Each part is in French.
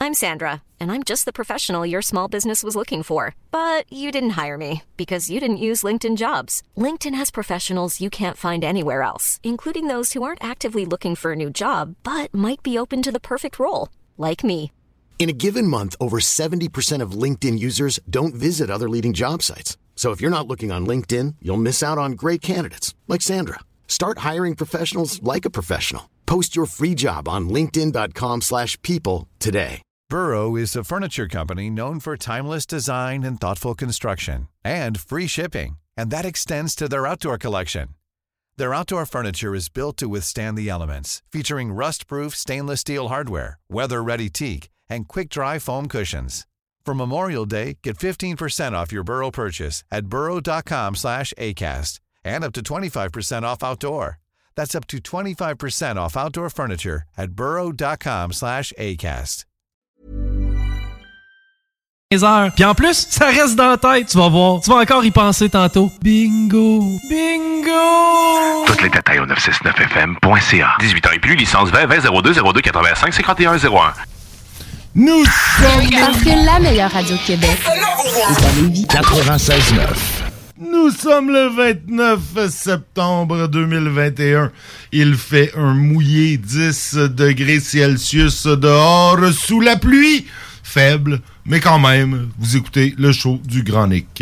I'm Sandra, and I'm just the professional your small business was looking for. But you didn't hire me because you didn't use LinkedIn Jobs. LinkedIn has professionals you can't find anywhere else, including those who aren't actively looking for a new job, but might be open to the perfect role, like me. In a given month, over 70% of LinkedIn users don't visit other leading job sites. So if you're not looking on LinkedIn, you'll miss out on great candidates like Sandra. Start hiring professionals like a professional. Post your free job on linkedin.com/people today. Burrow is a furniture company known for timeless design and thoughtful construction and free shipping, and that extends to their outdoor collection. Their outdoor furniture is built to withstand the elements, featuring rust-proof stainless steel hardware, weather-ready teak, and quick-dry foam cushions. For Memorial Day, get 15% off your Burrow purchase at burrow.com/acast and up to 25% off outdoor. That's up to 25% off outdoor furniture at burrow.com/acast. Puis en plus, ça reste dans la tête, tu vas voir. Tu vas encore y penser tantôt. Bingo! Bingo! Toutes les détails au 969fm.ca. 18 ans et plus, licence 20-02-02 85 51 01. Nous sommes... Parce que la meilleure radio de Québec est à Lévis. 96.9. Nous sommes le 29 septembre 2021. Il fait un mouillé 10 degrés Celsius dehors sous la pluie. Faible, mais quand même, vous écoutez le show du Grand Nick.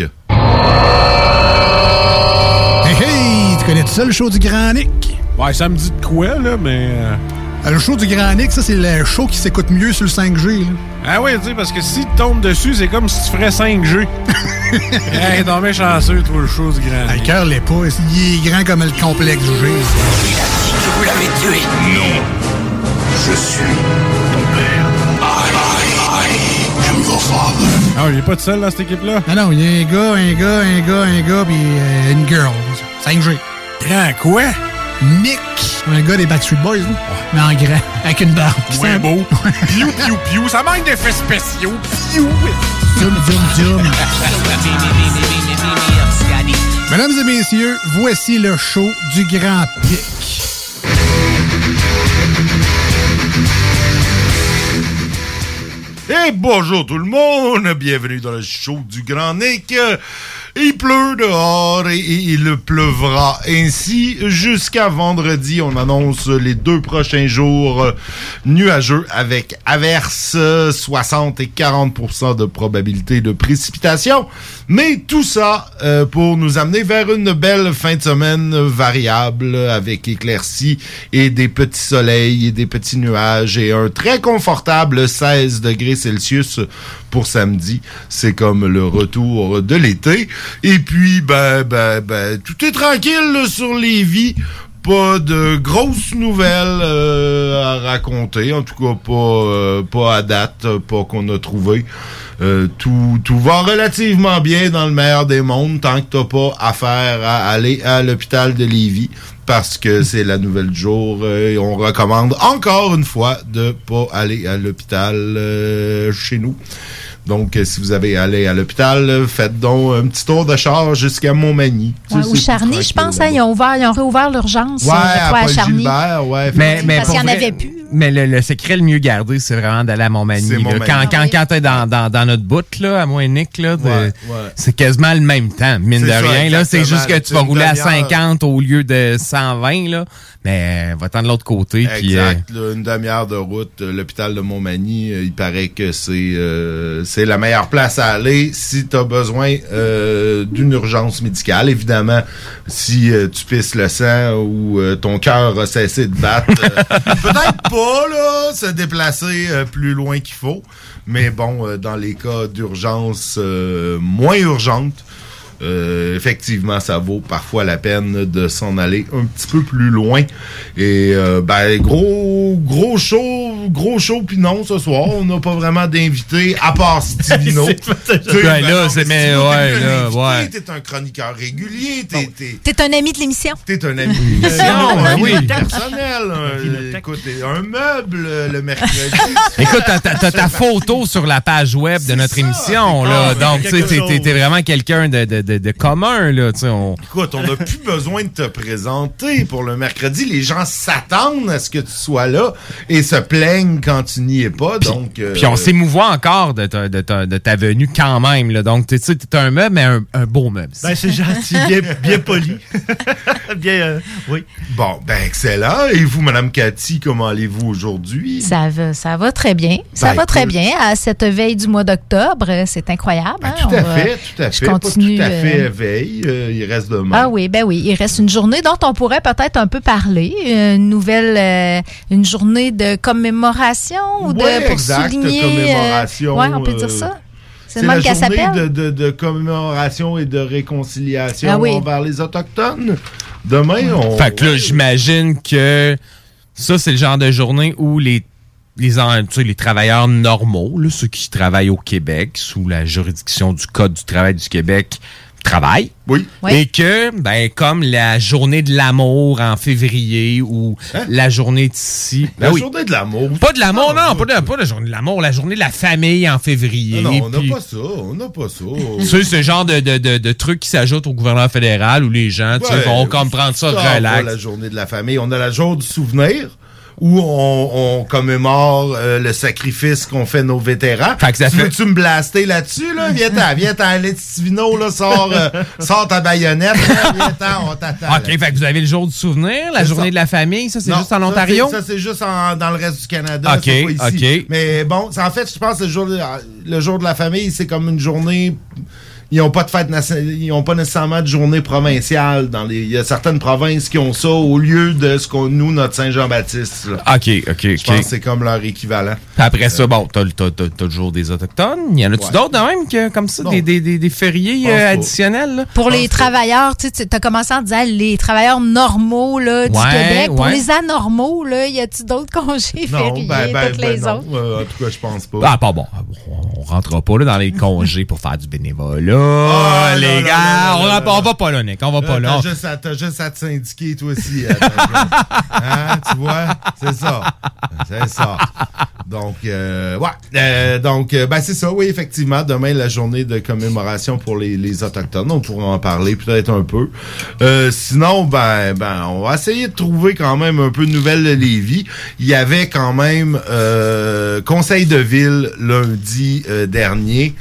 Hey, hey! Tu connais tout ça, le show du Grand Nick? Ouais, ça me dit de quoi, là, mais... Le show du Grand Nick, ça, c'est le show qui s'écoute mieux sur le 5G, là. Ah oui, tu sais, parce que si tu tombes dessus, c'est comme si tu ferais 5G. Hey, t'en mets chanceux, toi, le show du Grand Nick. Le cœur l'est pas. Il est grand comme le complexe G. Il a dit que vous l'avez tué. Non. Je suis ton père. I am your father. Ah, il est pas tout seul dans cette équipe-là? Non, il y a un gars, puis une girl. 5G. Grand quoi? Nick. Un gars des Backstreet Boys, là. Mais en grand, avec une barbe. C'est beau. Piou, piou, piou. Ça manque d'effets spéciaux. Piou. Zoom, zoom, zoom. Mesdames et messieurs, voici le show du Grand Pic. Et bonjour tout le monde, bienvenue dans le show du Grand Nick. Il pleut dehors et il pleuvra ainsi jusqu'à vendredi. On annonce les 2 prochains jours nuageux avec averses, 60 et 40% de probabilité de précipitation. Mais tout ça pour nous amener vers une belle fin de semaine variable avec éclaircies et des petits soleils et des petits nuages et un très confortable 16 degrés Celsius pour samedi. C'est comme le retour de l'été. Et puis, tout est tranquille sur Lévis. Pas de grosses nouvelles à raconter. En tout cas, pas à date, pas qu'on a trouvé. Tout va relativement bien dans le meilleur des mondes tant que t'as pas affaire à aller à l'hôpital de Lévis. Parce que c'est la nouvelle du jour et on recommande encore une fois de pas aller à l'hôpital chez nous. Donc, si vous avez allé à l'hôpital, faites donc un petit tour de char jusqu'à Montmagny. Ouais, ou Charny, je pense. Hein, ils ont réouvert l'urgence. Ouais, à Charny. Gilbert, ouais. Mais parce qu'il n'y en avait plus. Mais le secret le mieux gardé, c'est vraiment d'aller à Montmagny. Quand t'es dans notre bout, là, à Montmagny, là, c'est quasiment le même temps, mine de rien. Là, c'est juste que tu vas rouler à 50 au lieu de 120, là. Mais va-t'en de l'autre côté. Exact. Puis, une demi-heure de route, l'hôpital de Montmagny, il paraît que c'est la meilleure place à aller si tu as besoin d'une urgence médicale. Évidemment, si tu pisses le sang ou ton cœur a cessé de battre, peut-être pas là, se déplacer plus loin qu'il faut. Mais bon, dans les cas d'urgence moins urgentes, effectivement, ça vaut parfois la peine de s'en aller un petit peu plus loin. Et gros show pis non, ce soir, on n'a pas vraiment d'invité à part Stivino. T'es un chroniqueur régulier, t'es un ami de l'émission. T'es un ami de l'émission, personnel. Écoute, un meuble le mercredi. Écoute, t'as ta photo sur la page web de notre émission, là. Donc, tu sais, t'es vraiment quelqu'un de commun, là. Écoute, on n'a plus besoin de te présenter pour le mercredi. Les gens s'attendent à ce que tu sois là et se plaignent règne quand tu n'y es pas. Donc, puis on s'émouvoit encore de ta venue quand même. Là. Donc, tu sais, t'es un meuble, mais un beau meuble. Ben, c'est gentil, bien poli. Bien, oui. Bon, ben excellent. Et vous, Mme Cathy, comment allez-vous aujourd'hui? Ça va très bien. Ça va très bien. À cette veille du mois d'octobre, c'est incroyable. Ben, tout à fait. Je continue, pas tout à fait veille. Il reste demain. Ah oui, ben oui. Il reste une journée dont on pourrait peut-être un peu parler. Une journée de commémoration ou pour souligner. Commémoration. Oui, on peut dire ça. C'est la journée de commémoration et de réconciliation envers les Autochtones. Demain, Fait que là, j'imagine que ça, c'est le genre de journée où les travailleurs normaux, là, ceux qui travaillent au Québec, sous la juridiction du Code du travail du Québec, travaillent. Oui. Et que, comme la journée de l'amour en février ou la journée d'ici. La journée de l'amour. Pas de l'amour, non, pas la journée de l'amour, la journée de la famille en février. Non, on n'a pas ça. C'est ce genre de truc qui s'ajoute au gouvernement fédéral où les gens vont comme prendre ça relax. La journée de la famille. On a la journée du souvenir, où on commémore le sacrifice qu'ont fait nos vétérans. Veux-tu me blaster là-dessus, là? Viens-t'en, Letivino, là, sors ta baïonnette, viens-t'en, on t'attend. OK, fait que vous avez le jour du souvenir, la journée de la famille, ça, c'est juste en Ontario? Ça, c'est juste dans le reste du Canada, OK, c'est pas ici. OK. Mais bon, en fait, je pense que le jour de la famille, c'est comme une journée... Ils n'ont pas de fête ils n'ont pas nécessairement de journée provinciale. Il y a certaines provinces qui ont ça au lieu de ce qu'on notre Saint-Jean-Baptiste. Là. OK. Je pense que c'est comme leur équivalent. Après ça, t'as le jour des Autochtones. Y en a-tu d'autres de même comme ça, des fériés additionnels? Là? Pour les travailleurs, tu as commencé en disant les travailleurs normaux là, du Québec. Pour les anormaux, y a-tu d'autres congés fériés, toutes les autres? En tout cas, je pense pas. On rentrera pas là dans les congés pour faire du bénévolat. Les gars, on va pas là, Nick. On va pas là. T'as juste à te syndiquer, toi aussi. Tu vois? C'est ça. Donc, c'est ça, oui, effectivement. Demain, la journée de commémoration pour les Autochtones. On pourra en parler peut-être un peu. Sinon, on va essayer de trouver quand même un peu de nouvelles de Lévis. Il y avait quand même conseil de ville lundi dernier.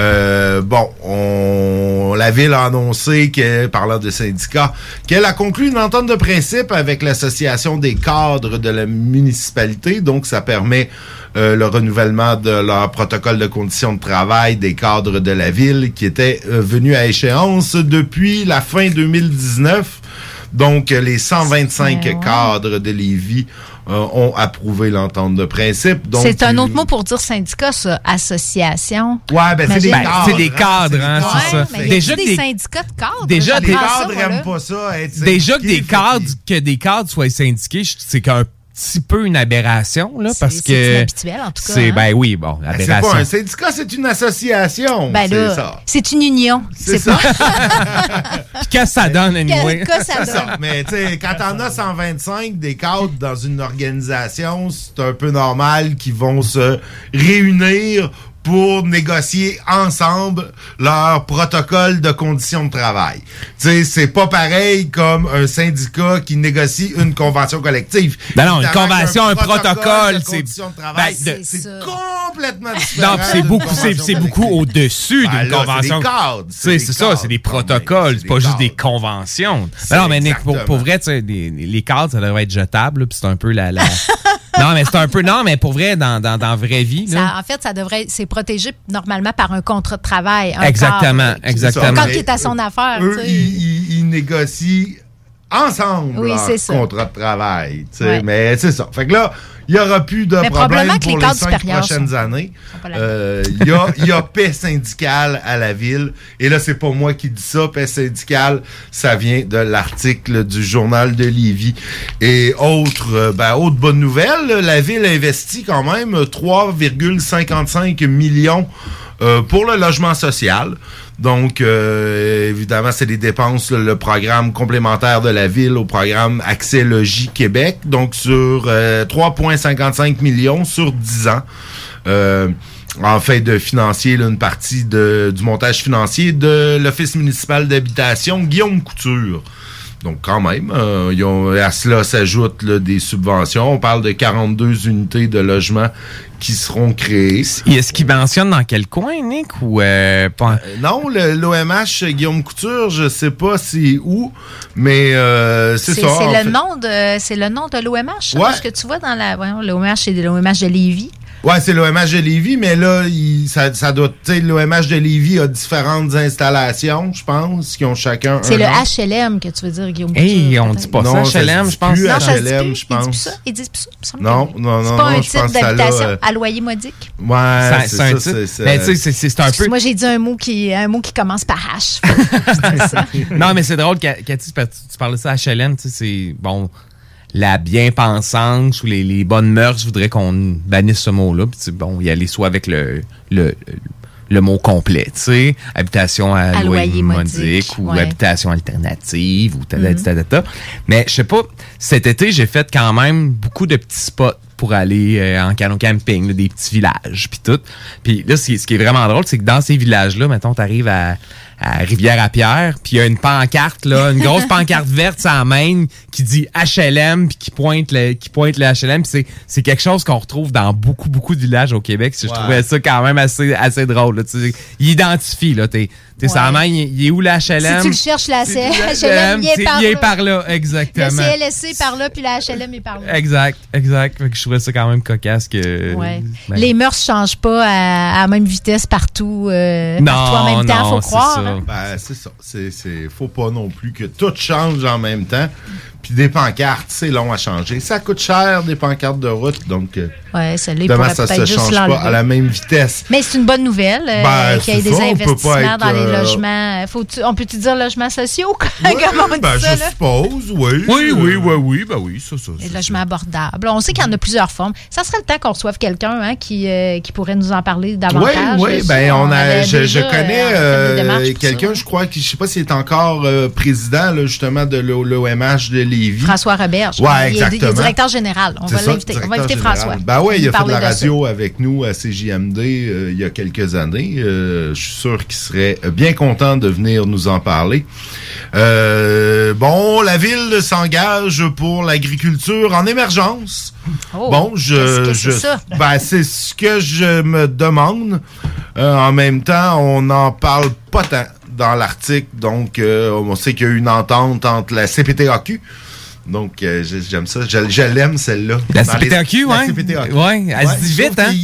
La ville a annoncé parlant de syndicats, qu'elle a conclu une entente de principe avec l'association des cadres de la municipalité. Donc, ça permet le renouvellement de leur protocole de conditions de travail des cadres de la ville qui était venu à échéance depuis la fin 2019. Donc, les 125 cadres de Lévis ont approuvé l'entente de principe. Donc, c'est un autre mot pour dire syndicat, ça, association. Ouais, c'est des cadres. C'est des cadres, c'est ça. Déjà des syndicats de cadres. Déjà, des cadres n'aiment pas ça. Déjà que des cadres soient syndiqués, c'est qu'un petit peu une aberration, là, parce que... C'est inhabituel, en tout cas. Aberration. C'est pas un syndicat, c'est une association. C'est ça. C'est une union. C'est ça. Qu'est-ce que ça donne, anyway? C'est ça. Mais, tu sais, quand t'en as 125 des cadres dans une organisation, c'est un peu normal qu'ils vont se réunir pour négocier ensemble leur protocole de conditions de travail. Tu sais, c'est pas pareil comme un syndicat qui négocie une convention collective. Non, une convention, un protocole, c'est conditions de travail, c'est complètement différent. Non, c'est beaucoup au-dessus d'une convention. C'est ça, c'est des protocoles, c'est pas juste des conventions. Non, mais Nick, pour vrai, les cadres, ça devrait être jetable, puis c'est un peu la... Non, mais pour vrai, dans la vraie vie. Là, en fait, c'est protégé normalement par un contrat de travail. Exactement. Quand il est à son affaire. Eux, ils négocient ensemble leur contrat de travail. Ouais. Mais c'est ça. Fait que là, il n'y aura plus de problème pour les 5 prochaines années. Il y a paix syndicale à la ville. Et là, c'est pas moi qui dis ça. Paix syndicale, ça vient de l'article du Journal de Lévis. Et autre bonne nouvelle, la ville investit quand même 3,55 millions pour le logement social. Donc, évidemment, c'est des dépenses, le programme complémentaire de la ville au programme Accès Logis Québec. Donc, sur 3,55 millions sur 10 ans. En fait, de financer une partie du montage financier de l'Office municipal d'habitation Guillaume Couture. Donc, quand même, à cela s'ajoutent des subventions. On parle de 42 unités de logement qui seront créées. Est-ce qu'il mentionne dans quel coin, Nick? Ou non, l'OMH Guillaume Couture, je sais pas c'est où, mais c'est ça. C'est le nom de l'OMH, ouais. Ce que tu vois dans l'OMH, c'est l'OMH de Lévis. Ouais, c'est l'OMH de Lévis, mais là, ça doit, tu sais, l'OMH de Lévis a différentes installations, je pense, qui ont chacun c'est le HLM que tu veux dire, Guillaume. On dit pas ça, HLM, je pense. Non, HLM, je pense. Ils disent plus ça, il me semble. Non. C'est pas un type d'habitation à loyer modique. Ouais, c'est un type. Mais tu sais, c'est un peu... Moi, j'ai dit un mot qui commence par H. Non, mais c'est drôle, Cathy, tu parlais de ça, HLM, tu sais, c'est, bon... La bien-pensance ou les bonnes mœurs, je voudrais qu'on bannisse ce mot-là. Puis, bon, y aller soit avec le mot complet, tu sais, habitation à loyer modique ou habitation alternative ou ta. Mais je sais pas, cet été, j'ai fait quand même beaucoup de petits spots pour aller en canot camping, là, des petits villages, puis tout. Puis là, ce qui est vraiment drôle, c'est que dans ces villages-là, mettons, t'arrives à Rivière-à-Pierre, puis il y a une pancarte, là, une grosse pancarte verte sans main qui dit HLM, puis qui pointe le HLM. Puis c'est quelque chose qu'on retrouve dans beaucoup de villages au Québec. Je trouvais ça quand même assez drôle. Là. Il identifie, là, t'es sans main, il est où le HLM? Si tu le cherches, la HLM, il est par là. Exactement. Le CLSC par là, puis la HLM est par là. Exact. Fait que je trouvais ça quand même cocasse que... Ouais. Les mœurs changent pas à la même vitesse partout, partout en même temps, faut croire. Ben, c'est ça. Faut pas non plus que tout change en même temps. Puis des pancartes, c'est long à changer. Ça coûte cher, des pancartes de route. Donc, ça se change pas à la même vitesse. Mais c'est une bonne nouvelle qu'il y ait des investissements dans les logements. On peut-tu dire logements sociaux? Comment on dit ça? Je suppose, oui. Oui. Ben oui, ça. Les logements abordables. On sait qu'il y en a plusieurs formes. Ça serait le temps qu'on reçoive quelqu'un qui pourrait nous en parler davantage. Oui. Ben, je connais quelqu'un, je crois, je sais pas s'il est encore président, là, justement, de l'OMH de Lévis. François Roberge. Ouais, exactement. Il est directeur général. On va inviter François. Ben oui, il a fait de la radio avec nous à CJMD il y a quelques années. Je suis sûr qu'il serait bien content de venir nous en parler. La ville s'engage pour l'agriculture en émergence. C'est ça? Ben, c'est ce que je me demande. En même temps, on n'en parle pas tant dans l'article. Donc, on sait qu'il y a eu une entente entre la CPTAQ. Donc, j'aime ça. Je l'aime, celle-là. La CPTAQ, oui. La CPTAQ. Oui, elle se dit vite, hein?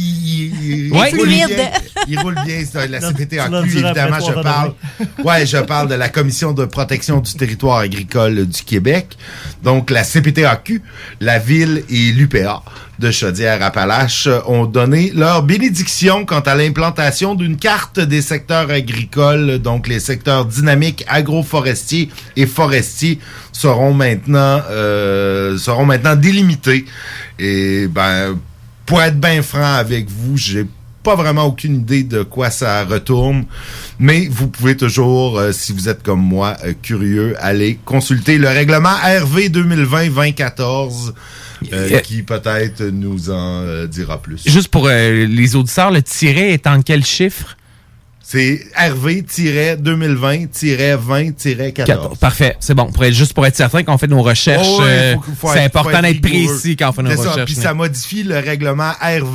Il roule bien, la CPTAQ, évidemment, je parle. Je parle de la Commission de protection du territoire agricole du Québec. Donc, la CPTAQ, la ville et l'UPA de Chaudière-Appalaches ont donné leur bénédiction quant à l'implantation d'une carte des secteurs agricoles. Donc, les secteurs dynamiques agroforestiers et forestiers seront maintenant délimités. Et pour être bien franc avec vous, j'ai pas vraiment aucune idée de quoi ça retourne, mais vous pouvez toujours, si vous êtes comme moi, curieux, aller consulter le règlement RV 2020-2014 qui peut-être nous en dira plus. Juste pour les auditeurs, le tiret est en quel chiffre? C'est RV-2020-20-14. Parfait, c'est bon. Juste pour être certain qu'on fait nos recherches, c'est important d'être précis quand on fait nos recherches. Puis ça modifie le règlement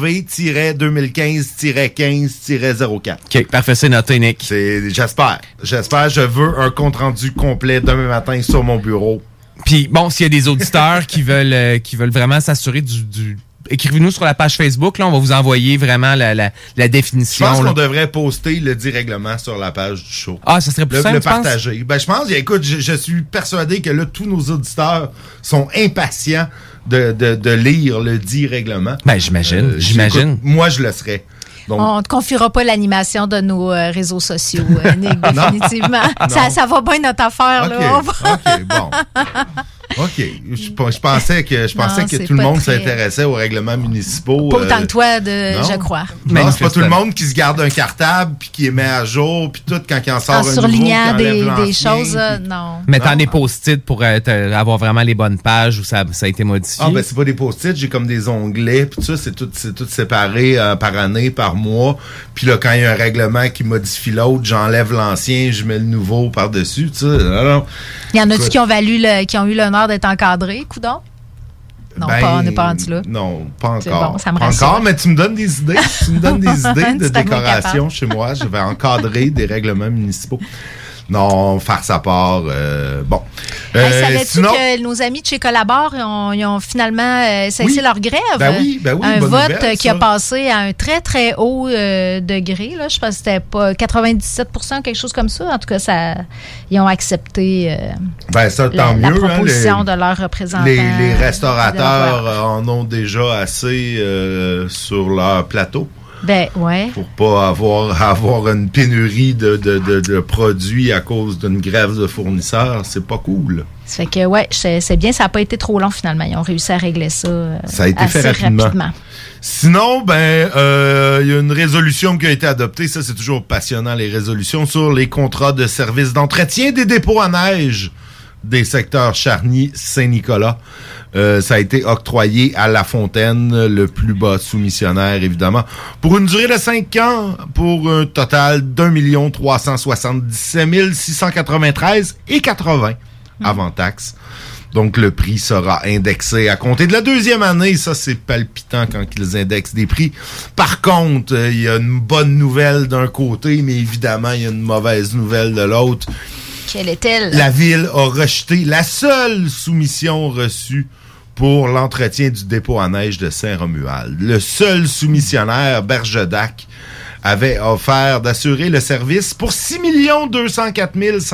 RV-2015-15-04. OK, parfait, c'est noté, Nick. J'espère, je veux un compte-rendu complet demain matin sur mon bureau. Puis bon, s'il y a des auditeurs qui veulent vraiment s'assurer du écrivez-nous sur la page Facebook, là, on va vous envoyer vraiment la définition. Je pense qu'on devrait poster le dit règlement sur la page du show. Ah, ça serait plus simple, le partager. Je pense, écoute, je suis persuadé que là, tous nos auditeurs sont impatients de lire le dit règlement. J'imagine. Écoute, moi, je le serais. Donc, on ne te confiera pas l'animation de nos réseaux sociaux, Nick, définitivement. Ça va bien notre affaire. Okay, là. OK, bon. OK. Je pensais que tout le monde s'intéressait aux règlements municipaux. Pas autant que toi, je crois. Non, c'est pas tout le monde qui se garde un cartable puis qui les met à jour puis tout quand il en sort un nouveau. Surlignant des choses, non. Mettant des post-it pour avoir vraiment les bonnes pages où ça a été modifié. Ah, c'est pas des post-it, j'ai comme des onglets puis ça, c'est tout séparé par année, par mois. Puis là, quand il y a un règlement qui modifie l'autre, j'enlève l'ancien, je mets le nouveau par-dessus, tu sais. Il y en a-tu qui ont eu l'honneur d'être encadrés, coudonc? Non, on n'est pas rendu là. Non, pas encore. C'est bon, ça me rassure. Encore, mais tu me donnes des idées. Tu me donnes des idées de décoration chez moi. Je vais encadrer des règlements municipaux. Non, faire sa part. Bon. Savais-tu que nos amis de chez Collabore ils ont finalement cessé leur grève? Ben oui, un vote nouvelle, qui a passé à un très, très haut degré. Là. Je pense que c'était pas 97%, quelque chose comme ça. En tout cas, ils ont accepté la proposition de leurs représentants. Les restaurateurs en ont déjà assez sur leur plateau. Ben, ouais. Pour pas avoir une pénurie de produits à cause d'une grève de fournisseurs, c'est pas cool. Ça fait que, ouais, c'est bien, ça n'a pas été trop long finalement. Ils ont réussi à régler ça, ça a été assez fait rapidement. Sinon, il y a une résolution qui a été adoptée. Ça, c'est toujours passionnant, les résolutions sur les contrats de services d'entretien des dépôts à neige des secteurs Charny-Saint-Nicolas. Ça a été octroyé à La Fontaine, le plus bas soumissionnaire, évidemment, pour une durée de 5 ans, pour un total d'1 377 693,80 avant taxe. Donc, le prix sera indexé à compter de la deuxième année. Ça, c'est palpitant quand ils indexent des prix. Par contre, il y a une bonne nouvelle d'un côté, mais évidemment, il y a une mauvaise nouvelle de l'autre. Quelle est-elle? La Ville a rejeté la seule soumission reçue pour l'entretien du dépôt à neige de Saint-Romuald. Le seul soumissionnaire, Bergedac, avait offert d'assurer le service pour 6 204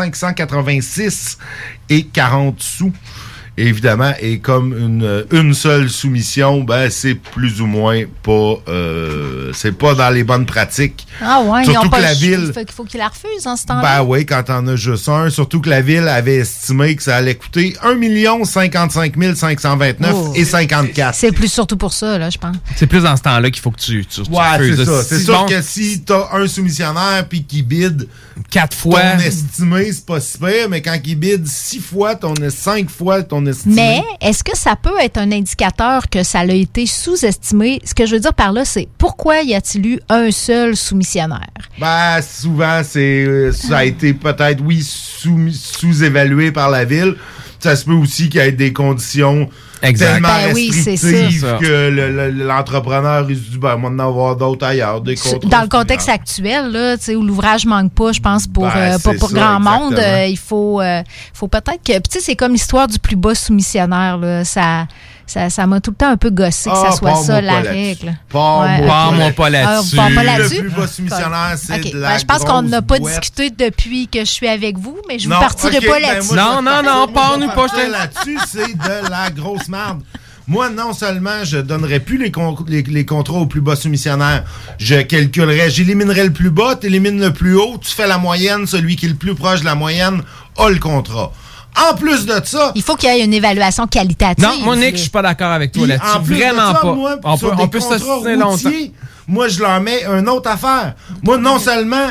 586 et 40 sous. Évidemment, et comme une seule soumission, c'est plus ou moins pas c'est pas dans les bonnes pratiques. Ah ouais, surtout ils ont que pas la ville. Il faut qu'ils la refusent en ce temps-là. Oui, quand t'en as juste un. Surtout que la ville avait estimé que ça allait coûter 1 55 529 et 54. C'est plus surtout pour ça, là, je pense. C'est plus dans ce temps-là qu'il faut que tu c'est ça. C'est sûr que si t'as un soumissionnaire puis qu'il bide 4 fois, ton estimé, c'est pas si pire, mais quand il bide 5 fois ton estimé. Mais est-ce que ça peut être un indicateur que ça a été sous-estimé? Ce que je veux dire par là, c'est pourquoi y a-t-il eu un seul soumissionnaire? Souvent, ça a été peut-être, sous-évalué par la ville. Ça se peut aussi qu'il y ait des conditions tellement restrictives que l'entrepreneur il se dit, moi, d'en avoir d'autres ailleurs. Des dans le contexte actuel, là, où l'ouvrage manque pas, je pense, pour grand monde, il faut peut-être que... Tu sais, c'est comme l'histoire du plus bas soumissionnaire, là. Ça m'a tout le temps un peu gossé que ça soit ça, la règle. Parle-moi pas là-dessus. Le plus bas soumissionnaire, c'est de la je pense qu'on n'a pas discuté depuis que je suis avec vous, mais je ne vous partirai pas là-dessus. Non, parle-nous pas là-dessus, c'est de la grosse merde. Moi, non seulement je donnerais plus les contrats au plus bas soumissionnaire, je calculerais, j'éliminerais le plus bas, tu élimines le plus haut, tu fais la moyenne, celui qui est le plus proche de la moyenne a le contrat. En plus de ça... Il faut qu'il y ait une évaluation qualitative. Non, Monique, je suis pas d'accord avec toi là-dessus. Vraiment pas. Moi, on peut se longtemps. Moi, je leur mets une autre affaire. Moi, non seulement...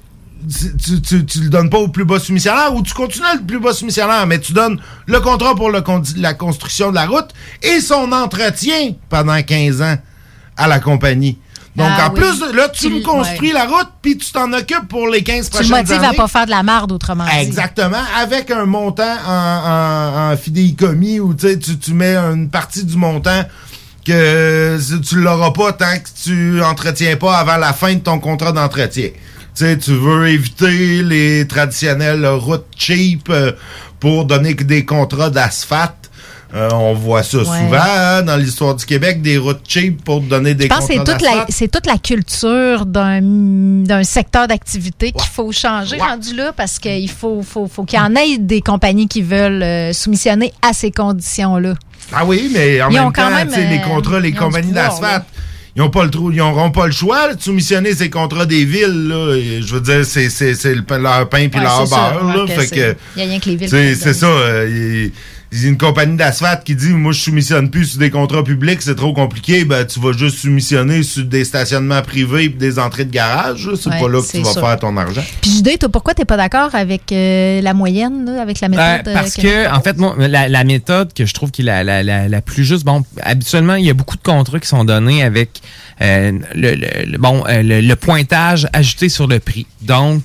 Tu le donnes pas au plus bas soumissionnaire ou tu continues le plus bas soumissionnaire, mais tu donnes le contrat pour la construction de la route et son entretien pendant 15 ans à la compagnie. Donc, plus, là, tu me construis la route, puis tu t'en occupes pour les 15 prochaines années. Tu le motives à pas faire de la marde, autrement dit. Exactement. Avec un montant en fidéicommis où tu mets une partie du montant que tu l'auras pas tant que tu entretiens pas avant la fin de ton contrat d'entretien. Tu veux éviter les traditionnelles routes cheap pour donner des contrats d'asphalte. On voit ça souvent dans l'histoire du Québec, des routes cheap pour donner des contrats d'asphalte. Je pense que c'est toute la culture d'un secteur d'activité qu'il faut changer rendu là parce qu'il faut qu'il y en ait des compagnies qui veulent soumissionner à ces conditions-là. Ah oui, mais en même temps, les contrats, les compagnies d'asphalte, ils n'auront pas le choix de soumissionner ces contrats des villes. Là. Je veux dire, c'est leur pain puis leur beurre. Il n'y a rien que les villes. C'est ça. Il y a une compagnie d'asphalte qui dit « Moi, je soumissionne plus sur des contrats publics, c'est trop compliqué. » Tu vas juste soumissionner sur des stationnements privés et des entrées de garage. C'est pas là que tu vas faire ton argent. Puis Judith, pourquoi tu n'es pas d'accord avec la moyenne, là, avec la méthode? Parce que, en fait, moi, la méthode que je trouve qui est la plus juste, habituellement, il y a beaucoup de contrats qui sont donnés avec le pointage ajouté sur le prix. Donc,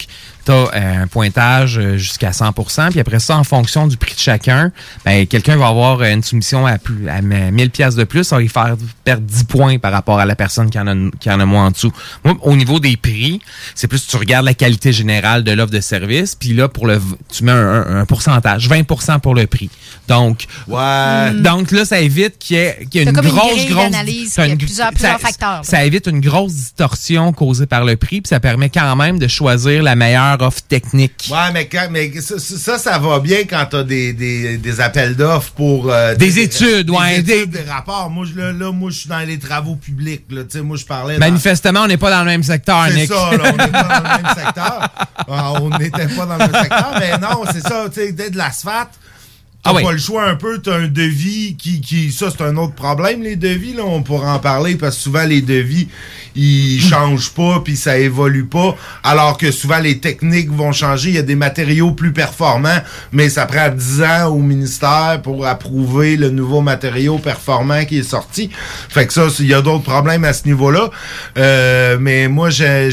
t'as un pointage jusqu'à 100%, puis après ça, en fonction du prix de chacun, ben quelqu'un va avoir une soumission à 1000 pièces de plus, ça va lui faire perdre 10 points par rapport à la personne qui en a moins en dessous. Moi, au niveau des prix, c'est plus tu regardes la qualité générale de l'offre de service, puis là, tu mets un pourcentage, 20% pour le prix. Donc, donc là, ça évite qu'il y ait une grosse d'analyse, il y a plusieurs facteurs. Ça évite une grosse distorsion causée par le prix, puis ça permet quand même de choisir la meilleure offre technique. Ouais, mais ça va bien quand t'as des appels d'offres pour... des études, des rapports. Moi, je suis dans les travaux publics. Là. Moi, je parlais... Manifestement, on n'est pas dans le même secteur, Nick. C'est ça, là, on n'est pas dans le même secteur. On n'était pas dans le même secteur, mais non, c'est ça, tu sais, de l'asphalte. T'as pas le choix un peu, t'as un devis qui ça c'est un autre problème, les devis, là, on pourra en parler, parce que souvent les devis, ils changent pas, puis ça évolue pas, alors que souvent les techniques vont changer, il y a des matériaux plus performants, mais ça prend 10 ans au ministère pour approuver le nouveau matériau performant qui est sorti. Fait que ça, il y a d'autres problèmes à ce niveau-là, mais moi, c'est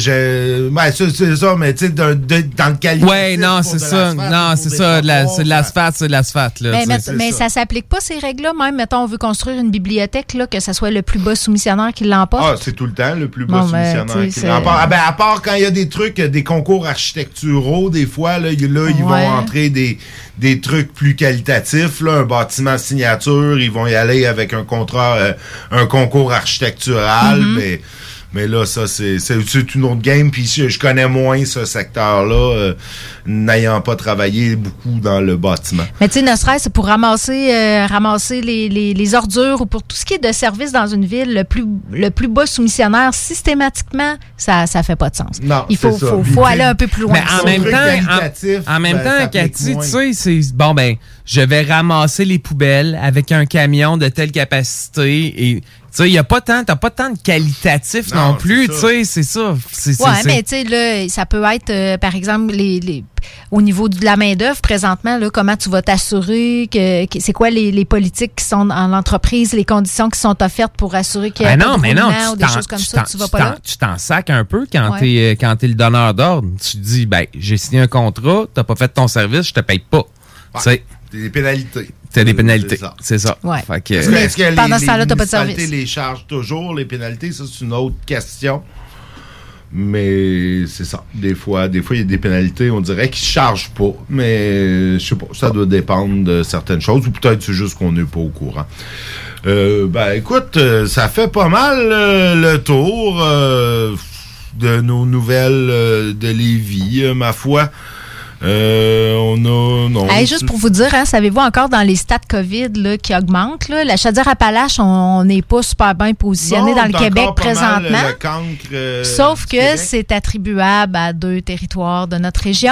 ça, mais tu sais, dans le qualité... Ouais, non, c'est ça, c'est de l'asphalte. Là, mais ça s'applique pas, ces règles-là, même, mettons, on veut construire une bibliothèque, là, que ce soit le plus bas soumissionnaire qui l'emporte. Ah, c'est tout le temps le plus bas soumissionnaire qui l'emporte. À part quand il y a des trucs, des concours architecturaux, des fois, là, ils vont entrer des trucs plus qualitatifs, là, un bâtiment signature, ils vont y aller avec un concours architectural, mais là, ça, c'est une autre game. Puis je connais moins ce secteur-là, n'ayant pas travaillé beaucoup dans le bâtiment. Mais tu sais, ne serait-ce pour ramasser les ordures ou pour tout ce qui est de service dans une ville, le plus bas soumissionnaire, systématiquement, ça fait pas de sens. Non, il faut aller un peu plus loin. Mais en même temps, Cathy, tu sais, c'est bon, ben, je vais ramasser les poubelles avec un camion de telle capacité et tu sais, t'as pas tant de qualitatif non plus, tu sais, c'est ça. Mais tu sais, là, ça peut être, par exemple, au niveau de la main-d'œuvre, présentement, là, comment tu vas t'assurer que c'est quoi les politiques qui sont dans l'entreprise, les conditions qui sont offertes pour assurer qu'il y a pas de roulement ou des choses comme ça, tu vas pas là? Tu t'en sacs un peu quand t'es le donneur d'ordre. Tu te dis, ben, j'ai signé un contrat, t'as pas fait ton service, je te paye pas. Tu sais. Des pénalités. C'est des pénalités. C'est ça. Ouais. Fait que, est-ce que pendant ce temps-là, t'as pas de service. Les municipalités les chargent toujours, les pénalités? Ça, c'est une autre question. Mais c'est ça. Des fois, il y a des pénalités, on dirait qu'ils ne chargent pas. Mais je sais pas, ça doit dépendre de certaines choses. Ou peut-être c'est juste qu'on n'est pas au courant. Ben écoute, ça fait pas mal le tour de nos nouvelles de Lévis, ma foi. Juste pour vous dire, savez-vous encore dans les stats COVID là, qui augmentent, là, la Chaudière-Appalaches, on n'est pas super bien positionné dans le Québec présentement. Le cancre, sauf que c'est attribuable à 2 territoires de notre région.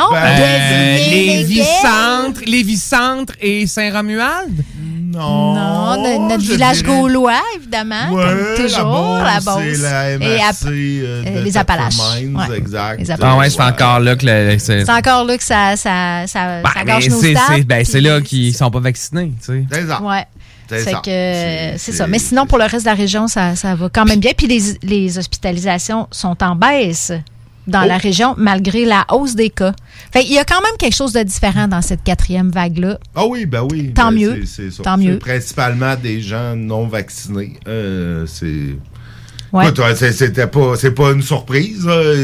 Lévis-Centre et Saint-Romuald? Non, notre village gaulois, évidemment, comme toujours, la Beauce. C'est la MRC les Appalaches. Exact. C'est encore là que c'est encore là que ça gâche nos stats. C'est là qu'ils sont pas vaccinés, tu sais. C'est ça. Ouais. C'est ça. Mais sinon, pour le reste de la région, ça va quand même bien. Puis les hospitalisations sont en baisse dans la région, malgré la hausse des cas. Fait il y a quand même quelque chose de différent dans cette 4e vague-là. Ah oui, ben oui. Tant mieux. Tant mieux. C'est principalement des gens non vaccinés. C'est... Ouais. Écoute, c'est pas une surprise.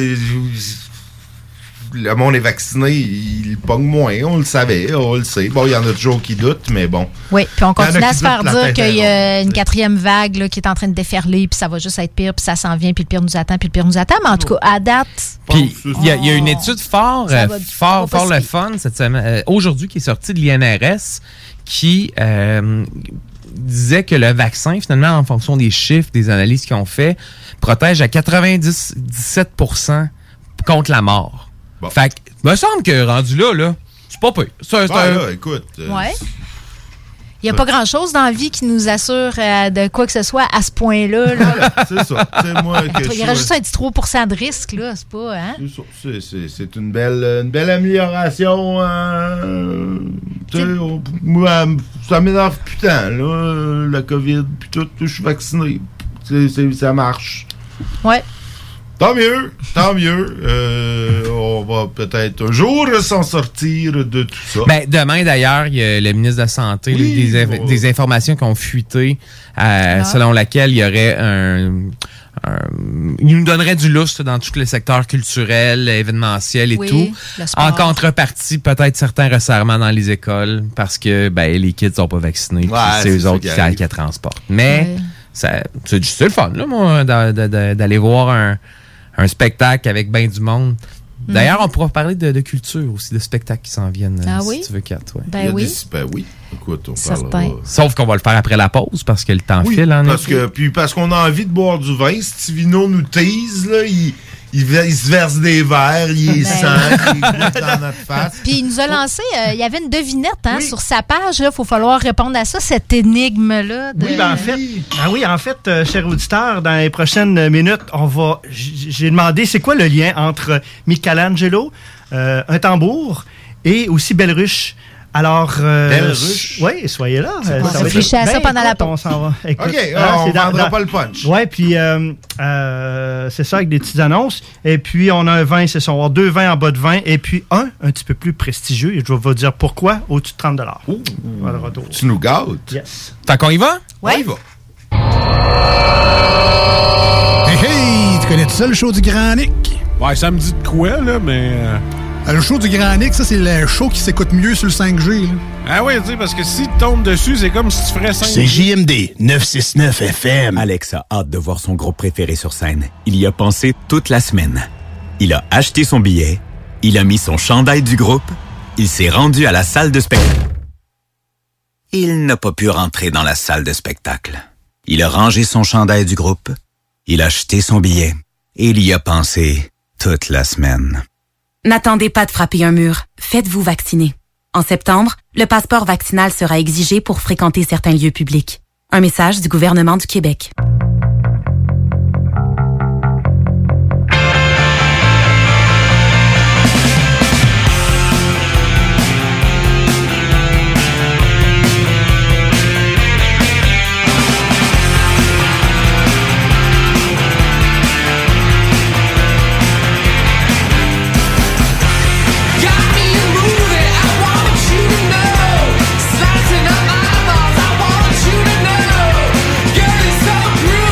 Le monde est vacciné, il pogne moins, on le savait, on le sait. Bon, il y en a toujours qui doutent, mais bon. Oui, puis on continue à se faire dire qu'il y a une 4e vague là, qui est en train de déferler, puis ça va juste être pire, puis ça s'en vient, puis le pire nous attend, mais en tout cas, à date... Puis il y a une étude fort le fun cette semaine, aujourd'hui, qui est sortie de l'INRS, qui disait que le vaccin, finalement, en fonction des chiffres, des analyses qu'ils ont fait, protège à 97% contre la mort. Bon. Fait que, me semble que rendu là, c'est pas pire. Là, écoute. Ouais. Il n'y a pas grand-chose dans la vie qui nous assure de quoi que ce soit à ce point-là. Là. C'est ça. Il y aurait juste un petit 3% de risque, là. C'est pas, hein? C'est ça. C'est une belle amélioration. Moi, ça m'énerve putain, là. La COVID, puis tout, je suis vacciné. Ça marche. Ouais. Tant mieux. on va peut-être un jour s'en sortir de tout ça. Ben, demain, d'ailleurs, il y a le ministre de la Santé, des informations qui ont fuité, selon laquelle il y aurait il nous donnerait du lustre dans tous les secteurs culturels, événementiels et tout. En contrepartie, peut-être certains resserrements dans les écoles parce que les kids sont pas vaccinés. C'est eux autres qui transportent. Mais c'est le fun, là, moi, d'aller voir un spectacle avec ben du monde. D'ailleurs, on pourra parler de culture aussi, de spectacles qui s'en viennent, si tu veux, Kat. Ouais. Ben oui. Écoute, on parlera. Sauf qu'on va le faire après la pause, parce que le temps file. Parce qu'on a envie de boire du vin. Stivino nous tease, là, il se verse des verres, il sent, il goûte dans notre face. Puis il nous a lancé, il y avait une devinette sur sa page. Il faut falloir répondre à ça, cette énigme-là. Oui, en fait, chers auditeurs, dans les prochaines minutes, j'ai demandé c'est quoi le lien entre Michelangelo, un tambour, et aussi Belle Ruche. Alors, oui, soyez là. Réfléchissez à ça pendant la pause. On s'en va. Écoute, on ne vendra pas le punch. Oui, puis c'est ça avec des petites annonces. Et puis, on a un vin, c'est ça. On va avoir 2 vins en bas de vin. Et puis, un petit peu plus prestigieux. Et je vais vous dire pourquoi, au-dessus de 30 $. Tu nous gâtes. Yes. Fait qu'on y va? Oui. On y va. Hey, tu connais ça, le show du Grand Nick? Ouais, ça me dit de quoi, là, mais... Le show du Grand Nick, ça, c'est le show qui s'écoute mieux sur le 5G. Là. Ah oui, tu sais, parce que si tu tombes dessus, c'est comme si tu ferais 5G. C'est JMD 969 FM. Alex a hâte de voir son groupe préféré sur scène. Il y a pensé toute la semaine. Il a acheté son billet, il a mis son chandail du groupe, il s'est rendu à la salle de spectacle. Il n'a pas pu rentrer dans la salle de spectacle. Il a rangé son chandail du groupe, il a acheté son billet et il y a pensé toute la semaine. N'attendez pas de frapper un mur. Faites-vous vacciner. En septembre, le passeport vaccinal sera exigé pour fréquenter certains lieux publics. Un message du gouvernement du Québec. Slicing up my eyeballs, I want you to know. Girl, it's so cruel.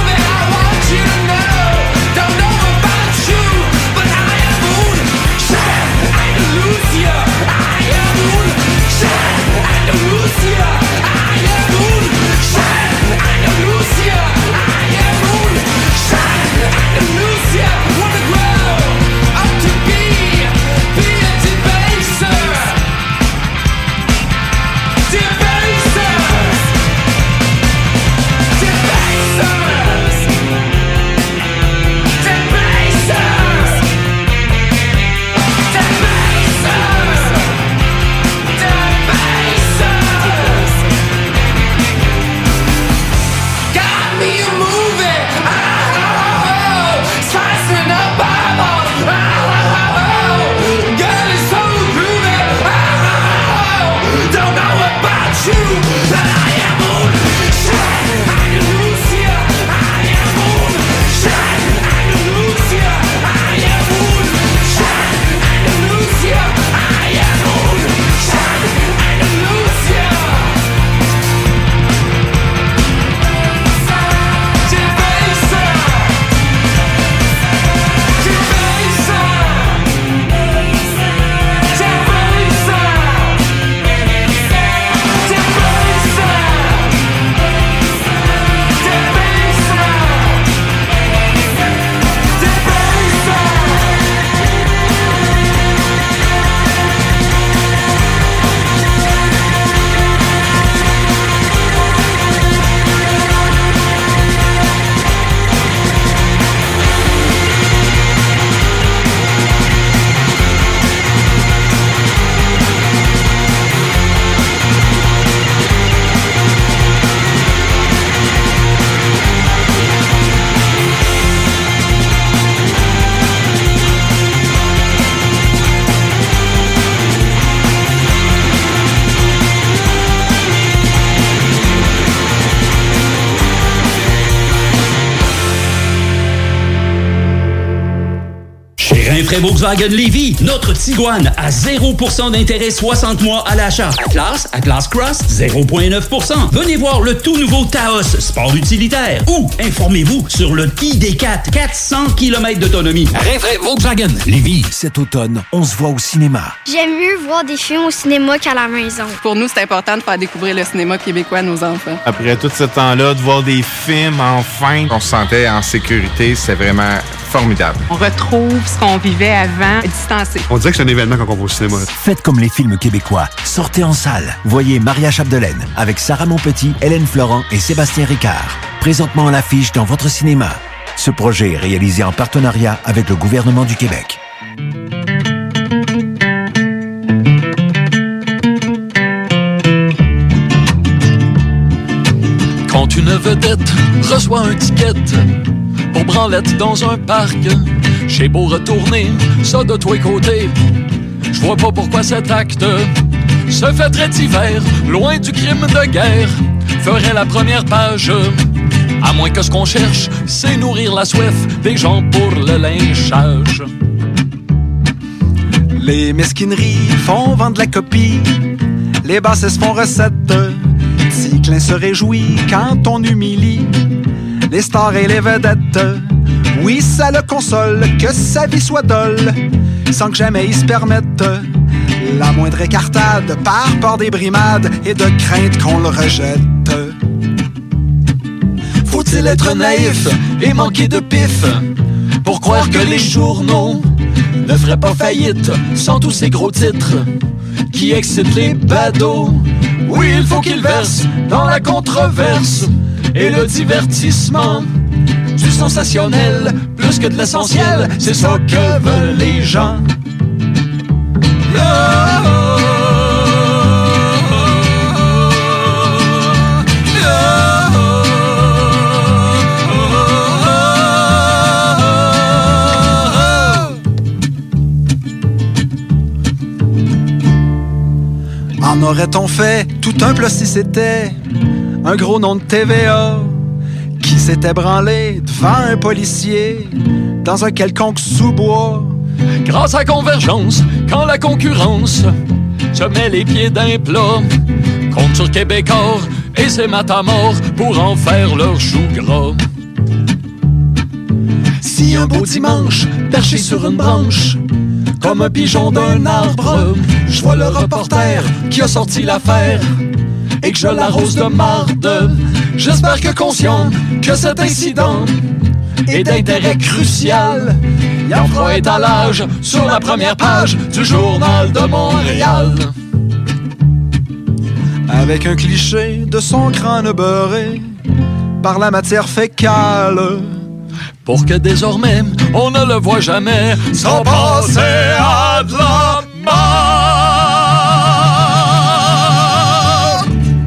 Rinfraie Volkswagen Lévis, notre Tiguan à 0% d'intérêt 60 mois à l'achat. Atlas Cross, 0,9%. Venez voir le tout nouveau Taos, sport utilitaire. Ou informez-vous sur le ID4, 400 km d'autonomie. Rinfraie Volkswagen Lévis. Cet automne, on se voit au cinéma. J'aime mieux voir des films au cinéma qu'à la maison. Pour nous, c'est important de faire découvrir le cinéma québécois à nos enfants. Après tout ce temps-là, de voir des films, enfin, on se sentait en sécurité, c'est vraiment formidable. On retrouve ce qu'on vivait avant, distancé. On dirait que c'est un événement quand on va au cinéma. Faites comme les films québécois. Sortez en salle. Voyez Maria Chapdelaine avec Sarah Monpetit, Hélène Florent et Sébastien Ricard. Présentement à l'affiche dans votre cinéma. Ce projet est réalisé en partenariat avec le gouvernement du Québec. Quand une vedette reçoit un ticket pour branlette dans un parc, j'ai beau retourner ça de tous les côtés, je vois pas pourquoi cet acte se fait très divers, loin du crime de guerre, ferait la première page. À moins que ce qu'on cherche, c'est nourrir la soif des gens pour le lynchage. Les mesquineries font vendre la copie, les bassesses font recette. Ticlin se réjouit quand on humilie les stars et les vedettes. Oui, ça le console que sa vie soit dolle, sans que jamais il se permette la moindre écartade, par peur des brimades et de crainte qu'on le rejette. Faut-il être naïf et manquer de pif pour croire que les journaux ne feraient pas faillite sans tous ces gros titres qui excitent les badauds? Oui, il faut qu'ils versent dans la controverse et le divertissement, du sensationnel plus que de l'essentiel, c'est ça que veulent les gens. En aurait-on fait tout un plat si c'était un gros nom de TVA qui s'était branlé devant un policier dans un quelconque sous-bois? Grâce à Convergence, quand la concurrence se met les pieds d'un plat, compte sur Québécois et ses matamors pour en faire leur chou gras. Si un beau dimanche, perché sur une branche, comme un pigeon d'un arbre, je vois le reporter qui a sorti l'affaire et que je l'arrose de marde. J'espère que conscient que cet incident est d'intérêt crucial, il en fera étalage sur la première page du Journal de Montréal. Avec un cliché de son crâne beurré par la matière fécale, pour que désormais on ne le voit jamais sans passer à de la mort.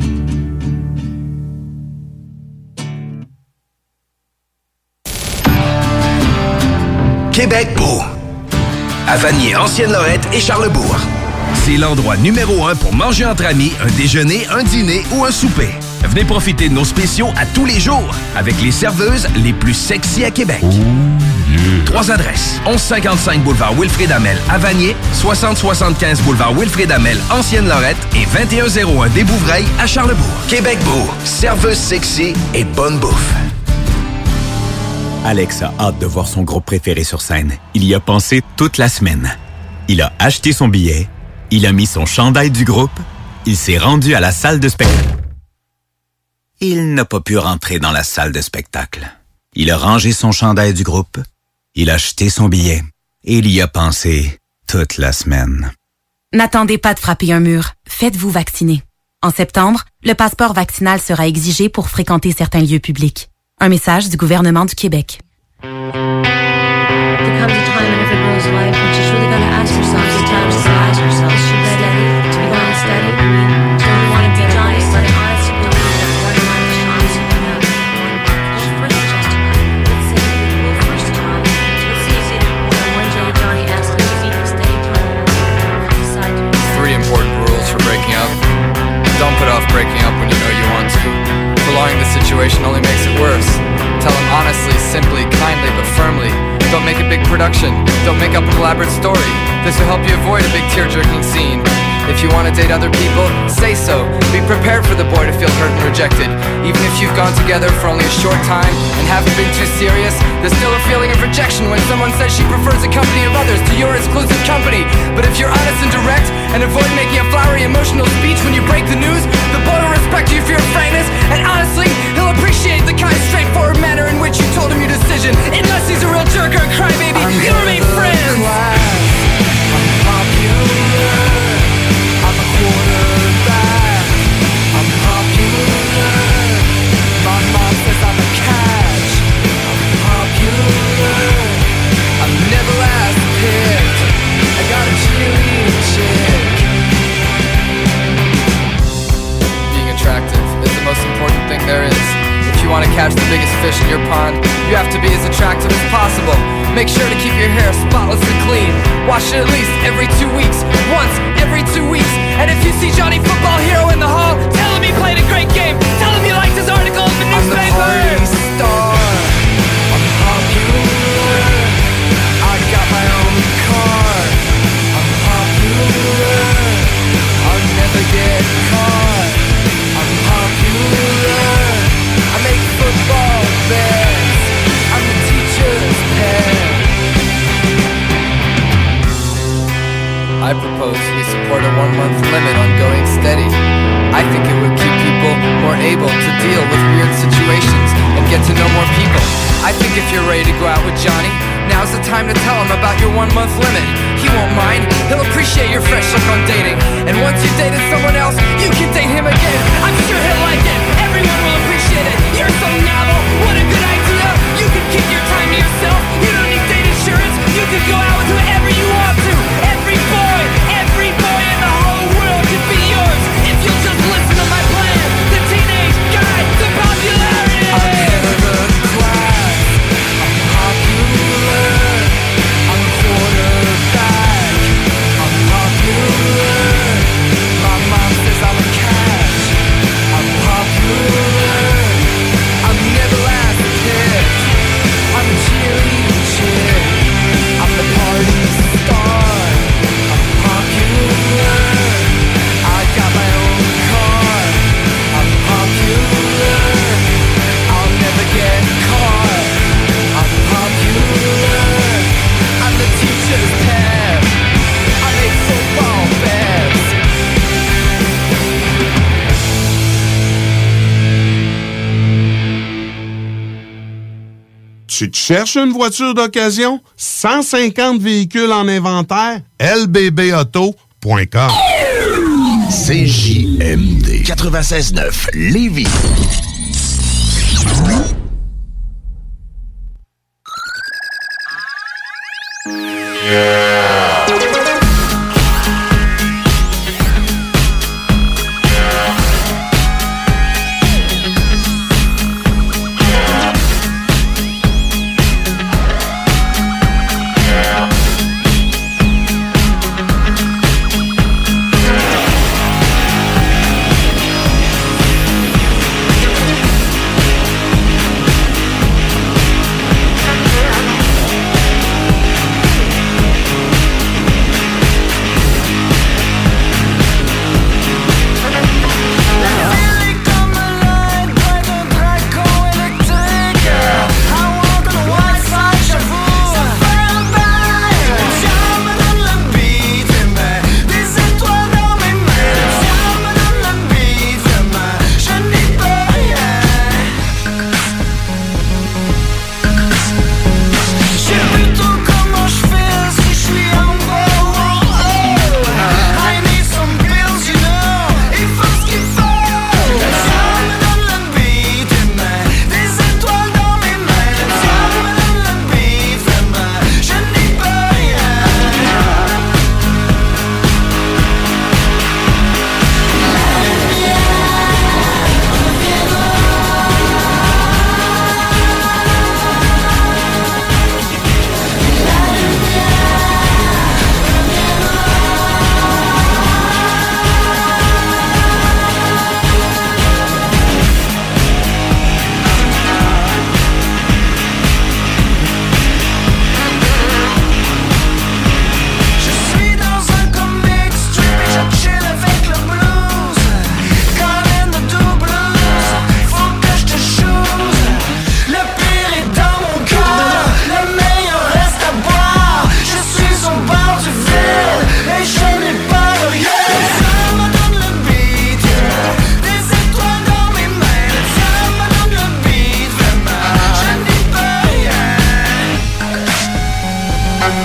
Québec beau. À Vanier, Ancienne-Lorette et Charlebourg. C'est l'endroit numéro 1 pour manger entre amis, un déjeuner, un dîner ou un souper. Venez profiter de nos spéciaux à tous les jours avec les serveuses les plus sexy à Québec. Oh yeah. 3 adresses. 1155 boulevard Wilfrid Hamel à Vanier, 6075 boulevard Wilfrid Hamel, Ancienne-Lorette et 2101 des Bouvrailles à Charlebourg. Québec beau, serveuse sexy et bonne bouffe. Alex a hâte de voir son groupe préféré sur scène. Il y a pensé toute la semaine. Il a acheté son billet, il a mis son chandail du groupe, il s'est rendu à la salle de spectacle. Il n'a pas pu rentrer dans la salle de spectacle. Il a rangé son chandail du groupe, il a acheté son billet et il y a pensé toute la semaine. N'attendez pas de frapper un mur. Faites-vous vacciner. En septembre, le passeport vaccinal sera exigé pour fréquenter certains lieux publics. Un message du gouvernement du Québec. Don't put off breaking up when you know you want to. Prolonging the situation only makes it worse. Tell him honestly, simply, kindly, but firmly. Don't make a big big production. Don't make up an elaborate story. This will help you avoid a big tear-jerking scene. If you want to date other people, say so. Be prepared for the boy to feel hurt and rejected. Even if you've gone together for only a short time and haven't been too serious, there's still a feeling of rejection when someone says she prefers the company of others to your exclusive company. But if you're honest and direct and avoid making a flowery emotional speech when you break the news, the boy will respect you for your frankness, and honestly, he'll appreciate the kind, straightforward manner in which you told him your decision. Unless he's a real jerk or a crybaby, you'll remain friends. I'm popular. I'm a quarterback. I'm popular. My mom says I'm a catch. I'm popular. I'm never last picked. I got a cheerleading chick. Being attractive is the most important thing there is. If you want to catch the biggest fish in your pond, you have to be as attractive as possible. Make sure to keep your hair spotlessly clean. Wash it at least every 2 weeks. Once every 2 weeks. And if you see Johnny Football Hero in the hall, tell him he played a great game. Tell him you liked his article in the newspaper. I'm the party star. I'm popular. I got my own car. I'm popular. I'll never get caught. I'm popular. I make football bets. I'm the teacher's pet. I propose we support a 1-month limit on going steady. I think it would keep people more able to deal with weird situations and get to know more people. I think if you're ready to go out with Johnny, now's the time to tell him about your 1-month limit. He won't mind, he'll appreciate your fresh look on dating. And once you've dated someone else, you can date him again. I'm sure he'll like it, everyone will appreciate it. You're so novel, what a good idea. You can keep your time to yourself, you don't need date insurance. You can go out with whoever you want to. Every boy in the whole world can be yours. If you'll just listen to my plan, the Teenage Guide to Popularity. I'm head of the class, I'm popular. I'm a quarterback, I'm popular. My mom says I'm a catch, I'm popular. I'm never last picked. I'm a cheerleading chick. I'm the party star. I'm popular. I got my own car. I'm popular. I'll never get caught. I'm popular. I'm the teacher's pet. I make football bets. Tu te cherches une voiture d'occasion? 150 véhicules en inventaire? lbbauto.com. CJMD 96.9 Lévis.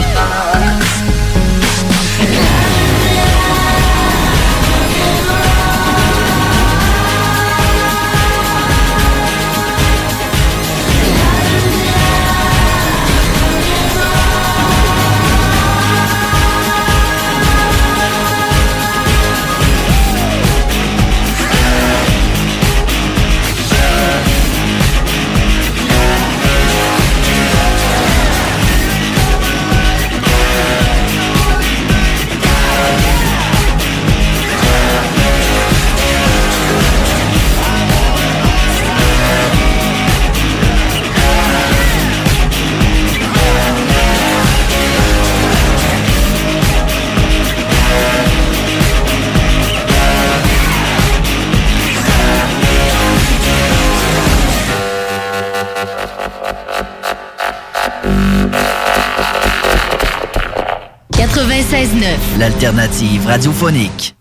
L'alternative radiophonique.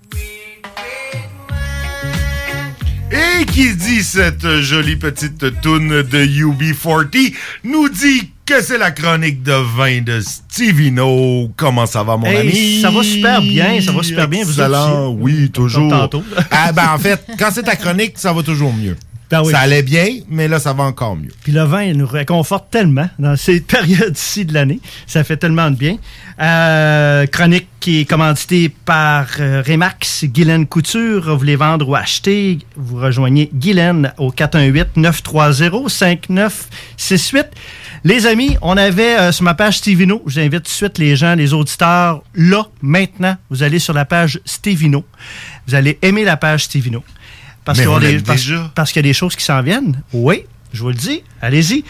Et qui dit cette jolie petite toune de UB40 nous dit que c'est la chronique de vin de Stevino. Comment ça va, mon ami? Ça va super bien, ça va super bien. Vous Excellent, oui, toujours. Tantôt. En fait, quand c'est ta chronique, ça va toujours mieux. Ben oui. Ça allait bien, mais là, ça va encore mieux. Puis le vin nous réconforte tellement dans ces périodes-ci de l'année. Ça fait tellement de bien. Chronique qui est commanditée par Remax, Guylaine Couture. Vous voulez vendre ou acheter, vous rejoignez Guylaine au 418-930-5968. Les amis, on avait sur ma page Stevino, j'invite tout de suite les gens, les auditeurs, là, maintenant, vous allez sur la page Stevino. Vous allez aimer la page Stevino. Parce qu'il y a des choses qui s'en viennent. Oui, je vous le dis. Allez-y.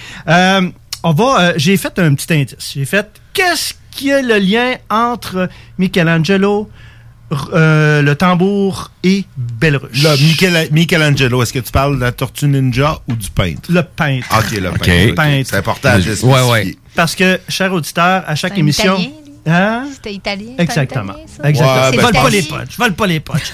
J'ai fait un petit indice. J'ai fait, qu'est-ce qui est le lien entre Michelangelo, le tambour et Belleruche? Michelangelo, est-ce que tu parles de la tortue ninja ou du peintre? Le peintre. OK, le peintre. C'est important à spécifier. Ouais. Parce que, cher auditeur, à chaque émission... Italien, hein? C'était italien. Exactement. Italien, exactement. Je vole pas les poches.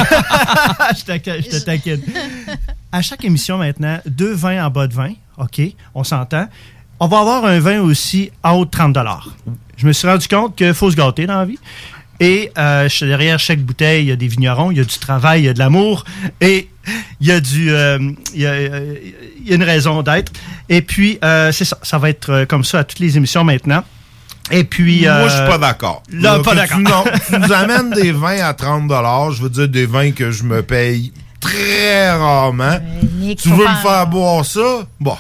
Je te taquine. À chaque émission maintenant, 2 vins en bas de 20. OK, on s'entend. On va avoir un vin aussi en haut de 30 $. Je me suis rendu compte qu'il faut se gâter dans la vie. Et derrière chaque bouteille, il y a des vignerons, il y a du travail, il y a de l'amour. Et il y a il y a une raison d'être. Et puis, c'est ça. Ça va être comme ça à toutes les émissions maintenant. Et puis... Moi, je suis pas d'accord. Là, pas d'accord. Tu nous amènes des vins à 30 $, je veux dire des vins que je me paye très rarement. Tu veux me faire boire ça? Bon.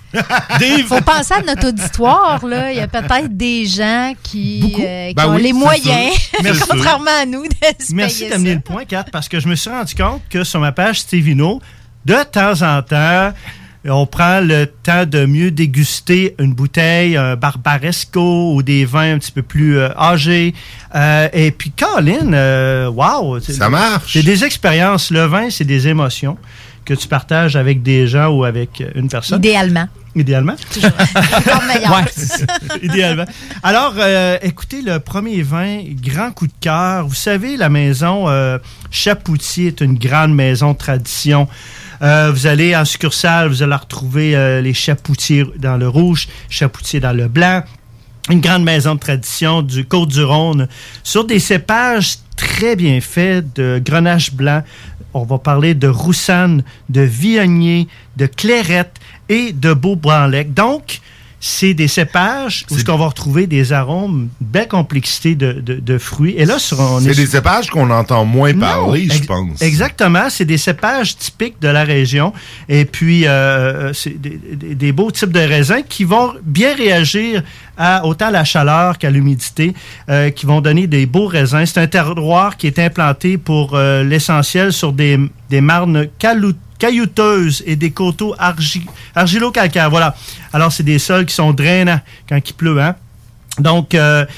Il faut penser à notre auditoire. Là. Il y a peut-être des gens qui ont les moyens, contrairement à nous, de se Merci payer d'amener ça. le point, Kat, parce que je me suis rendu compte que sur ma page Stevino, de temps en temps... On prend le temps de mieux déguster une bouteille, un Barbaresco ou des vins un petit peu plus âgés. Et puis, Colin, wow! Ça marche! C'est des expériences. Le vin, c'est des émotions que tu partages avec des gens ou avec une personne. Idéalement. Toujours. Encore meilleur. Ouais, c'est ça. Idéalement. Alors, écoutez, le premier vin, grand coup de cœur. Vous savez, la maison Chapoutier est une grande maison de tradition. Vous allez en succursale, vous allez retrouver les Chapoutiers dans le rouge, Chapoutier dans le blanc. Une grande maison de tradition du Côte-du-Rhône sur des cépages très bien faits de Grenache blanc. On va parler de Roussanne, de Viognier, de Clairette et de Beau-Branlec. Donc, c'est des cépages où on va retrouver des arômes, une belle complexité de fruits. Et là, c'est des cépages qu'on entend moins parler, je pense. Exactement. C'est des cépages typiques de la région. Et puis, c'est des beaux types de raisins qui vont bien réagir à autant la chaleur qu'à l'humidité, qui vont donner des beaux raisins. C'est un terroir qui est implanté pour l'essentiel sur des marnes caillouteuses et des coteaux argilo-calcaires. Voilà. Alors, c'est des sols qui sont drainants quand il pleut, hein? Donc,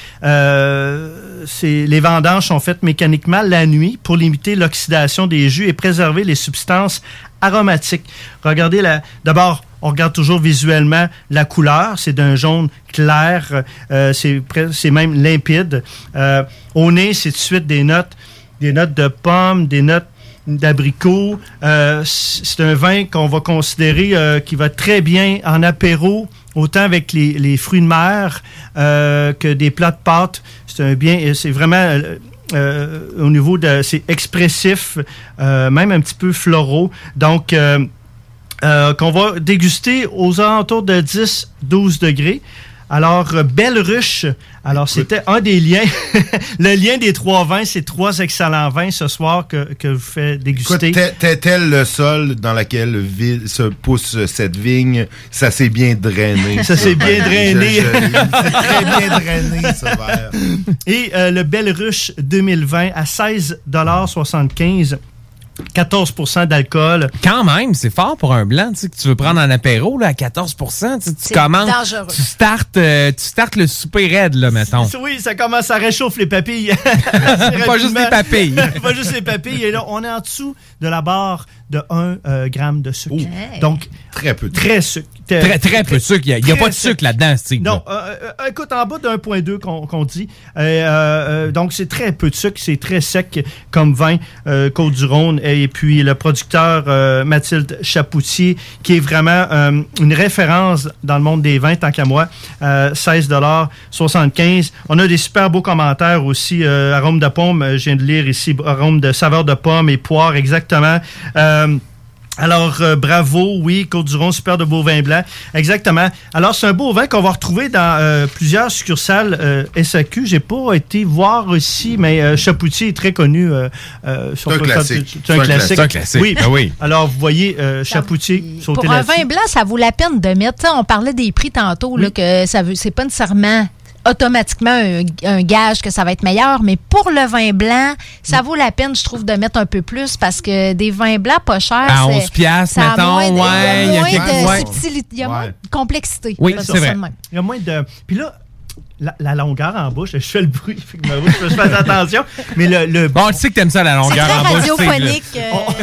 les vendanges sont faites mécaniquement la nuit pour limiter l'oxydation des jus et préserver les substances aromatiques. Regardez d'abord, on regarde toujours visuellement la couleur. C'est d'un jaune clair. C'est même limpide. Au nez, c'est tout de suite des notes de pommes, des notes d'abricot. C'est un vin qu'on va considérer qui va très bien en apéro, autant avec les fruits de mer que des plats de pâtes. C'est vraiment... au niveau de... C'est expressif, même un petit peu floraux. Donc, qu'on va déguster aux alentours de 10-12 degrés. Alors, Belle Ruche, c'était un des liens. Le lien des 3 vins, c'est 3 excellents vins ce soir que je vous fais déguster. Tel le sol dans lequel se pousse cette vigne, ça s'est bien drainé. Ça s'est bien drainé. C'est très bien drainé, ce verre. Et le Belle Ruche 2020 à 16,75 $. 14% d'alcool. Quand même, c'est fort pour un blanc, tu sais, que tu veux prendre en apéro là, à 14%. Tu commandes, dangereux. Tu startes le souper raide, là, mettons. Oui, ça commence, ça réchauffe les papilles. Pas juste les papilles. Pas juste les papilles. Et là, on est en dessous de la barre de 1 gramme de sucre. Hey. Donc, très peu. Très sucre. Très peu de sucre. Il n'y a pas de sucre là-dedans, Steve. Non, écoute, en bas de 1,2 qu'on dit. Donc, c'est très peu de sucre. C'est très sec comme vin Côte-du-Rhône. Et puis, le producteur Mathilde Chapoutier, qui est vraiment une référence dans le monde des vins, tant qu'à moi. 16,75 $. On a des super beaux commentaires aussi. Arôme de pomme, je viens de lire ici. Arôme de saveur de pomme et poire, exactement. Alors, bravo, oui, Côte-du-Rhône, super de beau vin blanc. Exactement. Alors, c'est un beau vin qu'on va retrouver dans plusieurs succursales SAQ. J'ai pas été voir aussi, mais Chapoutier est très connu. C'est un classique. C'est un classique. C'est un classique. Oui. Ben oui. Alors, vous voyez, Chapoutier sauter pour un là-dessus. vin blanc, ça vaut la peine de mettre... On parlait des prix tantôt, là, que c'est pas nécessairement... automatiquement un gage que ça va être meilleur, mais pour le vin blanc, ça vaut la peine, je trouve, de mettre un peu plus parce que des vins blancs pas chers, à 11 piastres, mettons, il y a moins de de subtilité, il y a moins de complexité. Oui, c'est vrai. Il y a moins de... Puis là, la longueur en bouche, je fais le bruit, fait que ma bouche, je fais attention, mais le... Bon, tu sais que t'aimes ça, la longueur en bouche. C'est très radiophonique.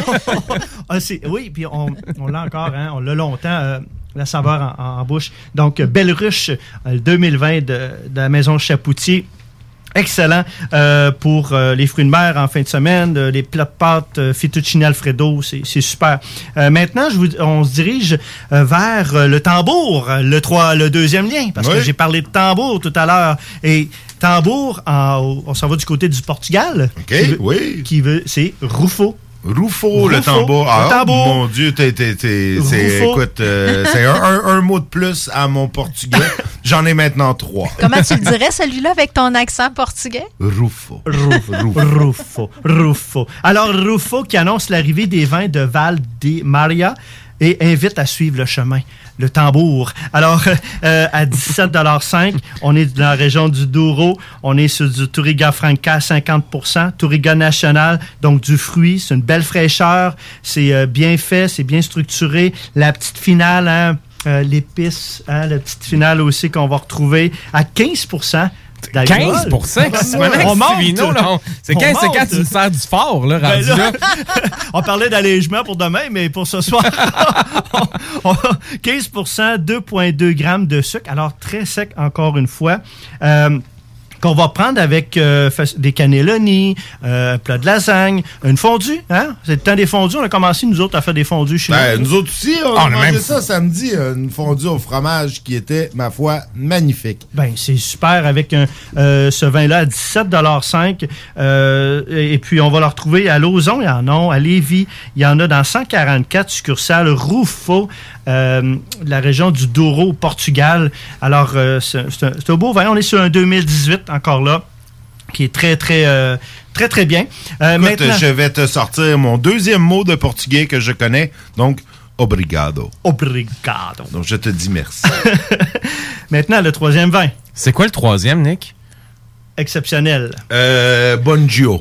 Oui, puis on l'a encore, hein, on l'a longtemps... la saveur en bouche. Donc, Belle Ruche 2020 de la maison Chapoutier. Excellent pour les fruits de mer en fin de semaine, les plats de pâtes fettuccine Alfredo, c'est super. Maintenant, on se dirige vers le tambour, le deuxième lien, parce que j'ai parlé de tambour tout à l'heure. Et tambour, on s'en va du côté du Portugal. OK, c'est Rufo. Rufo, le tambour. Le tambour. Mon Dieu, écoute, c'est un mot de plus à mon portugais. J'en ai maintenant 3. Comment tu le dirais, celui-là, avec ton accent portugais? Rufo. Rufo. Alors, Rufo qui annonce l'arrivée des vins de Val de Maria et invite à suivre le chemin. Le tambour. Alors, à 17,5 $, on est dans la région du Douro. On est sur du Touriga Franca, 50%. Touriga National, donc du fruit. C'est une belle fraîcheur. C'est bien fait, c'est bien structuré. La petite finale, hein, l'épice, hein, la petite finale aussi qu'on va retrouver à 15%. 15%? On monte. Vino, là. C'est quand tu me sers du fort, là, rendu là. On parlait d'allègement pour demain, mais pour ce soir, 15%, 2,2 grammes de sucre. Alors, très sec, encore une fois. Qu'on va prendre avec des cannelloni, un plat de lasagne, une fondue. Hein? C'est le temps des fondues. On a commencé, nous autres, à faire des fondues chez nous. Nous autres aussi, on a mangé ça samedi, une fondue au fromage qui était, ma foi, magnifique. Ben, c'est super avec ce vin-là à 17,5 $. Et puis, on va le retrouver à Lauson, il y en a, à Lévis, il y en a dans 144 succursales. Rufo, la région du Douro, au Portugal. Alors, c'est un beau vin. On est sur un 2018 encore là, qui est très, très, très, très bien. Écoute, maintenant, je vais te sortir mon deuxième mot de portugais que je connais, donc obrigado. Obrigado. Donc, je te dis merci. Maintenant, le troisième vin. C'est quoi le troisième, Nick? Exceptionnel. Bonjour.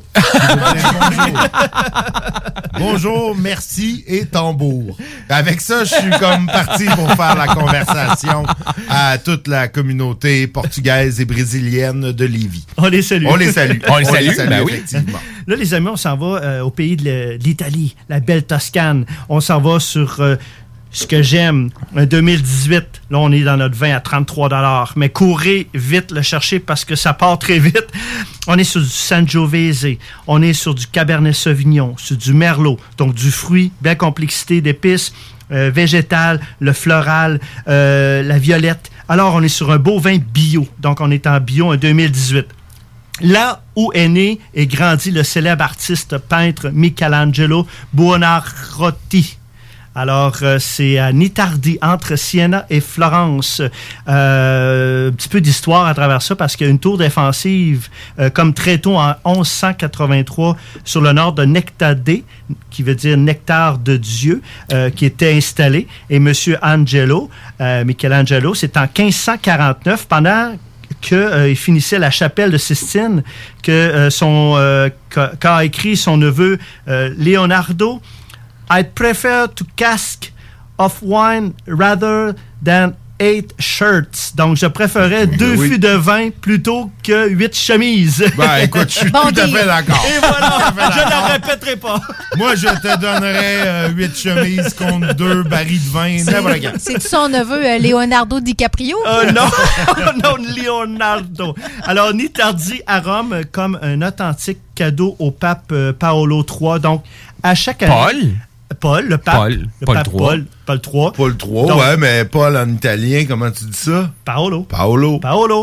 Bonjour, merci et tambour. Avec ça, je suis comme parti pour faire la conversation à toute la communauté portugaise et brésilienne de Lévis. On les salue. On les salue. Ben oui. Effectivement. Là, les amis, on s'en va au pays de l'Italie, la belle Toscane. On s'en va sur ce que j'aime, un 2018, là, on est dans notre vin à 33 $. Mais courez vite le chercher parce que ça part très vite. On est sur du Sangiovese, on est sur du Cabernet Sauvignon, sur du Merlot, donc du fruit, belle complexité d'épices, végétal, le floral, la violette. Alors, on est sur un beau vin bio. Donc, on est en bio en 2018. Là où est né et grandi le célèbre artiste peintre Michelangelo Buonarroti. Alors, c'est à Nitardi, entre Siena et Florence. Un petit peu d'histoire à travers ça, parce qu'il y a une tour défensive, comme très tôt en 1183, sur le nord de Nectade, qui veut dire nectar de Dieu, qui était installée. Et M. Michelangelo, c'est en 1549, pendant qu'il finissait la chapelle de Sistine, qu'a écrit son neveu Leonardo. I'd prefer to cask of wine rather than 8 shirts. Donc, je préférais 2 fûts de vin plutôt que 8 chemises. Ben, écoute, je suis tout à fait d'accord. Et voilà, je ne la répéterai pas. Moi, je te donnerais 8 chemises contre 2 barils de vin. C'est son neveu, Leonardo DiCaprio? Non, non, Leonardo. Alors, Nitardi à Rome comme un authentique cadeau au pape Paolo III. Donc, à chaque année... Paul, le pape. Paul III. Paul III, ouais, mais Paul en italien, comment tu dis ça? Paolo. Paolito.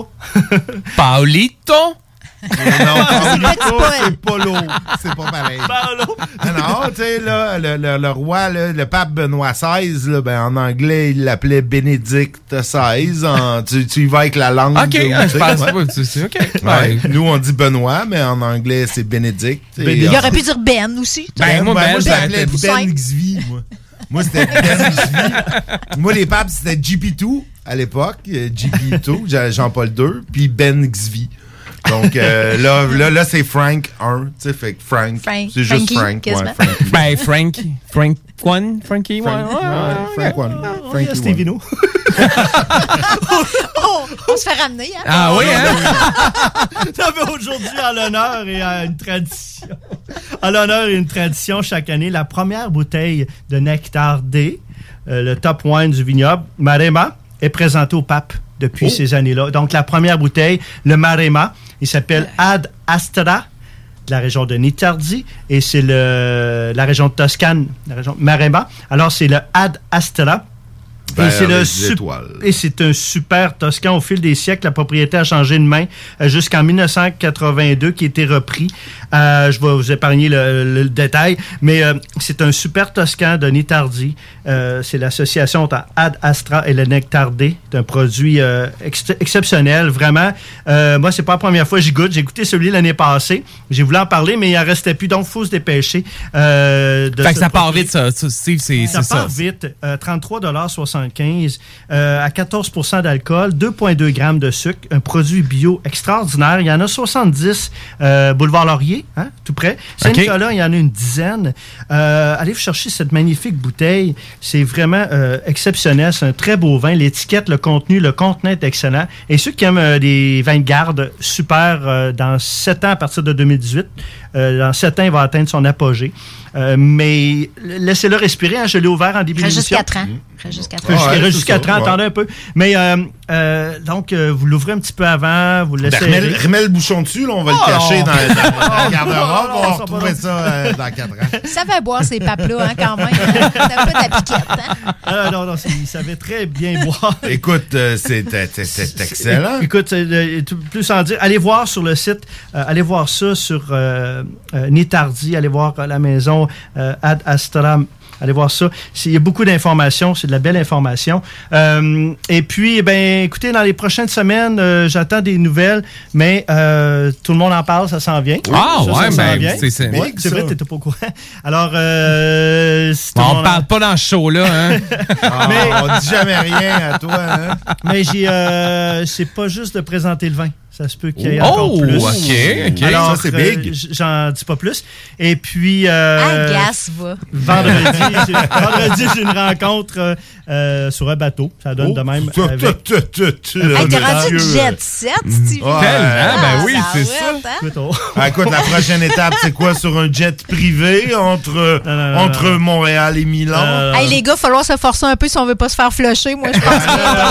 Non, Paolito, c'est Polo. C'est pas pareil. Paolo. Non, tu sais, là, le roi, là, le pape Benoît XVI, là, ben, en anglais, il l'appelait Bénédicte XVI. Tu y vas avec la langue. OK, je pense pas. C'est OK. Ouais. Nous, on dit Benoît, mais en anglais, c'est Bénédicte. Il aurait pu dire Ben aussi. Moi, je l'appelais Ben Xvi, moi. Moi, c'était Ben Xvi. Moi, les papes, c'était GP2 à l'époque. GP2, Jean-Paul II, puis Ben Xvi. Donc, là, c'est Frank 1. Tu sais, fait que Frank. C'est juste Frank. Ouais, Frankie. Frankie 1. Frank 1. Stevino. On se fait ramener, hein? Ah oui, hein? Non, mais aujourd'hui, en l'honneur et à une tradition. En l'honneur et une tradition, chaque année, la première bouteille de Nectar D, le top wine du vignoble, Maremma, est présentée au pape depuis ces années-là. Donc, la première bouteille, le Maremma, il s'appelle Ad Astra, de la région de Nitardi, et c'est la région de Toscane, la région Maremma. Alors, c'est le Ad Astra. Et c'est un super Toscan. Au fil des siècles, la propriété a changé de main jusqu'en 1982, qui a été repris. Je vais vous épargner le détail, mais c'est un super Toscan de Nitardi. C'est l'association entre Ad Astra et le Nectar D. C'est un produit exceptionnel, vraiment. Moi, c'est pas la première fois que j'y goûte. J'ai goûté celui l'année passée. J'ai voulu en parler, mais il en restait plus, donc il faut se dépêcher. Fait que ça part vite, ça. Ça part vite. 33,75 $, à 14% d'alcool, 2,2 grammes de sucre, un produit bio extraordinaire. Il y en a 70 Boulevard Laurier, hein, tout près. Saint-Nicolas, il y en a une dizaine. Allez vous chercher cette magnifique bouteille. C'est vraiment exceptionnel. C'est un très beau vin. L'étiquette, le contenu, le contenant est excellent. Et ceux qui aiment des vins de garde, super, dans 7 ans, à partir de 2018, dans 7 ans, il va atteindre son apogée. Mais laissez-le respirer. Hein, je l'ai ouvert en début d'émission. Jusqu'à 4 ans. Jusqu'à 30 ans, attendez un peu. Mais donc, vous l'ouvrez un petit peu avant, vous le laissez... remets le bouchon dessus, là, on va le cacher dans la garde-robe, on va retrouver ça dans 4 ans. Il savait boire ces papes-là, hein, quand même. C'était un peu de la piquette, hein? Non, il savait très bien boire. Écoute, c'est excellent. Écoute, plus en dire, allez voir sur le site, allez voir ça sur Nitardi, allez voir la maison Ad Astra. Allez voir ça. Il y a beaucoup d'informations. C'est de la belle information. Et puis, écoutez, dans les prochaines semaines, j'attends des nouvelles, mais tout le monde en parle, ça s'en vient. Ah, ça, ouais, ça vient. C'est vrai, t'étais pas au courant. Alors, on parle pas dans ce show-là, hein? On dit jamais rien à toi, hein? Mais c'est pas juste de présenter le vin. Ça se peut qu'il y ait encore plus. OK. Alors, ça, c'est big. J'en dis pas plus. Et puis... Agace, va. Vendredi, j'ai une rencontre sur un bateau. Ça donne de même. T'es rendu jet set, Stevie. Ben oui, c'est ça. Écoute, la prochaine étape, c'est quoi? Sur un jet privé entre Montréal et Milan? Hey, les gars, il va falloir se forcer un peu si on veut pas se faire flusher. Moi, je pense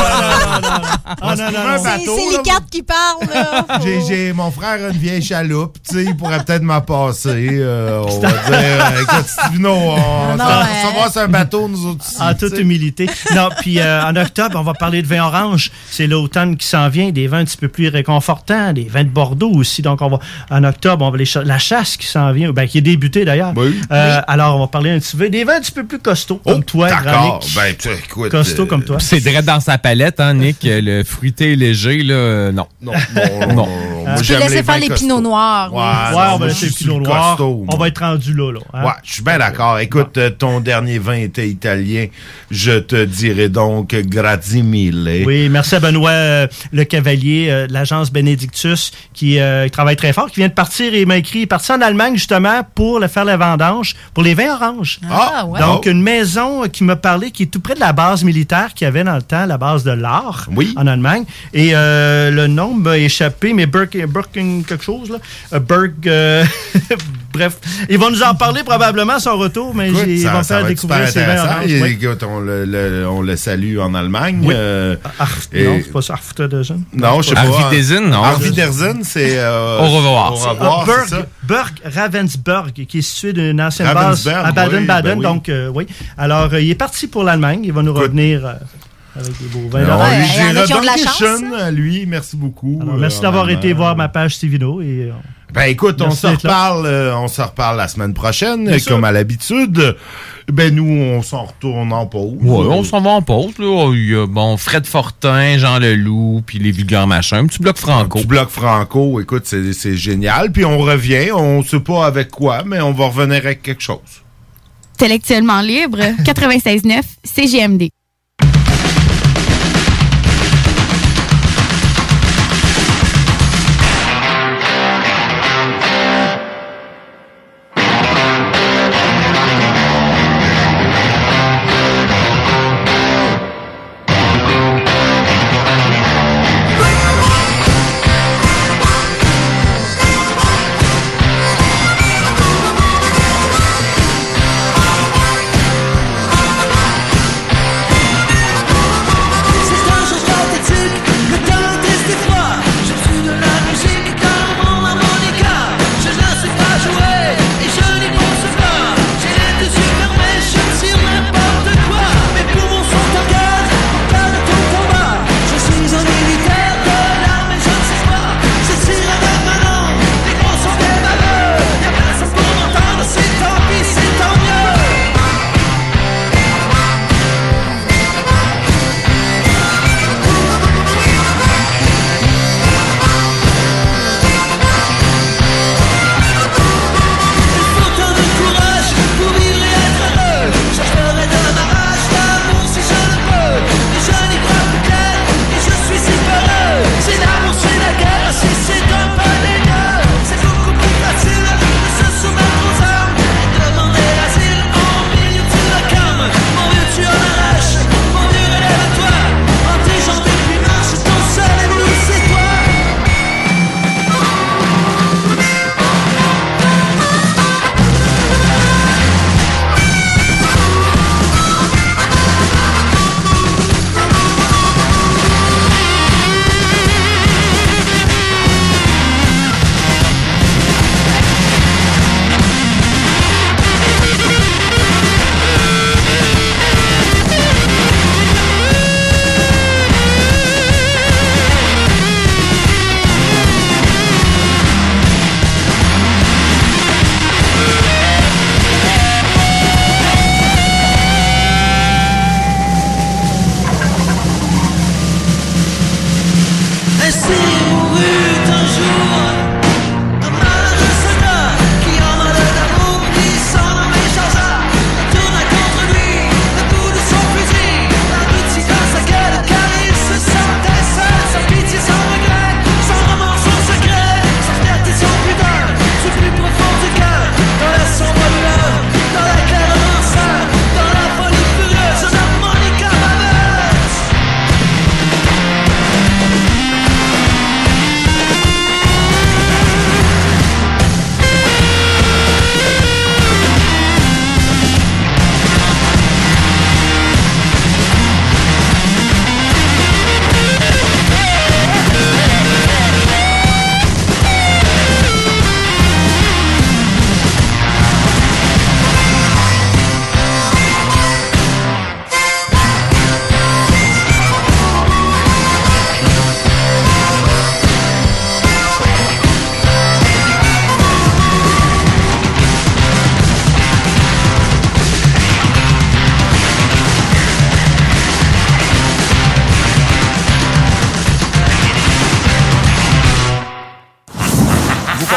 que... C'est les cartes qui parlent, là. Mon frère a une vieille chaloupe. Tu sais, il pourrait peut-être m'en passer. On va dire... écoute, Stevino, on va voir sur un bateau, nous autres ici. En toute humilité. Non, puis en octobre, on va parler de vin orange. C'est l'automne qui s'en vient, des vins un petit peu plus réconfortants, des vins de Bordeaux aussi. Donc, en octobre, on va la chasse qui s'en vient, qui est débutée d'ailleurs. Oui. Alors, on va parler un petit peu des vins un petit peu plus costauds, comme toi, d'accord. Nick. Écoute, costaud comme toi. C'est direct dans sa palette, hein, Nick. Le fruité léger, là, non. Non. Tu peux laisser faire les pinots noirs. On va laisser les pinots noirs. On va être rendu là. Hein? Ouais, je suis bien d'accord. Écoute, ton dernier vin était italien. Je te dirais donc grazie mille. Oui, merci à Benoît Le Cavalier de l'agence Benedictus qui travaille très fort, qui vient de partir et m'a écrit, il est parti en Allemagne justement pour faire la vendange pour les vins oranges. Ouais. Donc, une maison qui m'a parlé qui est tout près de la base militaire qu'il y avait dans le temps, la base de l'Ar en Allemagne. Et le nom m'a échappé, mais Birken quelque chose, là. Bref, ils vont nous en parler probablement à son retour, mais ils vont faire découvrir ces vins oranges. Écoute, on le salue en Allemagne. Oui. Non, c'est pas ça, Arfwiedersehen. Non, je sais pas. Arfwiedersehen, non. Arfwiedersehen, c'est... au revoir. Au revoir, c'est ça. Ravensburg, qui est situé d'une ancienne base à Baden-Baden. Oui. Donc, oui. Alors, il est parti pour l'Allemagne. Il va nous revenir... avec des beaux vins. Il y en a qui ont de la chance. À lui, merci beaucoup. Alors, merci d'avoir été voir ma page Stevino. Et, écoute, on se reparle la semaine prochaine, comme à l'habitude. Nous, on s'en retourne en pause. Ouais, on s'en va en pause, là. Il y a, Fred Fortin, Jean Leloup, puis les vulgaires machins. Un petit bloc franco. Écoute, c'est génial. Puis on revient, on sait pas avec quoi, mais on va revenir avec quelque chose. Intellectuellement libre, 96.9 CGMD.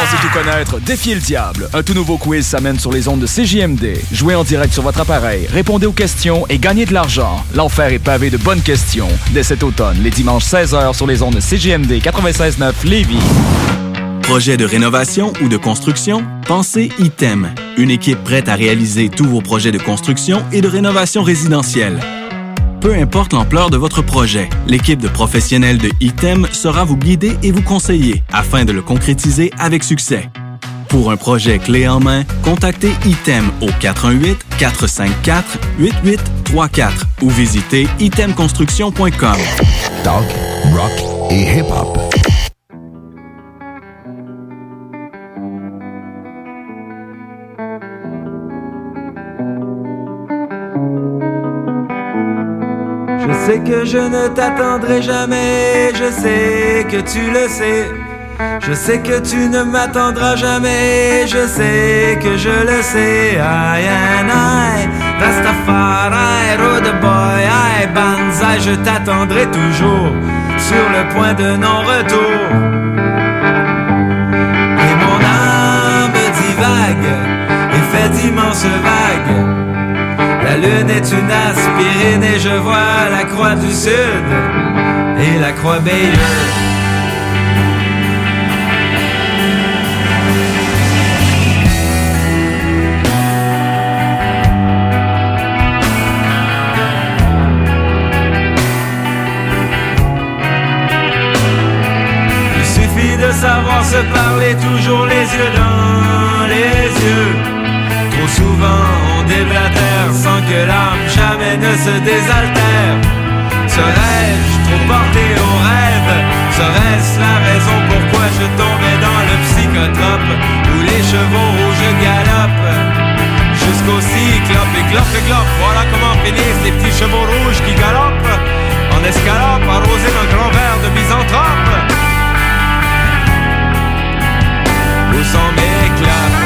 pensez tout connaître? Défiez le diable. Un tout nouveau quiz s'amène sur les ondes de CJMD. Jouez en direct sur votre appareil, répondez aux questions et gagnez de l'argent. L'enfer est pavé de bonnes questions. Dès cet automne, les dimanches 16h sur les ondes de CJMD 96.9 Lévis. Projet de rénovation ou de construction? Pensez ITEM. Une équipe prête à réaliser tous vos projets de construction et de rénovation résidentielle. Peu importe l'ampleur de votre projet, l'équipe de professionnels de ITEM sera vous guider et vous conseiller afin de le concrétiser avec succès. Pour un projet clé en main, contactez ITEM au 418-454-8834 ou visitez itemconstruction.com. Talk, rock et hip-hop. Je sais que je ne t'attendrai jamais, je sais que tu le sais. Je sais que tu ne m'attendras jamais, je sais que je le sais. I and I, Rastafari, Road Boy, I, Banzai, je t'attendrai toujours sur le point de non-retour. Et mon âme divague et fait d'immenses vagues. La lune est une aspirine et je vois la croix du sud et la croix Bayeux. Il suffit de savoir se parler toujours les yeux dans les yeux. Trop souvent on déblatère sans que l'âme jamais ne se désaltère. Serais-je trop porté au rêve? Serait-ce la raison pourquoi je tombais dans le psychotrope où les chevaux rouges galopent jusqu'au cyclope et clope et clope? Voilà comment finissent les petits chevaux rouges qui galopent en escalope arrosés d'un grand verre de misanthrope. Où sont mes clopes?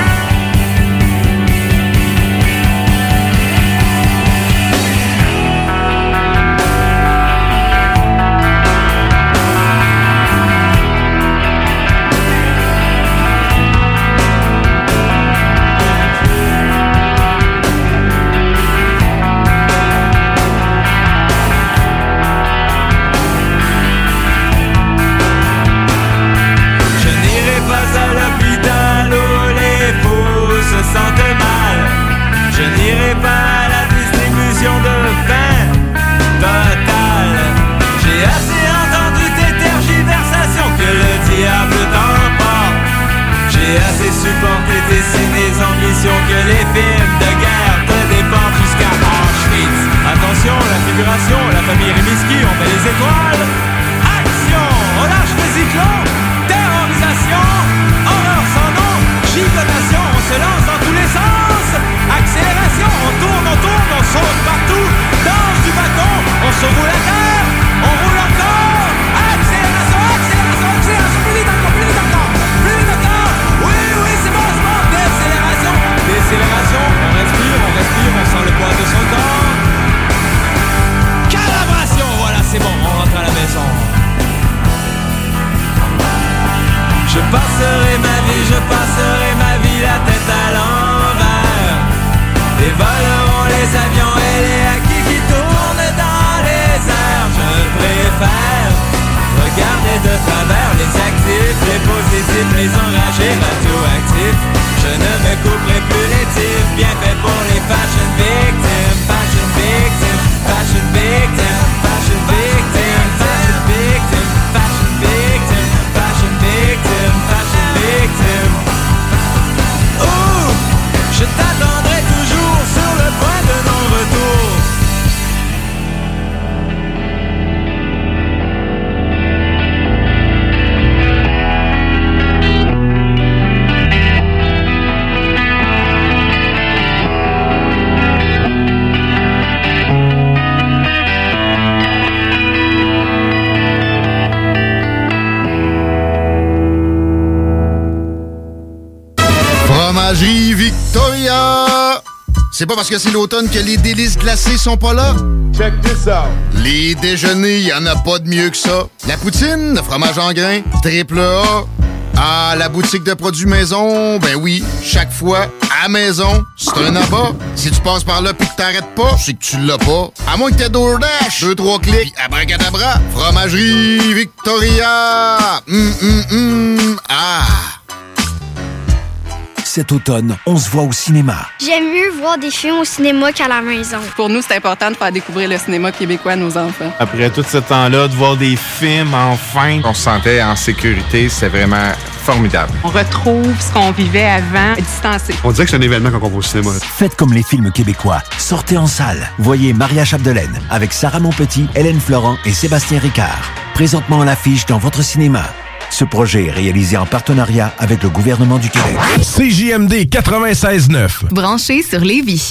Je n'irai pas à la distribution de pain total. J'ai assez entendu tes tergiversations, que le diable t'emporte. J'ai assez supporté tes signes, tes ambitions, que les films de guerre te dépendent jusqu'à Auschwitz. Attention, la figuration, la famille Rimouski, on met les étoiles. Action, on lâche les cyclones. Terrorisation, horreur sans nom, gigotation, on se lance dans tous les sens. Accélération, on tourne, on saute partout. Danse du bâton, on se roule à terre, on roule encore. Accélération, accélération, accélération, plus vite encore, plus vite encore, plus vite encore. Oui, c'est bon, décélération, décélération, on respire, on sent le poids de son corps. Calibration, voilà, c'est bon, on rentre à la maison. Je passerai ma vie la tête à l'envers. Et voleront les avions et les acquis qui tournent dans les airs. Je préfère regarder de travers les actifs, les positifs, les enragés radioactifs. Je ne me couperai plus les tifs, bien fait pour les fashion victims. Fashion victims, fashion victims, fashion victims, fashion victims, fashion victims, fashion victims, fashion victims. Ouh, je t'attendrai toujours sur le point de non-retour. Fromagerie Victoria! C'est pas parce que c'est l'automne que les délices glacées sont pas là? Check this out! Les déjeuners, y en a pas de mieux que ça. La poutine, le fromage en grains, triple A. Ah, la boutique de produits maison, ben oui, chaque fois, à maison, c'est un abat. Si tu passes par là pis que t'arrêtes pas, c'est que tu l'as pas. À moins que t'aies DoorDash, 2-3 clics, pis abracadabra, Fromagerie Victoria. Ah! Cet automne, on se voit au cinéma. J'aime mieux voir des films au cinéma qu'à la maison. Pour nous, c'est important de faire découvrir le cinéma québécois à nos enfants. Après tout ce temps-là, de voir des films, enfin, on se sentait en sécurité, c'est vraiment formidable. On retrouve ce qu'on vivait avant, distancé. On dirait que c'est un événement quand on va au cinéma. Faites comme les films québécois. Sortez en salle. Voyez Maria Chapdelaine avec Sarah Monpetit, Hélène Florent et Sébastien Ricard. Présentement à l'affiche dans votre cinéma. Ce projet est réalisé en partenariat avec le gouvernement du Québec. CJMD 96.9. Branché sur Lévis.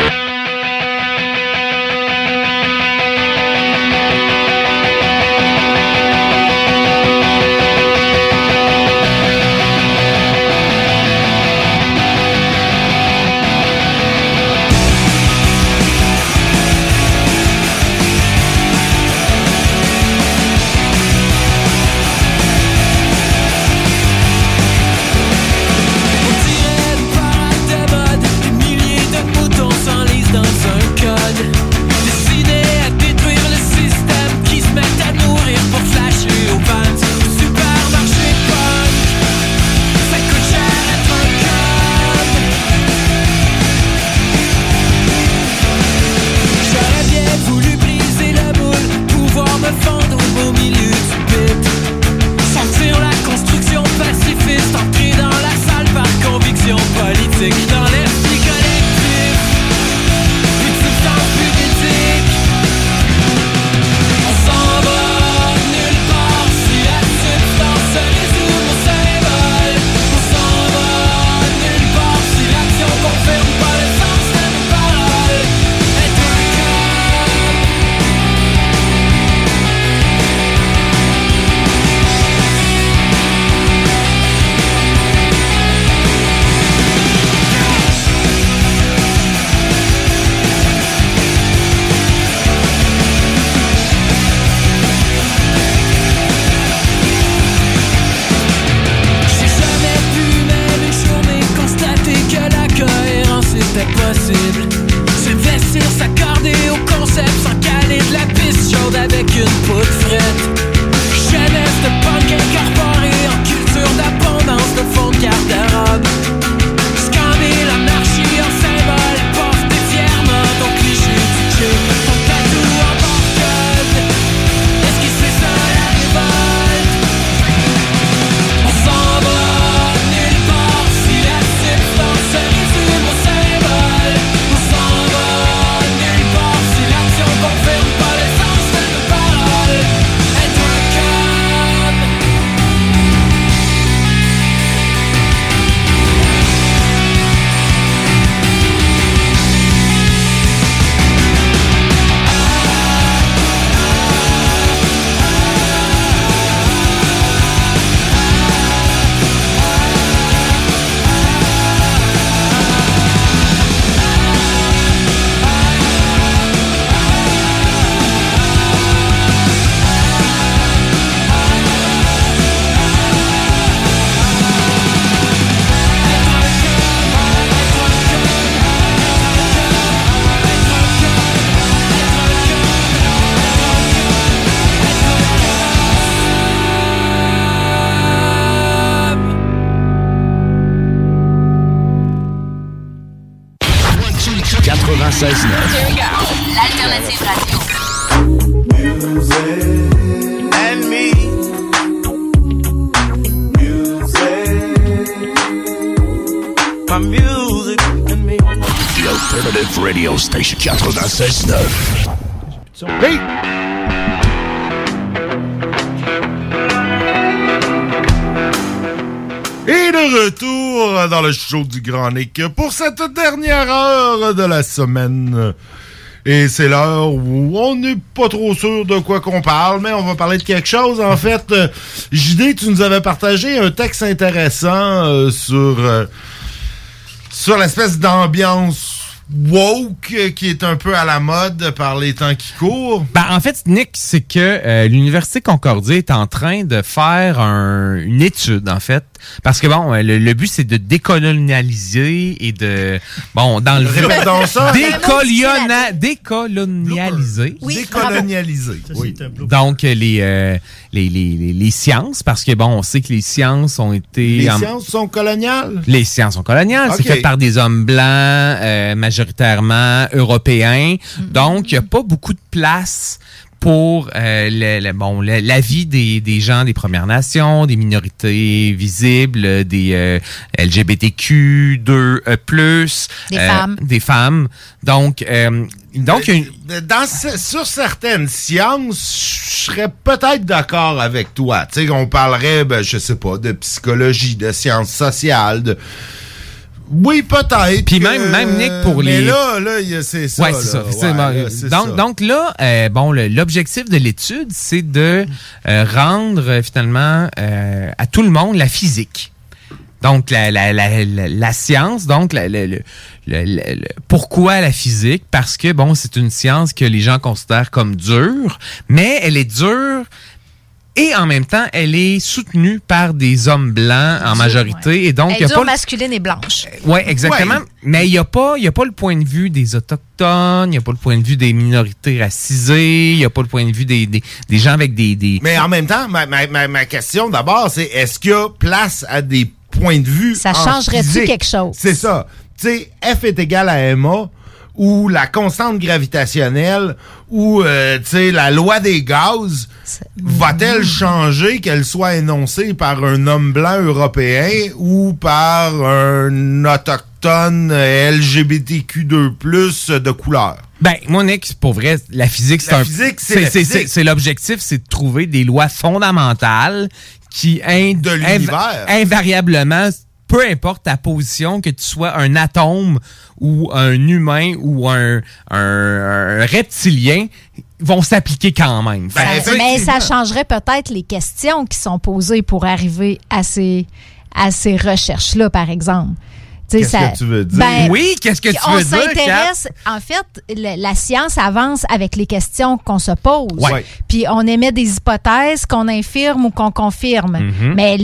L'alternative radio. And me. My music and me. The Alternative Radio Station 96.9. Hey! Et de retour dans le show du Grand Nick pour cette dernière heure de la semaine. Et c'est l'heure où on n'est pas trop sûr de quoi qu'on parle, mais on va parler de quelque chose. En fait, JD, tu nous avais partagé un texte intéressant sur l'espèce d'ambiance woke qui est un peu à la mode par les temps qui courent. Ben, en fait, Nick, c'est que l'Université Concordia est en train de faire une étude, en fait, Parce que bon, le but, c'est de décolonialiser et de... Bon, dans le... Répétons ça. Décolonialiser. Oui, décolonialiser. Oui. Donc, les sciences, parce que bon, on sait que les sciences ont été... Les sciences sont coloniales? Les sciences sont coloniales. Okay. C'est fait par des hommes blancs, majoritairement européens. Donc, il n'y a pas beaucoup de place pour la vie des gens des Premières Nations, des minorités visibles, des LGBTQ2+, des femmes. Donc sur certaines sciences, je serais peut-être d'accord avec toi. Tu sais, on parlerait, je sais pas, de psychologie, de sciences sociales, Oui, peut-être. Puis même Nick pour mais les. là, c'est ça. Ouais, c'est ça. C'est donc là, l'objectif de l'étude, c'est de rendre finalement à tout le monde la physique. Donc la science, donc pourquoi la physique? Parce que c'est une science que les gens considèrent comme dure, mais elle est dure. Et en même temps, elle est soutenue par des hommes blancs en majorité. Ouais. Et donc, elle est dure, masculine et blanche. Oui, exactement. Ouais. Mais il n'y a pas le point de vue des Autochtones, il n'y a pas le point de vue des minorités racisées, il n'y a pas le point de vue des gens avec des... Mais en même temps, ma question d'abord, c'est est-ce qu'il y a place à des points de vue ça changerait-tu quelque chose? C'est ça. Tu sais, F est égal à MA, ou la constante gravitationnelle, ou la loi des gaz, va-t-elle changer qu'elle soit énoncée par un homme blanc européen ou par un autochtone LGBTQ2+ de couleur? Ben, moi, Nick, pour vrai, la physique, c'est l'objectif, c'est de trouver des lois fondamentales qui de l'univers invariablement, peu importe ta position, que tu sois un atome ou un humain ou un reptilien, vont s'appliquer quand même. Mais ça changerait peut-être les questions qui sont posées pour arriver à ces recherches-là, par exemple. Qu'est-ce que tu veux dire? Oui, qu'est-ce que tu veux dire? On s'intéresse, en fait, la science avance avec les questions qu'on se pose. Ouais. Puis on émet des hypothèses qu'on infirme ou qu'on confirme. Mm-hmm. Mais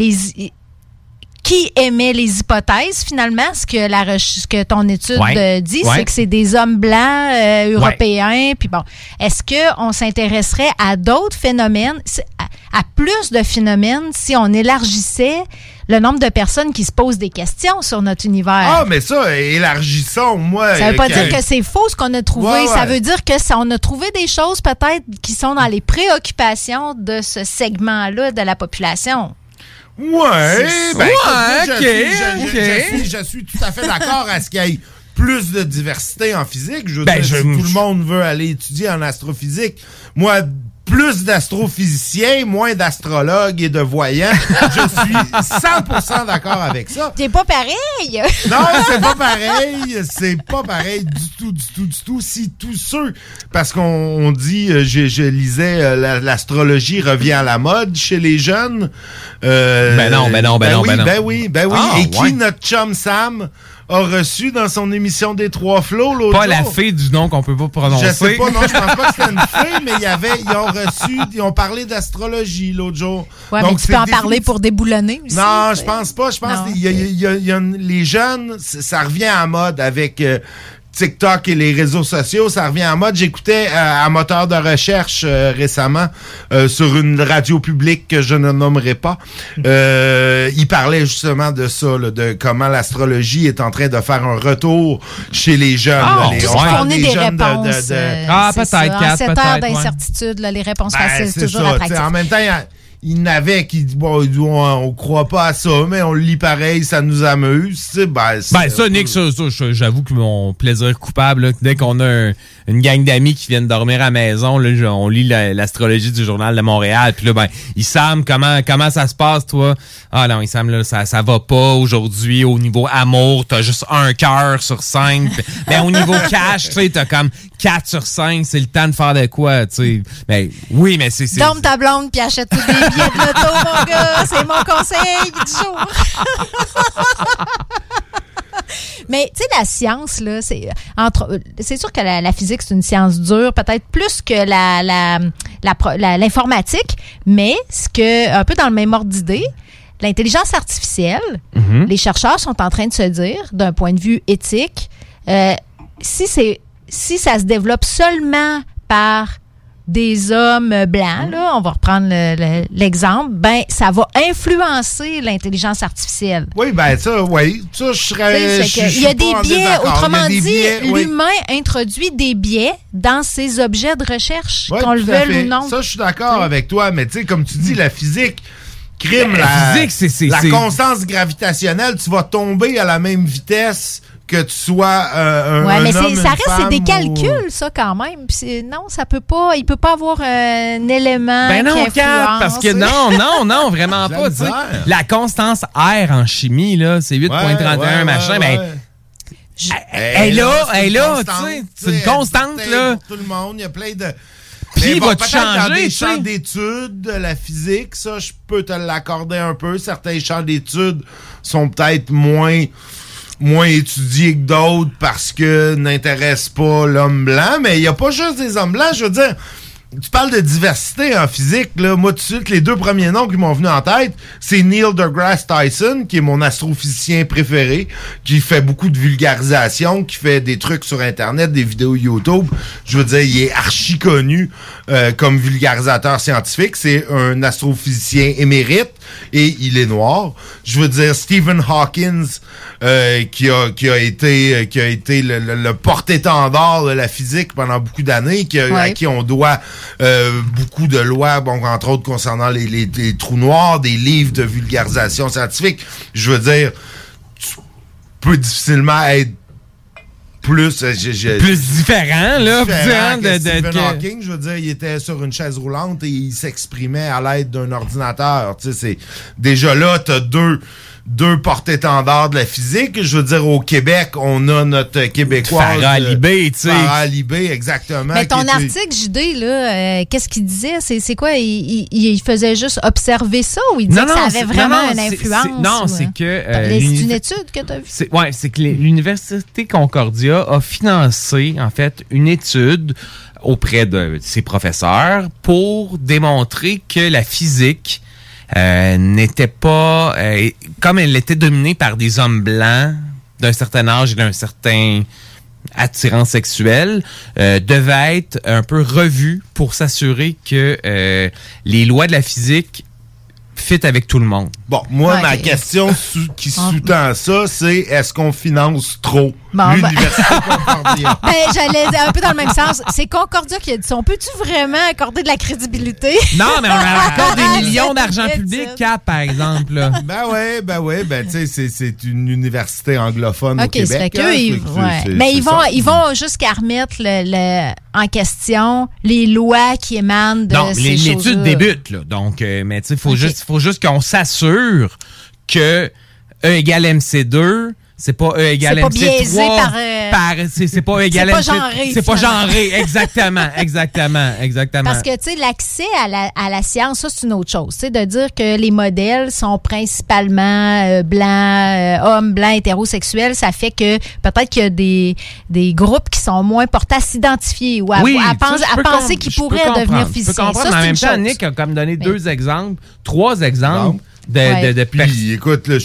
qui émet les hypothèses, finalement? Ce que ton étude dit, c'est que c'est des hommes blancs européens. Puis est-ce qu'on s'intéresserait à d'autres phénomènes, à plus de phénomènes, si on élargissait le nombre de personnes qui se posent des questions sur notre univers? Ah, mais ça, élargissons, moi. Ça veut pas dire que c'est faux ce qu'on a trouvé. Ouais. Ça veut dire que on a trouvé des choses peut-être qui sont dans les préoccupations de ce segment-là de la population. Je suis tout à fait d'accord à ce qu'il y ait plus de diversité en physique. Je veux dire, si tout le monde veut aller étudier en astrophysique, moi, plus d'astrophysiciens, moins d'astrologues et de voyants. Je suis 100% d'accord avec ça. C'est pas pareil! Non, c'est pas pareil. C'est pas pareil du tout. Si tous ceux... Parce qu'on dit, je lisais, l'astrologie revient à la mode chez les jeunes. Ben non. Ben oui. Ah, et qui, notre chum Sam, a reçu dans son émission des Trois Flots l'autre jour. Pas la fée du nom qu'on peut pas prononcer. Je sais pas, non, je pense pas que c'était une fée, mais ils ont parlé d'astrologie l'autre jour. Ouais, donc, mais tu peux en parler pour déboulonner aussi. Non, je pense pas. Je pense que les jeunes, ça revient à mode avec... TikTok et les réseaux sociaux, ça revient en mode. J'écoutais un moteur de recherche récemment sur une radio publique que je ne nommerai pas. Il parlait justement de ça, là, de comment l'astrologie est en train de faire un retour chez les jeunes. On est des réponses. Peut-être. En cette heure d'incertitude, les réponses faciles, c'est toujours attractif. En même temps, il y en avait qui disent, on croit pas à ça, mais on le lit pareil, ça nous amuse. Ça, Nick, j'avoue que mon plaisir coupable, là, dès qu'on a une gang d'amis qui viennent dormir à la maison, là, on lit l'astrologie du Journal de Montréal, puis là, Issam, comment ça se passe, toi? Ah non, Issam, là, ça va pas aujourd'hui au niveau amour, t'as juste 1 cœur sur 5. Mais au niveau cash, tu sais, t'as comme 4 sur 5, c'est le temps de faire de quoi, tu sais. Mais oui, mais c'est... Dorme ta blonde puis achète tous des billets de l'auto, mon gars. C'est mon conseil du jour. Mais, tu sais, la science, là, c'est sûr que la physique, c'est une science dure, peut-être plus que l'informatique, mais un peu dans le même ordre d'idée, l'intelligence artificielle, les chercheurs sont en train de se dire, d'un point de vue éthique, si ça se développe seulement par des hommes blancs, là, on va reprendre l'exemple, ben ça va influencer l'intelligence artificielle. Oui, ben ça, je serais... Il y a des biais, autrement dit, l'humain introduit des biais dans ses objets de recherche, qu'on le veuille ou non. Ça, je suis d'accord avec toi, mais tu sais, comme tu dis, la physique... La constance gravitationnelle, tu vas tomber à la même vitesse que tu sois un mais homme, ça reste femme, des calculs, ça, quand même. Puis non, ça peut pas... Il peut pas avoir un élément qui influence. Parce que non, vraiment pas. La constance R en chimie, là, c'est 8.31, machin, elle est là, tu sais. C'est une constante, là. Pour tout le monde, il y a plein de... Puis il va te changer. Dans des champs d'études de la physique, ça, je peux te l'accorder un peu. Certains champs d'études sont peut-être moins étudiés que d'autres parce que n'intéressent pas l'homme blanc. Mais il n'y a pas juste des hommes blancs. Je veux dire, tu parles de diversité en physique. Là. Moi, tout de suite, les deux premiers noms qui m'ont venu en tête, c'est Neil deGrasse Tyson, qui est mon astrophysicien préféré, qui fait beaucoup de vulgarisation, qui fait des trucs sur Internet, des vidéos YouTube. Je veux dire, il est archi connu comme vulgarisateur scientifique. C'est un astrophysicien émérite et il est noir. Je veux dire, Stephen Hawking, qui a été le porte-étendard de la physique pendant beaucoup d'années, à qui on doit beaucoup de lois, bon, entre autres concernant les trous noirs, des livres de vulgarisation scientifique. Je veux dire, tu peux difficilement être plus différent, là. Différent que Stephen Hawking, je veux dire, il était sur une chaise roulante et il s'exprimait à l'aide d'un ordinateur. Tu sais, c'est déjà là, t'as deux porte-étendards de la physique. Je veux dire, au Québec, on a notre Québécoise... Farah Libé, tu sais. Farah Libé, exactement. Mais ton article, JD, là, qu'est-ce qu'il disait? C'est quoi? Il faisait juste observer ça ou il disait que ça avait vraiment une influence? C'est que... c'est une étude que tu as vue? Oui, c'est que l'Université Concordia a financé, en fait, une étude auprès de ses professeurs pour démontrer que la physique n'était pas... comme elle était dominée par des hommes blancs d'un certain âge et d'un certain attirance sexuelle, devait être un peu revue pour s'assurer que les lois de la physique fit avec tout le monde. Bon, moi, ma question qui sous-tend ça, c'est est-ce qu'on finance trop l'Université Concordia? J'allais un peu dans le même sens. C'est Concordia qui a dit ça. On peut-tu vraiment accorder de la crédibilité? Non, mais on accorde des millions d'argent public, par exemple. Là. Ben ouais, tu sais, c'est une université anglophone au Québec. Mais ils vont jusqu'à remettre en question les lois qui émanent de ces choses-là. L'étude débute, là. Donc, mais tu sais, faut juste qu'on s'assure que E égale MC2, c'est pas E égale MC3. C'est pas biaisé c'est pas E égale MC3. C'est pas genré. Exactement. Parce que, tu sais, l'accès à la science, ça, c'est une autre chose. Tu sais, de dire que les modèles sont principalement blancs, hommes blancs, hétérosexuels, ça fait que peut-être qu'il y a des groupes qui sont moins portés à s'identifier ou à penser qu'ils pourraient devenir physiciens. Je peux comprendre, mais en même temps, Nick a comme donné 3 exemples. Puis, écoute, là,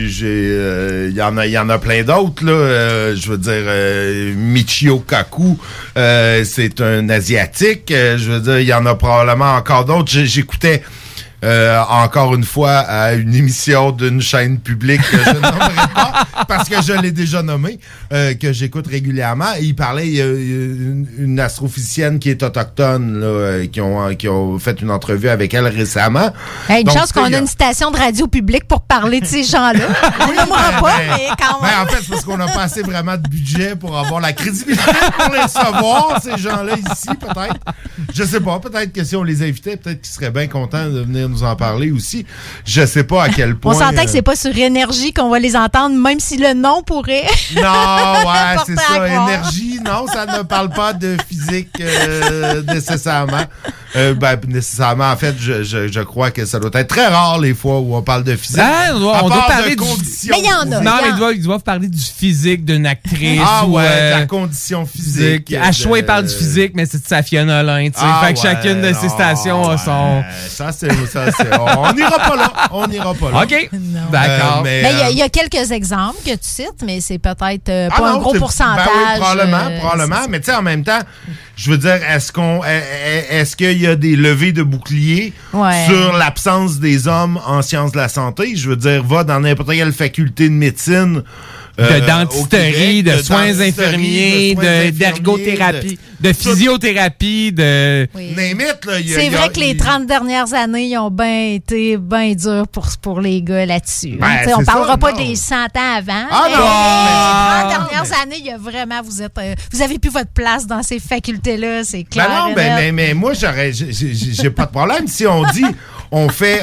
il y en a plein d'autres, là. Je veux dire, Michio Kaku, c'est un Asiatique. Je veux dire, il y en a probablement encore d'autres. J'écoutais encore une fois à une émission d'une chaîne publique que je ne nommerai pas parce que je l'ai déjà nommée, que j'écoute régulièrement. Et il parlait, il y a une astrophysicienne qui est autochtone, là, qui ont fait une entrevue avec elle récemment. Une chance qu'on a une station de radio publique pour parler de ces gens-là. On ne nommera pas, mais quand même. En fait, c'est parce qu'on n'a pas assez vraiment de budget pour avoir la crédibilité pour les recevoir, ces gens-là ici, peut-être. Je sais pas, peut-être que si on les invitait, peut-être qu'ils seraient bien contents de venir nous en parler aussi. Je sais pas à quel point... On s'entend que c'est pas sur Énergie qu'on va les entendre, même si le nom pourrait... Non, ouais, c'est ça. Énergie, non, ça ne parle pas de physique nécessairement. Nécessairement, en fait, je crois que ça doit être très rare les fois où on parle de physique. On doit parler de conditions. Mais il y en a. Non, ils doivent parler du physique d'une actrice. De la condition physique. À choix, il parle du physique, mais c'est de sa Fiona Lynn. Fait que chacune de ces stations a son... Ça, c'est... On n'ira pas là. OK. D'accord. Mais il y a quelques exemples que tu cites, mais c'est peut-être pas un gros pourcentage. Probablement. Mais tu sais, en même temps, je veux dire, est-ce qu'il y a des levées de boucliers sur l'absence des hommes en sciences de la santé? Je veux dire, va dans n'importe quelle faculté de médecine. De dentisterie, de soins infirmiers, d'ergothérapie, de physiothérapie, de... Oui. C'est vrai que les 30 dernières années, ils ont été bien durs pour les gars là-dessus. On parlera pas des 100 ans avant. Les 30 dernières années, il y a vraiment, vous avez plus votre place dans ces facultés-là, c'est clair. Mais moi, j'ai pas de problème. Si on dit... On fait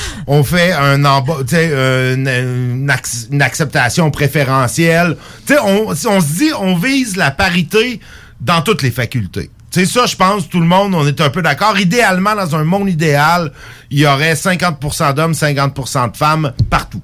une acceptation préférentielle. On se dit, on vise la parité dans toutes les facultés. C'est ça, je pense, tout le monde, on est un peu d'accord. Idéalement, dans un monde idéal, il y aurait 50% d'hommes, 50% de femmes partout.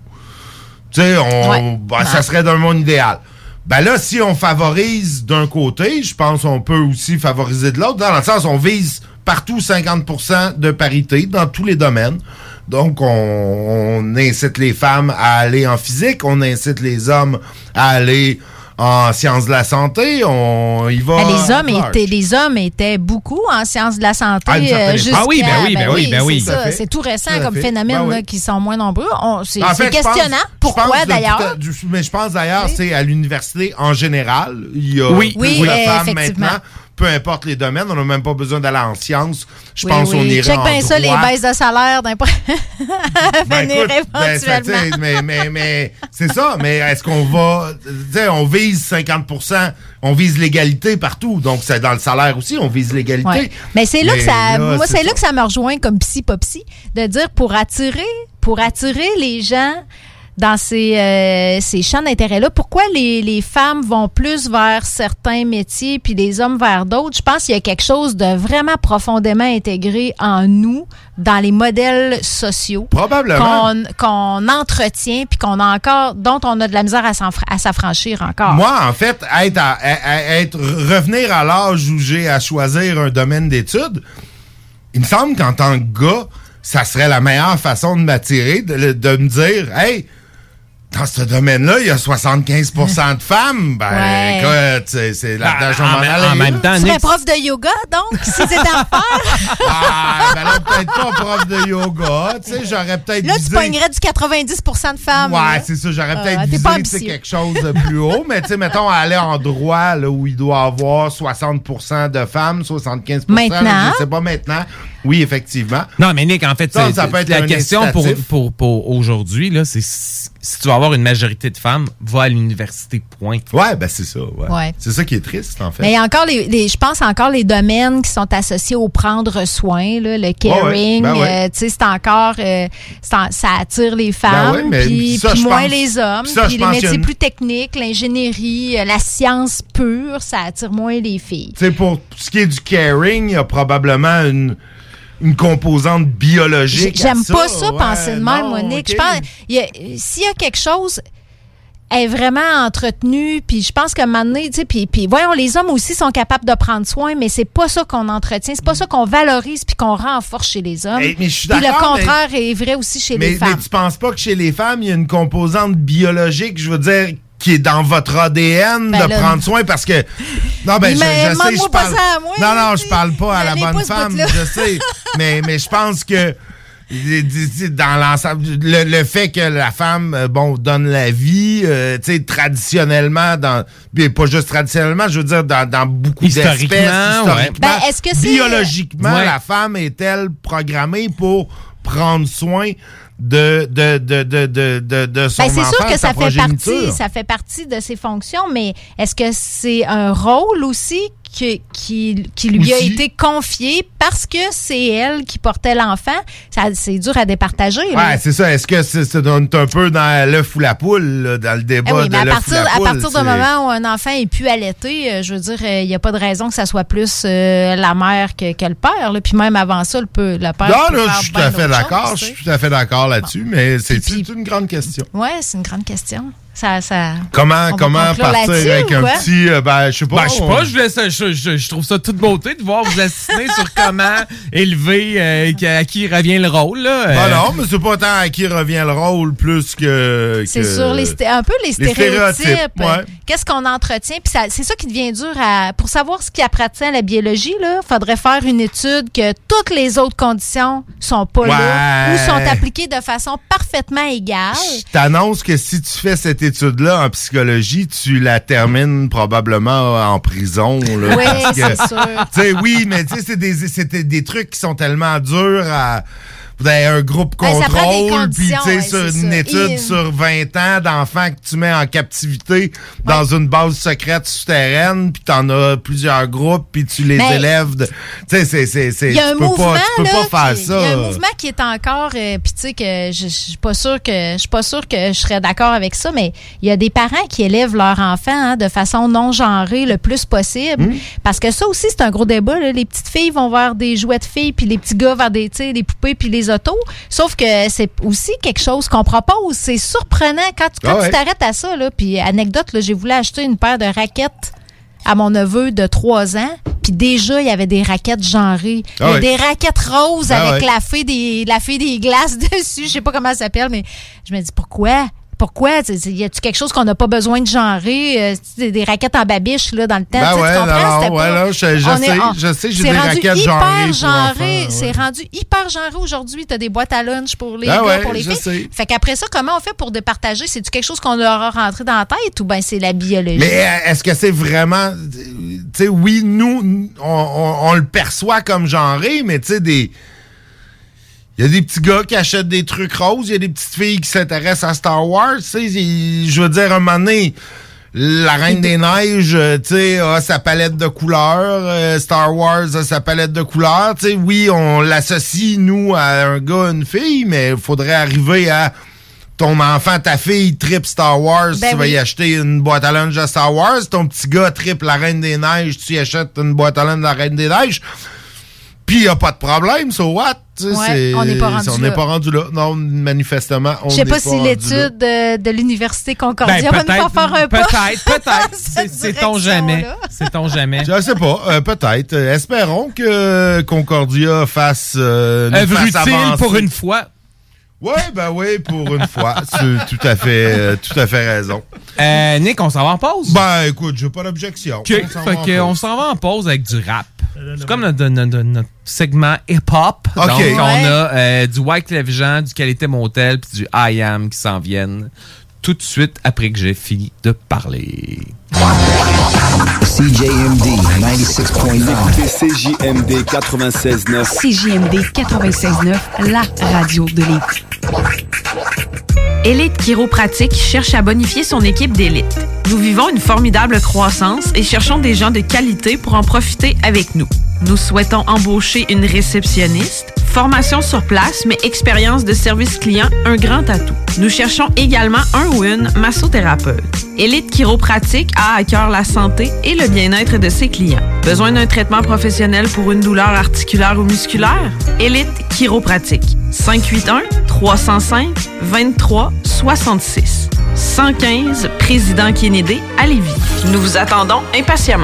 Ça serait d'un monde idéal. Là, si on favorise d'un côté, je pense qu'on peut aussi favoriser de l'autre. Dans le sens, on vise partout 50% de parité dans tous les domaines. Donc, on incite les femmes à aller en physique, on incite les hommes à aller en sciences de la santé, on y va. Les hommes étaient beaucoup en sciences de la santé. Oui. C'est tout récent comme phénomène qui sont moins nombreux. C'est questionnant. Pourquoi d'ailleurs? Mais je pense d'ailleurs, c'est à l'université en général. Il y a beaucoup de femmes maintenant. Peu importe les domaines, on n'a même pas besoin d'aller en sciences. Je pense qu'on irait en droit. Check bien ça, les baisses de salaire venir éventuellement. Mais c'est ça. Mais est-ce qu'on va... on vise 50%, on vise l'égalité partout. Donc, c'est dans le salaire aussi, on vise l'égalité. Ouais. Mais c'est là que ça me rejoint comme psy, pas psy, de dire pour attirer les gens dans ces champs d'intérêt-là, pourquoi les femmes vont plus vers certains métiers puis les hommes vers d'autres? Je pense qu'il y a quelque chose de vraiment profondément intégré en nous, dans les modèles sociaux. Probablement. Qu'on entretient puis dont on a de la misère à s'affranchir encore. Moi, en fait, revenir à l'âge où j'ai à choisir un domaine d'études, il me semble qu'en tant que gars, ça serait la meilleure façon de m'attirer, de me dire, hey, dans ce domaine-là, il y a 75% de femmes. Écoute, c'est là-dedans, je m'en allais. En même temps, tu serais prof de yoga, donc, si c'était à faire? Là, peut-être pas prof de yoga. Tu sais, j'aurais peut-être là, tu pognerais du 90% de femmes. Ouais, c'est ça. J'aurais peut-être visé quelque chose de plus haut. Mais tu sais, mettons, aller en droit, là, où il doit avoir 60% de femmes, 75%. Maintenant? Je sais pas maintenant. Oui, effectivement. Non, mais Nick, en fait, ça peut être la question pour aujourd'hui, là, c'est si tu vas avoir une majorité de femmes, va à l'université, point. Ouais, c'est ça. Ouais. C'est ça qui est triste, en fait. Mais il y a encore je pense encore les domaines qui sont associés au prendre soin, là, le caring. Tu sais, c'est encore, ça attire les femmes, puis moins les hommes. Puis les métiers plus techniques, l'ingénierie, la science pure, ça attire moins les filles. Tu sais, pour ce qui est du caring, il y a probablement une composante biologique. J'aime pas ça penser de même, Monique. Okay. Je pense, s'il y a quelque chose est vraiment entretenu, puis je pense qu'à un moment donné, tu sais, puis voyons, les hommes aussi sont capables de prendre soin, mais c'est pas ça qu'on entretient, c'est pas ça qu'on valorise puis qu'on renforce chez les hommes. Mais je suis d'accord, le contraire est vrai aussi chez les femmes. Mais tu penses pas que chez les femmes, il y a une composante biologique, je veux dire, qui est dans votre ADN de prendre soin parce que non je sais je parle je parle pas à la bonne femme, je sais mais je pense que dans l'ensemble le fait que la femme donne la vie tu sais traditionnellement pas juste traditionnellement, je veux dire dans beaucoup d'espèces historiquement est-ce que biologiquement la femme est-elle programmée pour prendre soin de son enfant, c'est sûr que ça fait partie de ses fonctions, mais est-ce que c'est un rôle aussi qui lui a été confiée parce que c'est elle qui portait l'enfant. C'est dur à départager. Là. Ouais, c'est ça. Est-ce que c'est un peu dans l'œuf ou la poule, là, dans le débat de l'œuf ou la poule? À partir du moment où un enfant est plus allaité, je veux dire, il n'y a pas de raison que ça soit plus la mère que le père. Là. Puis même avant ça, le père non, là, je suis tout à fait d'accord. Je suis tout à fait d'accord là-dessus, mais c'est une grande question. Oui, c'est une grande question. Comment partir avec un petit... je sais pas. Je trouve ça toute beauté de voir vous assassiner sur comment élever à qui revient le rôle. Là. Non, mais c'est pas tant à qui revient le rôle plus que... C'est sur un peu les stéréotypes. Ouais. Qu'est-ce qu'on entretient? Puis c'est ça qui devient dur pour savoir ce qui appartient à la biologie. Il faudrait faire une étude que toutes les autres conditions sont pas là ou sont appliquées de façon parfaitement égale. Je t'annonce que si tu fais cette étude-là en psychologie, tu la termines probablement en prison. Là, oui, c'est sûr. Oui, mais c'est des trucs qui sont tellement durs à... Vous avez un groupe contrôle, puis sur une étude sur 20 ans d'enfants que tu mets en captivité dans une base secrète souterraine, puis t'en as plusieurs groupes, puis tu les élèves. Tu sais, il y a un mouvement, tu peux pas faire ça. Il y a un mouvement qui est encore, puis tu sais que je suis pas sûre que je serais d'accord avec ça, mais il y a des parents qui élèvent leurs enfants de façon non genrée le plus possible, parce que ça aussi c'est un gros débat. Là. Les petites filles vont vers des jouets de filles, puis les petits gars vers des poupées, puis les autos. Sauf que c'est aussi quelque chose qu'on propose. C'est surprenant quand tu t'arrêtes à ça. Là, puis anecdote, là, j'ai voulu acheter une paire de raquettes à mon neveu de 3 ans. Puis déjà, il y avait des raquettes genrées. Il y a des raquettes roses avec la fée des glaces dessus. Je sais pas comment ça s'appelle, mais je me dis pourquoi? Pourquoi? Y a-tu quelque chose qu'on n'a pas besoin de genrer? Des raquettes en babiche là, dans le temps. Tu comprends? Je sais, j'ai des raquettes genrées. C'est rendu hyper genré aujourd'hui. Tu as des boîtes à lunch pour les gars, pour les filles. Sais. Fait qu'après ça, comment on fait pour départager? C'est-tu quelque chose qu'on leur a rentré dans la tête ou bien c'est la biologie? Mais est-ce que c'est vraiment... Tu sais, oui, nous, on le perçoit comme genré, mais tu sais, il y a des petits gars qui achètent des trucs roses, il y a des petites filles qui s'intéressent à Star Wars, tu sais, je veux dire, un moment donné, la Reine des Neiges, tu sais, a sa palette de couleurs, Star Wars a sa palette de couleurs, tu sais, oui, on l'associe, nous, à un gars, une fille, mais il faudrait arriver à ton enfant, ta fille tripe Star Wars, tu vas y acheter une boîte à lunch de Star Wars, ton petit gars tripe la Reine des Neiges, tu y achètes une boîte à lunch de la Reine des Neiges, puis il n'y a pas de problème, so what? On n'est pas rendu là. Non, manifestement, on n'est pas rendu là. Je sais pas si l'étude de l'Université Concordia va nous faire faire un pas. Peut-être. Sait-on jamais. Je sais pas. Peut-être. Espérons que Concordia fasse œuvre utile pour une fois. Oui, pour une fois. C'est tout à fait raison. Nick, on s'en va en pause? Ben, écoute, j'ai pas d'objection. On s'en va en pause avec du rap. C'est comme notre segment hip-hop. Okay. Donc, on a du Wyclef Jean, du Qualité Motel, puis du I Am qui s'en viennent tout de suite après que j'ai fini de parler. CJMD 96.9. CJMD 96.9. CJMD 96.9, la radio de l'élite. Élite Chiropratique cherche à bonifier son équipe d'élite. Nous vivons une formidable croissance et cherchons des gens de qualité pour en profiter avec nous. Nous souhaitons embaucher une réceptionniste, formation sur place, mais expérience de service client, un grand atout. Nous cherchons également un ou une massothérapeute. Élite Chiropratique a à cœur la santé et le bien-être de ses clients. Besoin d'un traitement professionnel pour une douleur articulaire ou musculaire? Élite Chiropratique. 581-305-2366. 115 Président Kennedy à Lévis. Nous vous attendons impatiemment.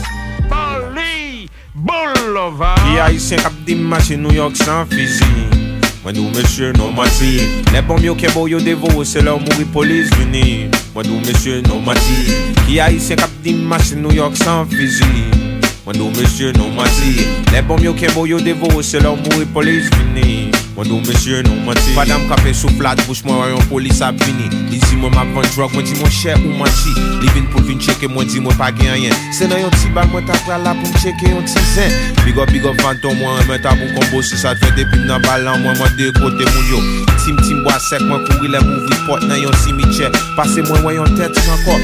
Boulevard. Les Haïtiens cap des machines New York sans fusil. Moi nous monsieur non mati. Les bombes yo kebo yo dévo c'est là où mourir police venir. Moi nous monsieur non mati. Les Haïtiens cap des machines New York sans fusil. Moi nous monsieur non mati. Les bombes yo kebo yo dévo c'est là où mourir police venir. Moi nous monsieur non menti. Madame capé sous flat bouche moi un police a vini. Il dit moi m'a vendre drogue, moi dit mon cher ou menti. Living pour venir checker moi dit moi pas gain rien. C'est dans un petit bal moi t'a là pour checker un petit zin. Big up fantôme moi un mettre pour combo si ça te fait des pim dans ballon moi de côté mon yo. Tim bois sec moi courir les ouvrir porte dans un cimetière. Passer moi voyons tête encore.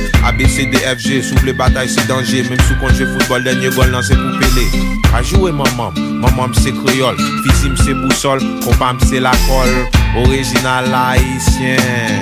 ABCDFG sous les batailles c'est danger même sous quand je football dernier goal lancé pour Pelé. A jouer maman c'est créole, fils c'est boussole, compam c'est la colle, original haïtien.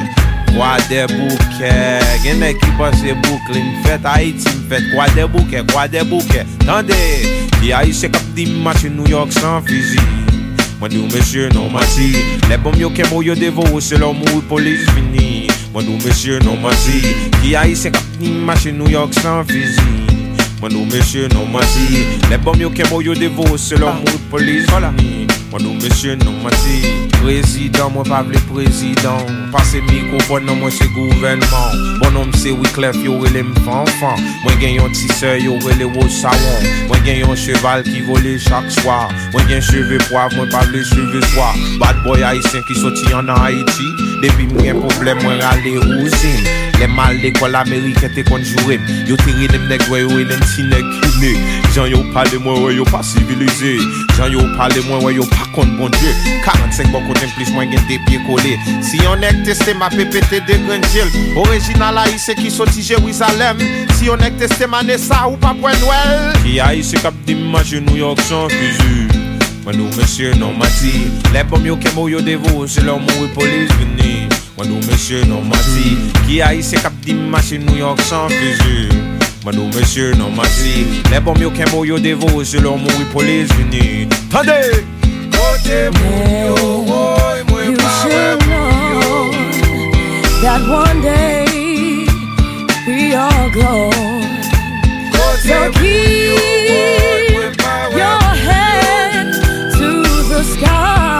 Quoi des bouquets, y'en a qui passe boucle, une fête Haïti, une fête quoi des bouquets. Attendez, qui haïtien cap dit match New York sans fusil. Moi dis monsieur non mati, les bombes yo kemo yo dévore c'est l'homme ou police fini. Moi dis monsieur non mati, qui haïtien cap dit match New York sans fusil. Moi nous monsieur non mati, les bombes yo kemo yo dévore c'est l'homme ou police fini. Moi nous monsieur non mati, président moi pas le président, passer microphone non moi c'est gouvernement. Bon homme c'est Wyclef yo relé m'fanfan, moi gagne un petit sœur yo relé au savon, moi gagne un cheval qui vole chaque soir, moi gagne cheveux poivre moi pas le cheveux soir. Bad boy haïtien qui sorti en Haïti, depuis moi un problème moi râler rousine. Les mal l'école américaine te conjuré, yo tiré dem nèg yo les petit nèg kiné. Jean yo parle moi yo pas civilisé, Jean yo parle moi yo pas contre bon Dieu. 45 bon côté plus moins gen des pieds collés. Si on est testé ma PPT de Grandjel, original haïtien qui sorti Jérusalem. Si on est testé Manessa ou pas point Noël. Qui haïtien cap dimanche New York sans fusil. Moi nous monsieur non mati, les bombes yo kemo yo dévore c'est l'homme ou police vini. Moi nous monsieur non mati, qui haïtien cap dimanche New York sans fusil. Moi nous monsieur non mati, les bombes yo kemo yo dévore c'est l'homme ou police vini. Tendez, côté mon yo, moi pas know that one day we all go. So keep your head to the sky.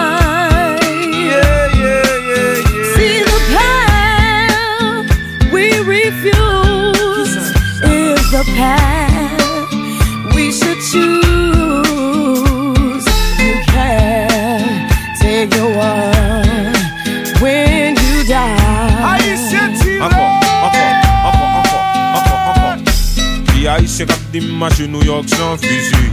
See the path we refuse is the path we should choose. You can't take the one when you die. Haïtien cap dimanche New York sans fusil.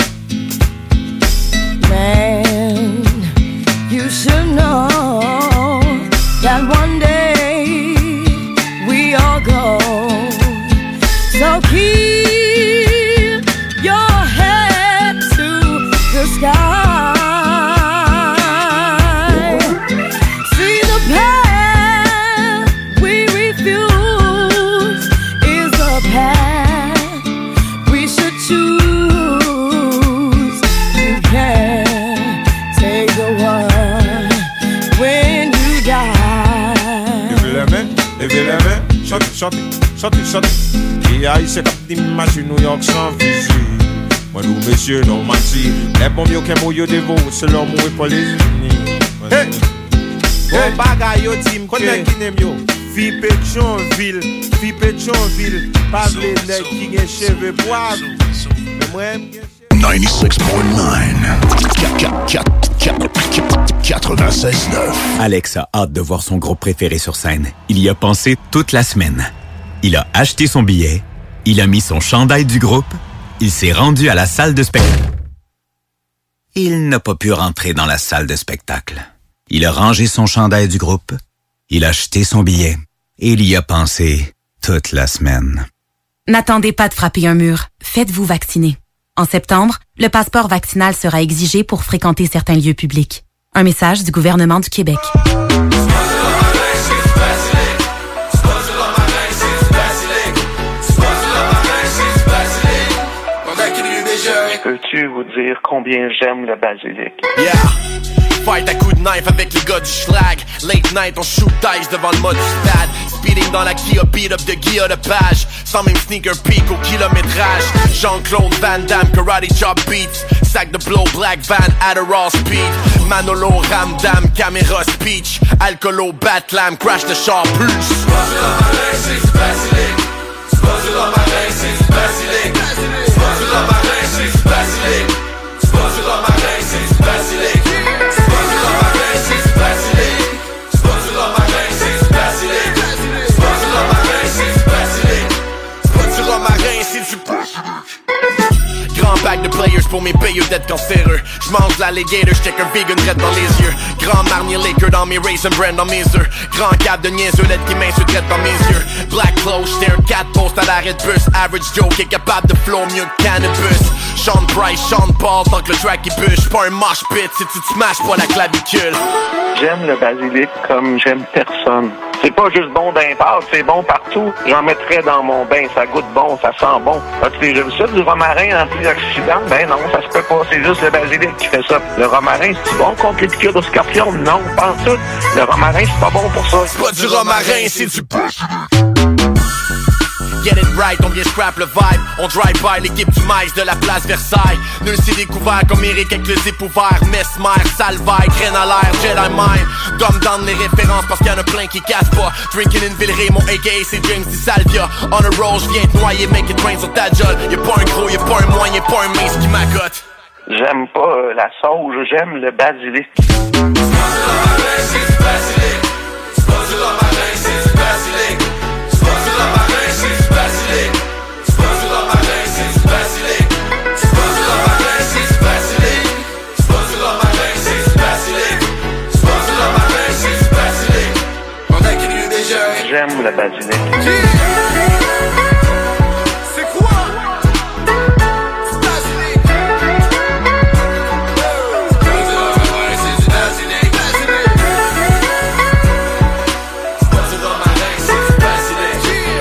Man, you should know that one day we all go. So keep your head to the sky. See the path we refuse is the path we should choose. You can't take the one when you die. Levez les mains, chantez. Qui haïtien cap dimanche New York sans fusil. Moi nous monsieur non menti, les bombes yo kemo yo dévore c'est l'homme ou police vini. Hey, bon bagay yo tim connaît qui n'aime yo. Fi Pétionville, pas les nèg qui gen cheveux poivre. Mais moi aime 96.9. Alex a hâte de voir son groupe préféré sur scène. Il y a pensé toute la semaine. Il a acheté son billet, il a mis son chandail du groupe, il s'est rendu à la salle de spectacle. Il n'a pas pu rentrer dans la salle de spectacle. Il a rangé son chandail du groupe, il a acheté son billet et il y a pensé toute la semaine. N'attendez pas de frapper un mur. Faites-vous vacciner. En septembre, le passeport vaccinal sera exigé pour fréquenter certains lieux publics. Un message du gouvernement du Québec. Peux-tu vous dire combien j'aime le basilic? Yeah! Fight à coups de knife avec les gars du schlag. Late night, on shoot dice devant le mode stade. Speeding dans la Kia, beat up de Guilla de page. Sans même sneaker peak au kilométrage. Jean-Claude Van Damme, karate chop beats. Sac de blow, black van, Adderall speed. Manolo, Ramdam, caméra speech. Alcoolo, Batlam, crash the sharp plus. Supposé dans ma reine, c'est du basilic. Supposé dans ma reine, c'est du basilic. Supposé dans ma reine, c'est du basilic. Supposé dans ma reine, c'est du basilic. pour mes payeux d'être cancéreux. J'mange l'alligator, j'check un vegan red dans les yeux. Grand marnier Laker dans mes Raisin Bran dans mes œufs. Grand cap de niaiseux d'être qui m'insulte dans mes yeux. Black clothes, j'étais un 4 post à l'arrêt de bus. Average Joe qui est capable de flow mieux que cannabis. Sean Price, Sean Paul, tant que le track il bûche. Pas un mosh pit si tu te smashes pas la clavicule. J'aime le basilic comme j'aime personne. C'est pas juste bon d'un pâte, c'est bon partout. J'en mettrais dans mon bain, ça goûte bon, ça sent bon. As-tu déjà vu ça, du romarin antioxydant? Ben non, ça se peut pas, c'est juste le basilic qui fait ça. Le romarin, c'est bon contre les piqûres de scorpion? Non, pas en tout. Le romarin, c'est pas bon pour ça. C'est pas du romarin, c'est du Get it right, on vient scrap le vibe. On drive by l'équipe du maïs de la place Versailles. Nul s'est découvert comme Eric avec le zip ouvert. Mesmer, Salvaille, graine à l'air, Jedi Mind. Dumb down les références parce qu'il y en a plein qui cassent pas. Drinking in Villeray, mon aka c'est James Di Salvia. On a roll, j'viens te noyer, make it rain sur ta jolle. Y'a pas un gros, y'a pas un moyen, y'a pas un mince qui m'accote. J'aime pas la sauge, j'aime le basilic. C'est pas du romarin, c'est du basilic. C'est pas du romarin, c'est du basilic. C'est pas du romarin, c'est du basilic. C'est pas du romarin, c'est du basilic. C'est pas du romarin, c'est du basilic. C'est pas du romarin, c'est du basilic. C'est pas du romarin, c'est du basilic. On a crié déjà. J'aime le basilic. C'est quoi? Du basilic. C'est pas du romarin, c'est du basilic. C'est pas du romarin, c'est du basilic.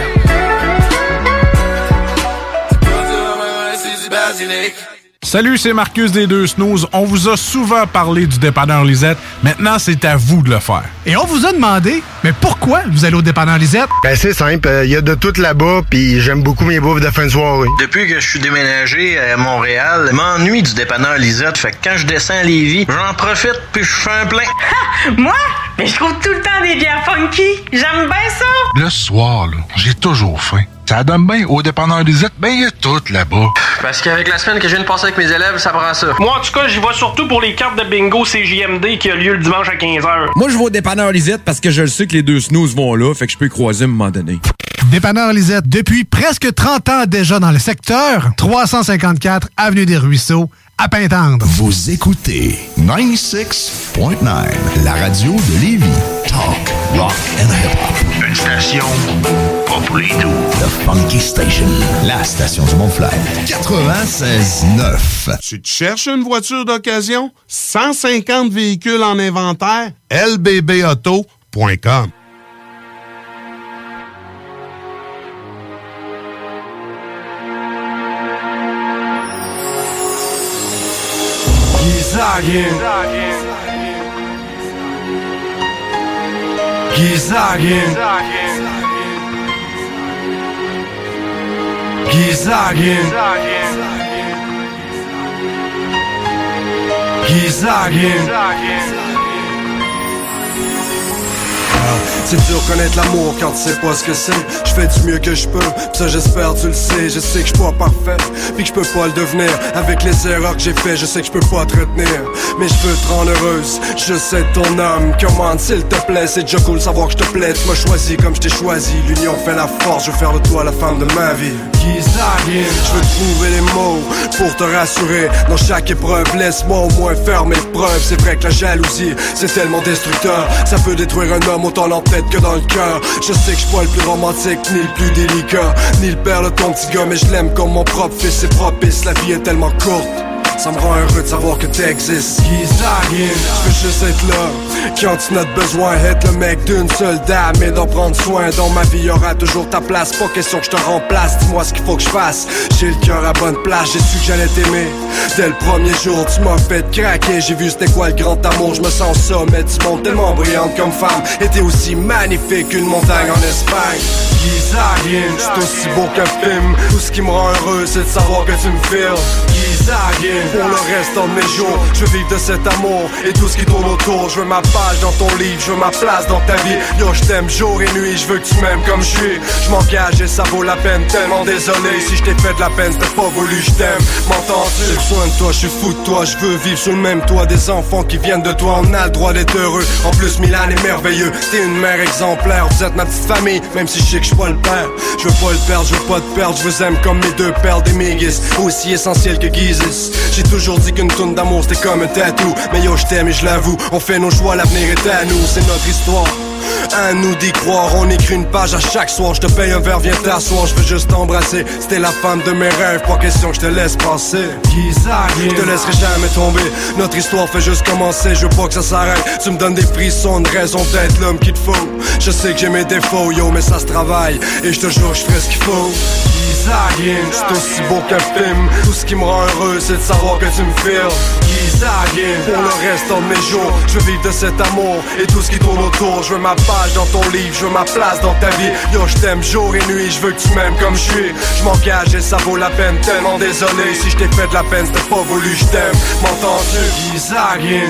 C'est pas du romarin, c'est du basilic. Salut, c'est Marcus des Deux Snooze. On vous a souvent parlé du dépanneur Lisette. Maintenant, c'est à vous de le faire. Et on vous a demandé, mais pourquoi vous allez au dépanneur Lisette? Ben c'est simple, il y a de tout là-bas, puis j'aime beaucoup mes bouffes de fin de soirée. Depuis que je suis déménagé à Montréal, je m'ennuie du dépanneur Lisette. Fait que quand je descends à Lévis, j'en profite puis je fais un plein. Ha! Moi? Mais je trouve tout le temps des bières funky. J'aime bien ça. Le soir, là, j'ai toujours faim. Ça donne bien. Au dépanneur Lisette, ben il y a tout là-bas. Parce qu'avec la semaine que je viens de passer avec mes élèves, ça prend ça. Moi, en tout cas, j'y vais surtout pour les cartes de bingo CJMD qui a lieu le dimanche à 15h. Moi, je vais au dépanneur Lisette parce que je le sais que les deux snooze vont là, fait que je peux y croiser à un moment donné. Dépanneur Lisette, depuis presque 30 ans déjà dans le secteur, 354 Avenue des Ruisseaux, à Pintendre. Vous écoutez 96.9, la radio de Lévis. Talk, rock and hip-hop. Une station pas pour les doux. The Funky Station, la station du Mont-Flair. 96.9. Tu te cherches une voiture d'occasion? 150 véhicules en inventaire? lbbauto.com. Gizagin. Gizagin. Gizagin. Gizagin. C'est dur connaître l'amour quand tu sais pas ce que c'est. Je fais du mieux que je peux, pis ça j'espère tu le sais. Je sais que je suis pas parfait, pis que je peux pas le devenir. Avec les erreurs que j'ai fait, je sais que je peux pas te retenir. Mais je veux te rendre heureuse, je sais ton homme. Commande s'il te plaît, c'est déjà cool savoir que je te plais. Tu m'as choisi comme je t'ai choisi, l'union fait la force. Je veux faire de toi la femme de ma vie. Gizagin. Je veux trouver les mots pour te rassurer. Dans chaque épreuve, laisse-moi au moins faire mes preuves. C'est vrai que la jalousie, c'est tellement destructeur. Ça peut détruire un homme autant dans la tête que dans le cœur. Je sais que je suis pas le plus romantique, ni le plus délicat, ni le père de ton petit gars, mais je l'aime comme mon propre fils. C'est propice, la vie est tellement courte. Ça me rend heureux de savoir que t'existes. Gizagin. Je veux juste être là quand tu n'as besoin. Être le mec d'une seule dame et d'en prendre soin. Dans ma vie y'aura toujours ta place. Pas question que je te remplace. Dis-moi ce qu'il faut que je fasse. J'ai le cœur à bonne place. J'ai su que j'allais t'aimer. Dès le premier jour tu m'as fait craquer. J'ai vu c'était quoi le grand amour. Je me sens sommet du monde, tellement brillante comme femme. Et t'es aussi magnifique qu'une montagne en Espagne. Gizagin. C'est aussi beau qu'un film. Tout ce qui me rend heureux c'est de savoir que tu me files. Gizagin. Pour le restant de mes jours, je veux vivre de cet amour et tout ce qui tourne autour. Je veux ma page dans ton livre, je veux ma place dans ta vie. Yo, je t'aime jour et nuit, je veux que tu m'aimes comme je suis. Je m'engage et ça vaut la peine, tellement désolé si je t'ai fait de la peine, t'as pas voulu, je t'aime. M'entends-tu? J'ai besoin de toi, je suis fou de toi, je veux vivre sous le même toit. Des enfants qui viennent de toi, on a le droit d'être heureux. En plus, Milan est merveilleux, t'es une mère exemplaire. Vous êtes ma petite famille, même si je sais que je suis pas le père. Je veux pas le perdre, je veux pas te perdre. Je vous aime comme mes deux perles des Mégis, aussi essentiel que Gizis. J'ai toujours dit qu'une toune d'amour c'était comme un tatou. Mais yo je t'aime et je l'avoue, on fait nos choix, l'avenir est à nous. C'est notre histoire, à nous d'y croire. On écrit une page à chaque soir. Je te paye un verre, viens t'asseoir. Je veux juste t'embrasser, c'était la femme de mes rêves. Pas question que je te laisse passer. Je te laisserai jamais tomber. Notre histoire fait juste commencer. Je veux pas que ça s'arrête. Tu me donnes des frissons, une raison d'être l'homme qu'il te faut. Je sais que j'ai mes défauts, yo, mais ça se travaille. Et je te jure, je ferai ce qu'il faut. C'est aussi beau qu'un film. Tout ce qui me rend heureux, c'est de savoir que tu me files. Pour le restant de mes jours, je veux vivre de cet amour et tout ce qui tourne autour. Je veux ma page dans ton livre, je veux ma place dans ta vie. Yo, je t'aime jour et nuit, je veux que tu m'aimes comme je suis. Je m'engage et ça vaut la peine, tellement désolé. Si je t'ai fait de la peine, c'était pas voulu, je t'aime. M'entends-tu?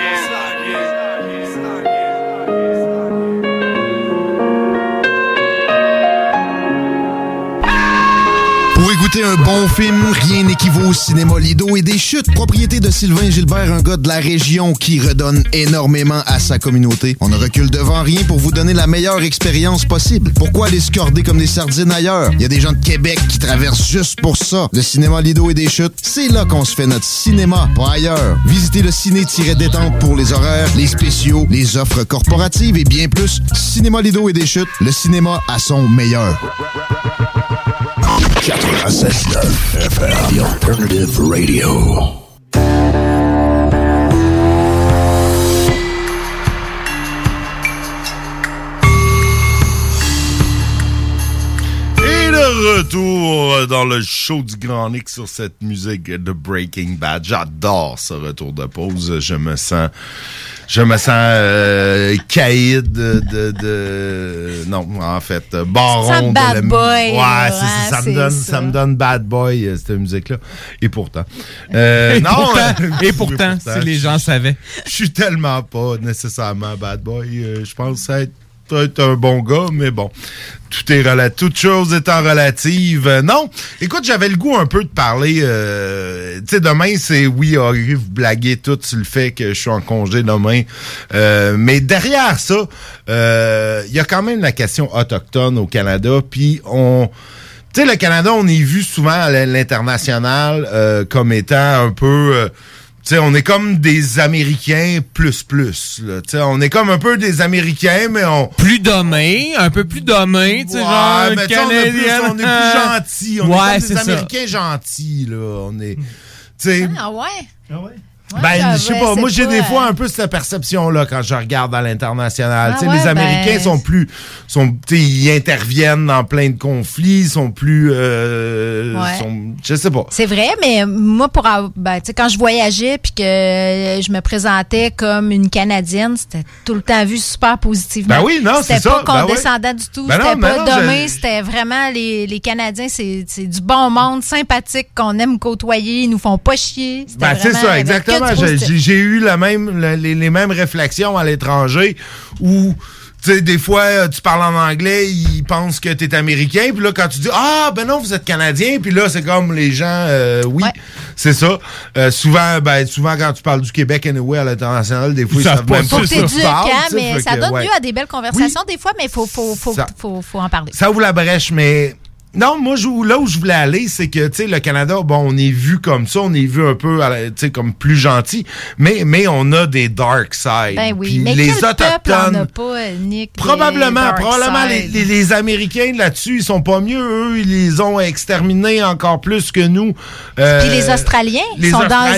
Pour écouter un bon film, rien n'équivaut au cinéma Lido et des chutes, propriété de Sylvain Gilbert, un gars de la région qui redonne énormément à sa communauté. On ne recule devant rien pour vous donner la meilleure expérience possible. Pourquoi aller se corder comme des sardines ailleurs? Il y a des gens de Québec qui traversent juste pour ça. Le cinéma Lido et des chutes, c'est là qu'on se fait notre cinéma, pas ailleurs. Visitez le ciné-détente pour les horaires, les spéciaux, les offres corporatives et bien plus. Cinéma Lido et des chutes, le cinéma à son meilleur. 96.9 FM, The Alternative Radio. Et le retour dans le show du Grand Nick sur cette musique de Breaking Bad. J'adore ce retour de pause. Je me sens caïd non, en fait, baron de bad boy. Ouais, ça me donne bad boy, cette musique-là. Et pourtant. Et pourtant, si les gens savaient. Je suis tellement pas nécessairement bad boy. Je pense être un bon gars, mais bon. Toute chose étant relative. Non, écoute, j'avais le goût un peu de parler. Tu sais, demain, c'est oui, vous blaguez tout sur le fait que je suis en congé demain. Mais derrière ça, il y a quand même la question autochtone au Canada. Puis tu sais, le Canada, on est vu souvent à l'international comme étant un peu. Tu sais, on est comme des Américains plus. Tu sais, on est comme un peu des Américains, mais on... un peu plus domés, tu sais, genre mais Canadien. On est plus gentils. On est comme des Américains gentils, là. On est... Tu sais... Ah ouais? Ben, je sais pas. Moi, j'ai des fois un peu cette perception-là quand je regarde à l'international. Tu sais, les Américains ils interviennent dans plein de conflits, sont plus, je sais pas. C'est vrai, mais moi, tu sais, quand je voyageais puis que je me présentais comme une Canadienne, c'était tout le temps vu super positivement. Ben oui, non, c'est ça. C'était pas condescendant du tout. C'était pas dommé. C'était vraiment les Canadiens, c'est du bon monde, sympathique, qu'on aime côtoyer. Ils nous font pas chier. Ben, c'est ça, exactement. J'ai eu les mêmes réflexions à l'étranger où, tu sais, des fois, tu parles en anglais, ils pensent que t'es américain, puis là, quand tu dis « Ah, ben non, vous êtes canadien », puis là, c'est comme les gens, c'est ça. Souvent, quand tu parles du Québec, anyway, à l'international, des fois, ils savent même pas ce que tu parles. Mais ça donne lieu à des belles conversations, des fois, mais il faut en parler. Ça ouvre la brèche, mais... Non, moi, là où je voulais aller, c'est que, tu sais, le Canada, bon, on est vu comme ça, on est vu un peu, tu sais, comme plus gentil, mais on a des dark sides. Ben oui, puis mais les quel Autochtones, peuple en a pas, Nick? Probablement les Américains là-dessus, ils sont pas mieux, eux, ils les ont exterminés encore plus que nous. Puis les Australiens, les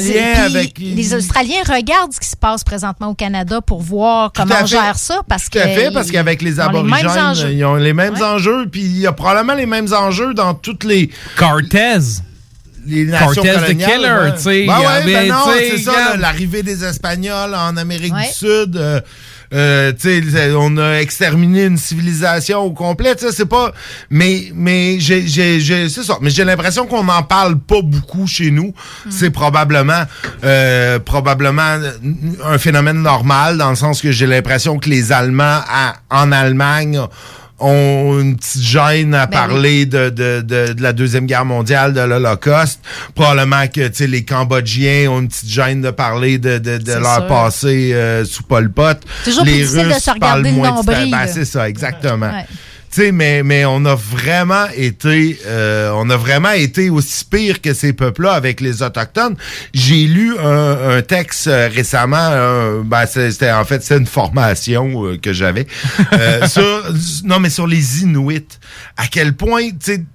Australiens regardent ce qui se passe présentement au Canada pour voir comment on gère ça, parce Tout à fait, parce qu'avec les aborigènes, ils ont les mêmes enjeux, puis il y a probablement les mêmes enjeux dans toutes les... Cortez! Les nations coloniales. The Killer, tu sais. C'est ça, l'arrivée des Espagnols en Amérique du Sud. On a exterminé une civilisation au complet, tu sais, c'est pas... Mais c'est ça. Mais j'ai l'impression qu'on n'en parle pas beaucoup chez nous. C'est probablement un phénomène normal, dans le sens que j'ai l'impression que les Allemands en Allemagne ont une petite gêne à parler de la Deuxième Guerre mondiale, de l'Holocauste. Probablement que les Cambodgiens ont une petite gêne de parler de leur passé sous Pol Pot. Toujours plus difficile de se regarder le nombril. C'est ça, exactement. sais, mais on a vraiment été aussi pire que ces peuples-là avec les Autochtones. J'ai lu un texte récemment, c'est une formation que j'avais sur les Inuits. À quel point, tu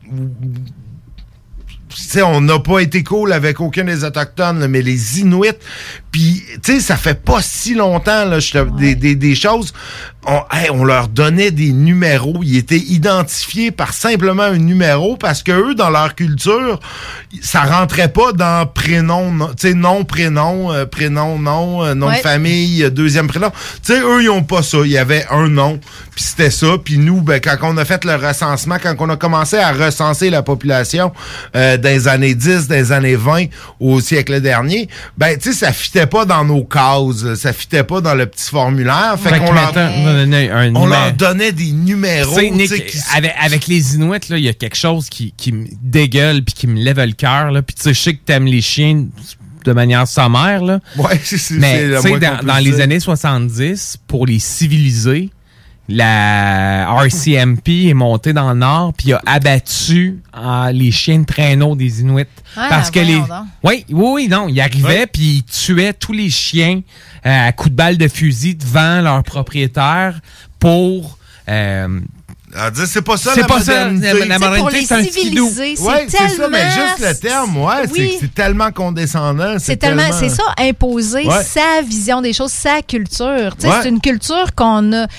sais, on n'a pas été cool avec aucun des Autochtones, là, mais les Inuits, puis, tu sais, ça fait pas si longtemps, là, des choses, on leur donnait des numéros, ils étaient identifiés par simplement un numéro, parce que eux, dans leur culture, ça rentrait pas dans prénom, tu sais, nom, prénom, nom de famille, deuxième prénom. Tu sais, eux, ils ont pas ça, il y avait un nom, puis c'était ça, puis nous, quand on a fait le recensement, quand on a commencé à recenser la population dans les années 10, dans les années 20, au siècle dernier, tu sais, ça fitait pas dans nos cases, ça fitait pas dans le petit formulaire. Fait qu'on leur donnait des numéros. Nick, avec les Inuits, il y a quelque chose qui me dégueule puis qui me lève le cœur. Puis tu sais, je sais que t'aimes les chiens de manière sommaire. Là. Ouais, mais tu sais, dans les années 70, pour les civiliser, la RCMP est montée dans le nord puis a abattu les chiens de traîneau des Inuits. Parce que ils arrivaient puis ils tuaient tous les chiens à coups de balle de fusil devant leur propriétaire pour... c'est pas ça la modernité. Pour les civiliser, c'est ça, mais juste le terme, c'est tellement condescendant. C'est ça, imposer sa vision des choses, sa culture. C'est une culture qu'on a,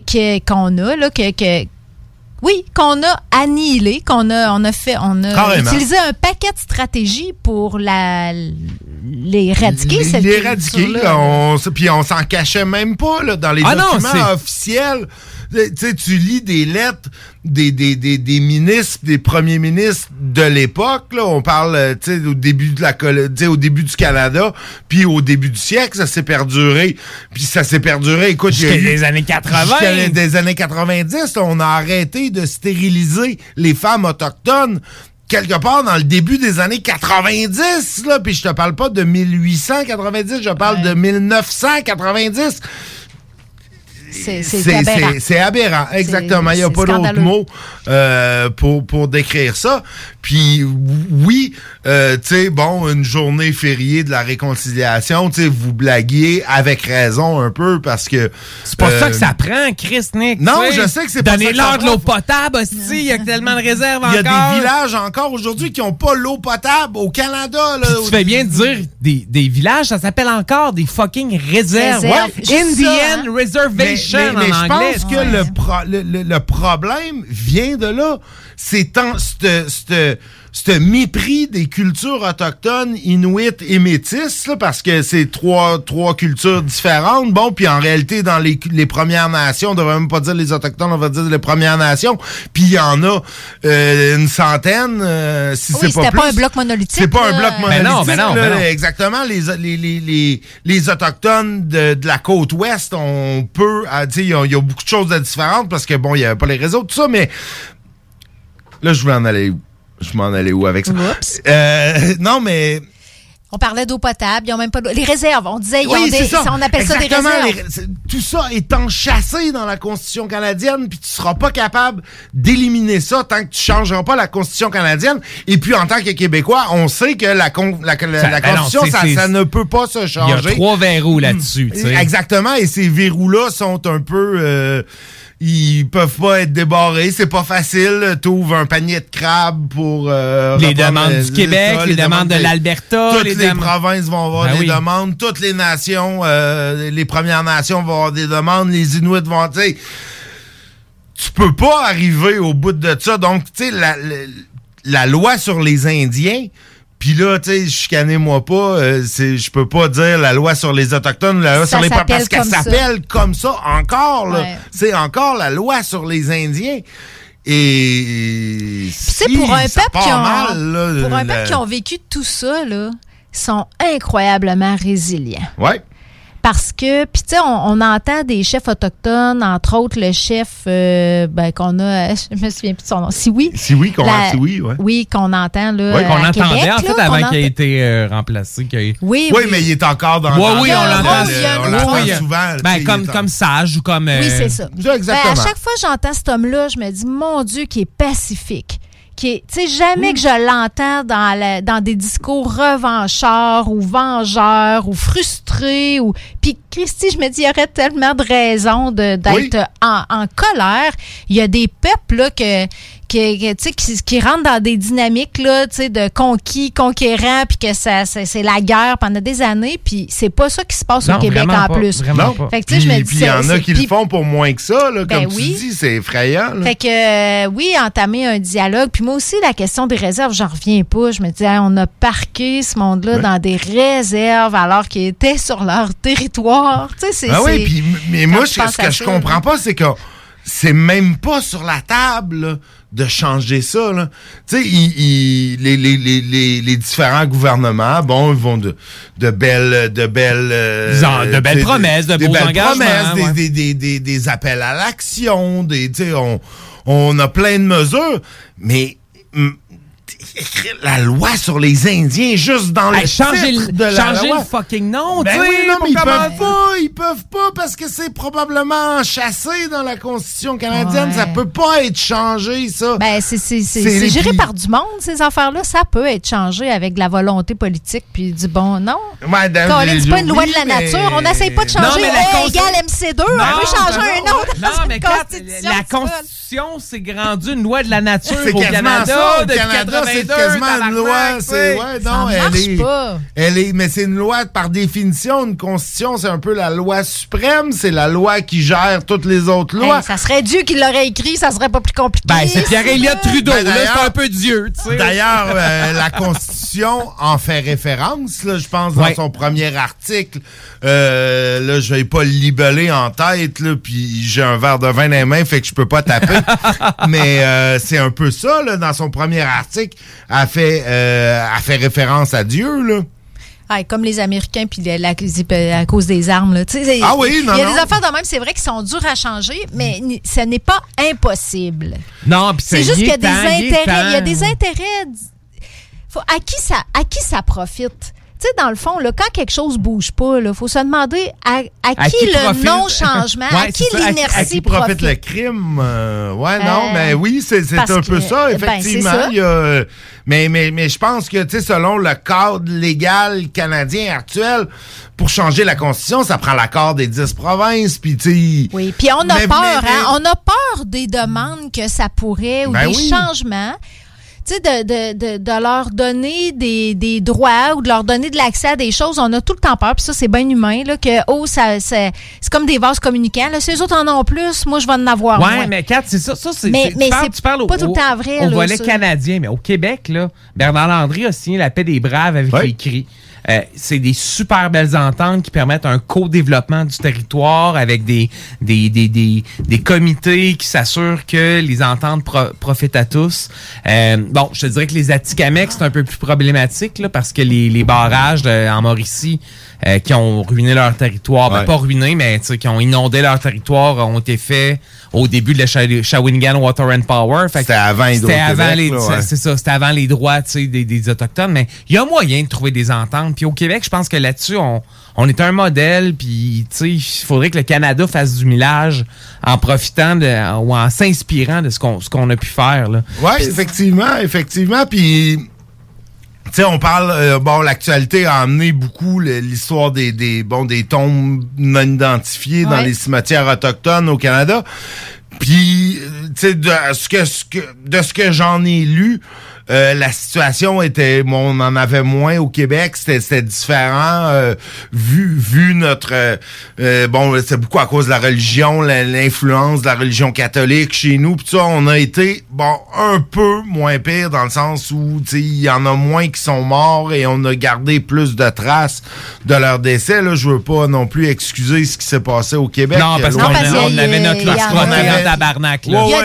qu'on a annihilée, qu'on a utilisé un paquet de stratégies pour l'éradiquer, cette culture-là. Puis on s'en cachait même pas là, dans les documents officiels. Tu lis des lettres des ministres, des premiers ministres de l'époque. Là, on parle au début au début du Canada, puis au début du siècle, ça s'est perduré. Puis ça s'est perduré, écoute, jusqu'à les années 80. Jusqu'à des années 90, on a arrêté de stériliser les femmes autochtones quelque part dans le début des années 90, là, puis je te parle pas de 1890, je parle de 1990. C'est aberrant. C'est aberrant, exactement. Il n'y a pas d'autre mot pour décrire ça. Puis oui, tu sais, une journée fériée de la réconciliation, tu sais, vous blaguiez avec raison un peu parce que... C'est pas ça que ça prend, Chris, Nick. Non, je sais que c'est pas ça. Donnez-leur de l'eau potable, il y a tellement de réserves encore. Il y a des villages encore aujourd'hui qui n'ont pas l'eau potable au Canada. Là, tu fais bien de dire des villages, ça s'appelle encore des fucking réserves. Indian Reservation. Mais je pense que le problème vient de là. C'est ce mépris des cultures autochtones, inuits et métisses, là, parce que c'est trois cultures différentes. Bon, puis en réalité, dans les Premières Nations, on devrait même pas dire les Autochtones, on va dire les Premières Nations. Puis il y en a une centaine, si c'est pas plus. C'était pas un bloc monolithique. C'est pas un bloc monolithique. Mais non. Exactement. Les Autochtones de la côte ouest, on peut, tu sais, il y a beaucoup de choses différentes parce que bon, il y avait pas les réseaux, tout ça, mais là, je m'en allais où avec ça? Non, mais... On parlait d'eau potable, ils n'ont même pas d'eau. Les réserves, on disait, on appelle ça des réserves. Tout ça est enchâssé dans la Constitution canadienne, puis tu seras pas capable d'éliminer ça tant que tu changeras pas la Constitution canadienne. Et puis, en tant que Québécois, on sait que la Constitution, ça ne peut pas se changer. Il y a 3 verrous là-dessus. Tu sais. Exactement, et ces verrous-là sont un peu... ils peuvent pas être débarrés, c'est pas facile. T'ouvres un panier de crabes pour... les demandes du Québec, les demandes de l'Alberta. Toutes les provinces vont avoir des demandes. Toutes les nations, les Premières Nations vont avoir des demandes. Les Inuits vont... Tu peux pas arriver au bout de ça. Donc, tu sais, la loi sur les Indiens... Puis là, tu sais, chicanez-moi pas, je peux pas dire la loi sur les Autochtones, la loi sur les peuples, parce qu'elle s'appelle comme ça encore, là. Ouais. C'est encore la loi sur les Indiens. Et pour un peuple qui ont vécu tout ça, là, sont incroyablement résilients. Ouais. parce que, puis tu sais, on entend des chefs autochtones, entre autres le chef qu'on a, je me souviens plus de son nom, Sioui. Sioui, ouais. Oui, qu'on entend là. Oui, qu'on entendait Québec, en fait avant qu'il ait été remplacé. Oui, mais il est encore dans oui, on l'entend souvent. Comme sage ou comme. Oui, c'est ça. Exactement. À chaque fois que j'entends cet homme-là, je me dis, mon Dieu, qui est pacifique. Tu sais, jamais que je l'entends dans des discours revanchards ou vengeurs ou frustrés. Puis, Christy, je me dis, il y aurait tellement de raisons d'être en colère. Il y a des peuples là, qui rentrent dans des dynamiques là, de conquérants, puis que c'est la guerre pendant des années, puis c'est pas ça qui se passe au Québec en plus. Vraiment pas. Fait que, je me dis, puis il y en a qui le font pour moins que ça, là, comme tu dis, c'est effrayant. Là. Fait que, entamer un dialogue. Puis moi aussi, la question des réserves, j'en reviens pas. Je me dis, on a parqué ce monde-là dans des réserves alors qu'ils étaient sur leur territoire. Tu sais, oui, mais moi, ce que je comprends pas, c'est que c'est même pas sur la table là, de changer ça. Tu sais, les différents gouvernements, ils vont de belles promesses, de beaux engagements. Des appels à l'action, on a plein de mesures, mais la loi sur les Indiens juste dans le titre de la loi. Changer le fucking nom, tu sais. Oui, non, mais ils peuvent pas parce que c'est probablement enchâssé dans la Constitution canadienne. Ouais. Ça peut pas être changé, ça. Ben, c'est géré par du monde, ces affaires-là. Ça peut être changé avec de la volonté politique puis du bon nom. Ouais, c'est pas une loi de la nature. On n'essaye pas de changer égale MC2. On peut changer un autre. Non, mais la Constitution, c'est rendu une loi de la nature au Canada depuis 82. C'est quasiment une loi. Mais c'est une loi par définition. Une constitution, c'est un peu la loi suprême. C'est la loi qui gère toutes les autres lois. Ça serait Dieu qui l'aurait écrit, ça serait pas plus compliqué. C'est Pierre-Éliott Trudeau. Là, c'est un peu Dieu. D'ailleurs, la Constitution en fait référence, là, je pense, dans son premier article. Là, je vais pas le libeller en tête, là, puis j'ai un verre de vin dans les mains, fait que je peux pas taper. Mais c'est un peu ça, là, dans son premier article. A fait référence à Dieu, là. Comme les Américains, puis à cause des armes. Là. Il y a des affaires de même, c'est vrai, qui sont dures à changer, mais ce n'est pas impossible. Non, puis c'est juste qu'il y a des intérêts. Il y a des intérêts. À qui ça profite? Tu sais, dans le fond, là, quand quelque chose bouge pas, il faut se demander à qui le non-changement, à qui l'inertie profite. À qui profite le crime? Non, mais oui, c'est un peu ça, effectivement. C'est ça. Mais je pense que, tu sais, selon le cadre légal canadien actuel, pour changer la Constitution, ça prend l'accord des 10 provinces, puis tu sais... Oui, puis on a peur, on a peur des demandes que ça pourrait, ou des changements. Tu sais, de leur donner des droits ou de leur donner de l'accès à des choses, on a tout le temps peur, puis ça, c'est bien humain, là, que, c'est comme des vases communicants, là. Si les autres en ont plus, moi, je vais en avoir moins. Ouais, mais Kat, c'est ça, mais tu parles pas tout le temps vrai, au volet canadien, mais au Québec, là, Bernard Landry a signé la paix des braves avec les cris. C'est des super belles ententes qui permettent un co-développement du territoire avec des comités qui s'assurent que les ententes profitent à tous. Je te dirais que les Atikamekw, c'est un peu plus problématique là, parce que les barrages en Mauricie qui ont ruiné leur territoire, pas ruiné, mais qui ont inondé leur territoire, ont été faits au début de la Shawinigan Water and Power. C'était avant c'était avant les droits des Autochtones, mais il y a moyen de trouver des ententes. Puis au Québec, je pense que là-dessus, on est un modèle, puis il faudrait que le Canada fasse du millage en profitant ou en s'inspirant de ce qu'on a pu faire. Oui, effectivement, puis... Tu sais, on parle, l'actualité a amené beaucoup l'histoire des tombes non identifiées dans les cimetières autochtones au Canada. Puis, tu sais, de ce que j'en ai lu, la situation était, on en avait moins au Québec, c'était différent, vu notre, c'est beaucoup à cause de la religion, l'influence de la religion catholique chez nous, puis ça, on a été, un peu moins pire dans le sens où, tu sais, il y en a moins qui sont morts et on a gardé plus de traces de leur décès, là. Je veux pas non plus excuser ce qui s'est passé au Québec. Non, parce qu'on avait notre en tabarnak, là. Il y a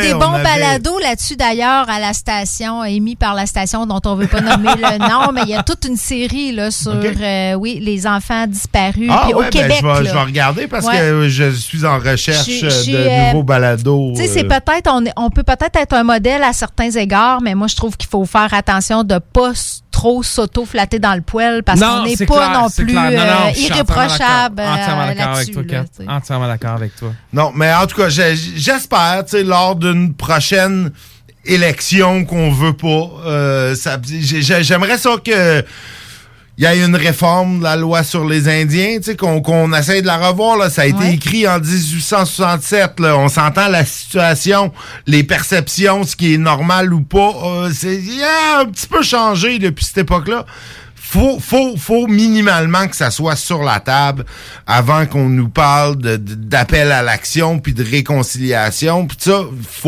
des bons balados là-dessus, d'ailleurs, à la station, émis par la station dont on ne veut pas nommer le nom, mais il y a toute une série là, sur les enfants disparus. Puis au Québec. Je vais regarder parce que je suis en recherche de nouveaux balados. Tu sais, c'est peut-être, on peut peut-être être un modèle à certains égards, mais moi, je trouve qu'il faut faire attention de ne pas trop s'auto-flatter dans le poêle parce qu'on n'est pas non plus irréprochable. Entièrement d'accord avec toi, Kat. Entièrement d'accord avec toi. Non, mais en tout cas, j'espère, tu sais, lors d'une prochaine élection qu'on veut pas, j'aimerais ça que il y a une réforme de la loi sur les Indiens, tu sais, qu'on essaie de la revoir, là. Ça a été écrit en 1867, là. On s'entend la situation, les perceptions, ce qui est normal ou pas, c'est un petit peu changé depuis cette époque-là. Faut minimalement que ça soit sur la table avant qu'on nous parle d'appel à l'action puis de réconciliation. Puis ça,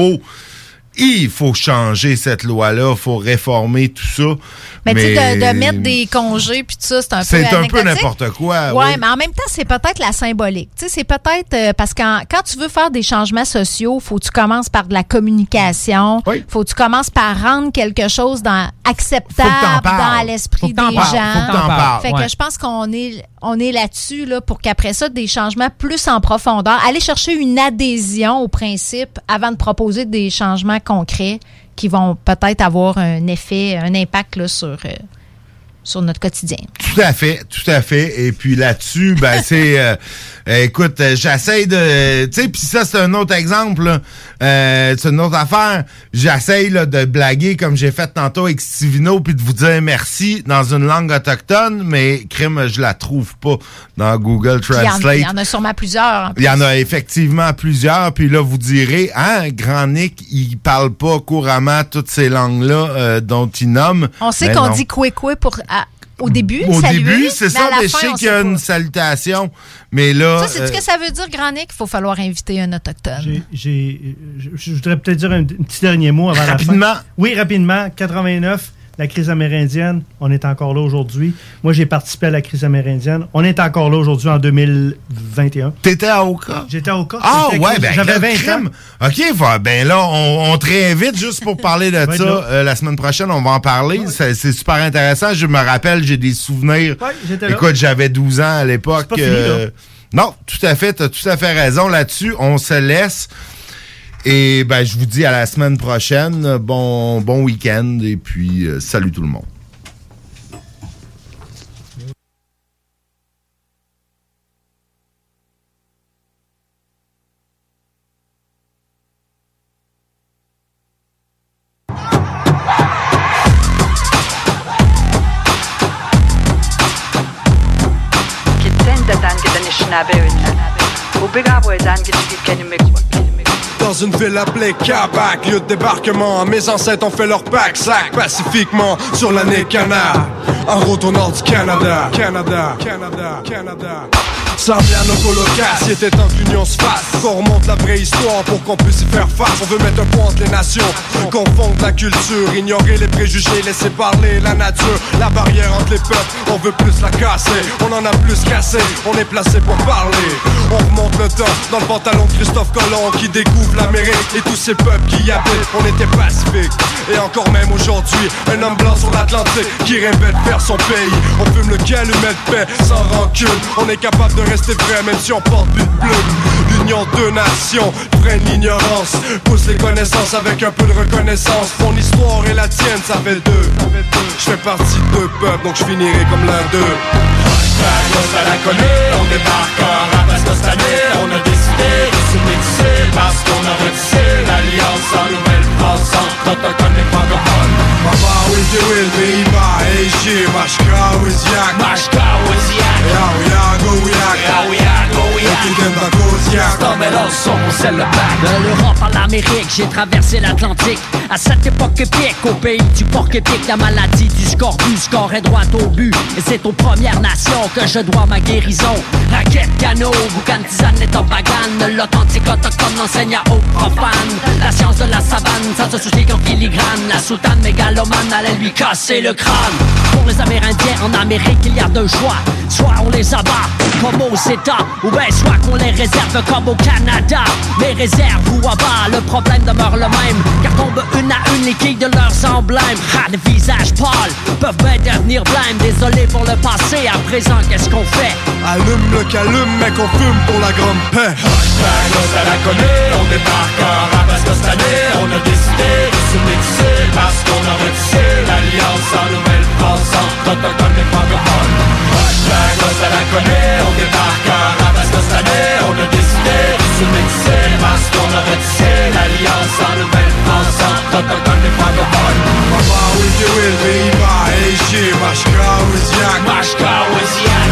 il faut changer cette loi-là, il faut réformer tout ça. Mais tu sais, de mettre des congés puis tout ça, c'est un peu anecdotique. C'est un peu n'importe quoi. Oui, mais en même temps, c'est peut-être la symbolique. Tu sais, c'est peut-être parce que quand tu veux faire des changements sociaux, faut que tu commences par de la communication. Faut que tu commences par rendre quelque chose acceptable dans l'esprit des gens. Faut que t'en parles. Fait que je pense qu'on est là-dessus là, pour qu'après ça, des changements plus en profondeur, aller chercher une adhésion au principe avant de proposer des changements concrets qui vont peut-être avoir un effet, un impact là, sur notre quotidien. Tout à fait. Et puis là-dessus, ben c'est... écoute, j'essaie de... Tu sais, puis ça, c'est un autre exemple, c'est une autre affaire. J'essaie là, de blaguer comme j'ai fait tantôt avec Stivino puis de vous dire merci dans une langue autochtone, mais crime, je la trouve pas dans Google Translate. Il y en a sûrement plusieurs. Il y en a effectivement plusieurs. Puis là, vous direz, Grand Nick, il parle pas couramment toutes ces langues-là dont il nomme. On sait qu'on dit koué-koué pour... Au début, c'est ça, mais je sais qu'il y a une salutation. Mais là. Ça, c'est ce que ça veut dire, Grand Nick? Il faut falloir inviter un Autochtone. Je voudrais peut-être dire un petit dernier mot avant la fin. Oui, rapidement. 89, la crise amérindienne, on est encore là aujourd'hui. Moi, j'ai participé à la crise amérindienne. On est encore là aujourd'hui en 2021. T'étais à Oka? J'étais à Oka. Ah ouais, ben j'avais 20 ans. OK, ben là, on te réinvite juste pour parler de ça. La semaine prochaine, on va en parler. Ouais. C'est super intéressant. Je me rappelle, j'ai des souvenirs. Ouais, j'étais là. Écoute, j'avais 12 ans à l'époque. C'est pas fini, là. Non, tout à fait. T'as tout à fait raison là-dessus. On se laisse. Et ben, je vous dis à la semaine prochaine. Bon week-end. Et puis, salut tout le monde. Dans une ville appelée Québec, lieu de débarquement, mes ancêtres ont fait leur pack-sac pacifiquement sur l'année Canard. En route au nord du Canada. Semblé à nos colocations, était temps que l'union se fasse. Qu'on remonte la vraie histoire pour qu'on puisse y faire face. On veut mettre un point entre les nations, confondre la culture, ignorer les préjugés, laisser parler la nature. La barrière entre les peuples, on veut plus la casser. On en a plus cassé, on est placé pour parler. On remonte le temps dans le pantalon de Christophe Colomb qui découvre l'Amérique et tous ces peuples qui y habitent. On était pacifiques et encore même aujourd'hui, un homme blanc sur l'Atlantique qui rêvait de faire son pays. On fume le calumet de paix sans rancune. On est capable de rester vrai même si on porte plus de plume. L'union de nations freine l'ignorance, pousse les connaissances avec un peu de reconnaissance. Mon histoire et la tienne, ça fait deux. Je fais partie de deux peuples, donc je finirai comme l'un d'eux. À la connue, on débarque en rapace cette année. On a décidé de se mixer parce qu'on a retissé l'alliance en Nouvelle-France entre autochtones et francophones. Baba Will, Beiba, Eishi, Mashka, Wiziak, De l'Europe à l'Amérique, j'ai traversé l'Atlantique. À cette époque épique, au pays du porc épique, la maladie du scorbut, score est droit au but. Et c'est aux Premières Nations que je dois ma guérison. Raquette, canot, boucan, tisane et tobagane. L'authentique autochtone enseigne aux profanes la science de la savane, sans se soucier qu'en filigrane. La soutane mégalomane allait lui casser le crâne. Pour les Amérindiens, en Amérique, il y a deux choix. Soit on les abat, comme aux États, ou bien soit qu'on les réserve comme au Canada. Les réserves ou abat, le problème demeure le même, car tombent une à une les quilles de leurs emblèmes. Ah, les visages pâles peuvent bien devenir blêmes. Désolé pour le passé, à présent, qu'est-ce qu'on fait? Allume le calume, mec, on fume pour la grande paix. Hashtag à la connaît, on débarque en rap parce que cette année, on a décidé de se mixer parce qu'on a retissé l'alliance en Nouvelle-France entre autochtones et francophones. Hashtag à la connaît, on débarque en rap parce que cette année, on a décidé de se mixer parce qu'on a retissé l'alliance en Nouvelle-France entre autochtones et francophones. Papa, we do it, viva, AG, Mashka, Wiziak. Mashka, Wiziak.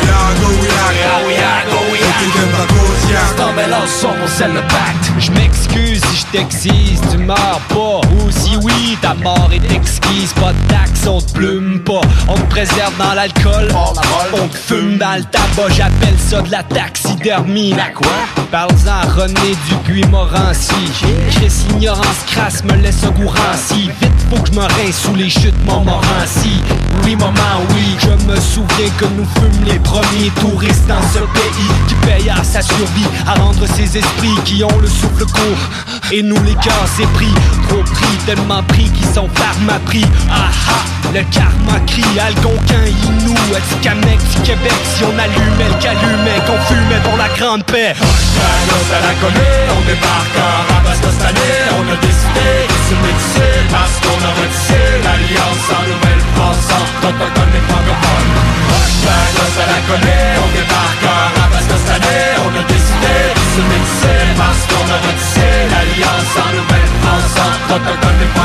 C'est un mélange sombre, c'est le pacte. Je m'excuse si je t'excise, tu meurs pas. Ou si oui, ta mort est exquise. Pas de taxe, on te plume pas. On te préserve dans l'alcool, on te fume dans le tabac. J'appelle ça de la taxidermie. La quoi? Parle-en à René Dupuis-Morancy. Chris, l'ignorance crasse me laisse au goût ranci. Vite, faut que je me rince sous les chutes Montmorency. Oui, maman, oui, je me souviens que nous fûmes les premiers touristes dans ce pays qui paye à sa survie, à rendre ses esprits qui ont le souffle court. Et nous les cœurs c'est pris, trop pris, tellement pris qu'ils sont pharma-pris. Ah ah, le karma crie, Algonquin, Inou, Atikamekw, Québec. Si on allumait le calumet, qu'on fumait pour la grande paix. Hashtag à la connaît, on débarque en rap parce que cette année, on a décidé de se mixer parce qu'on a retissé l'alliance en Nouvelle-France entre autochtones et francophones. Hashtag à la connaît, on débarque en rap parce que cette année, on a décidé de se mixer parce qu'on a retissé l'alliance en Nouvelle-France entre autochtones et francophones.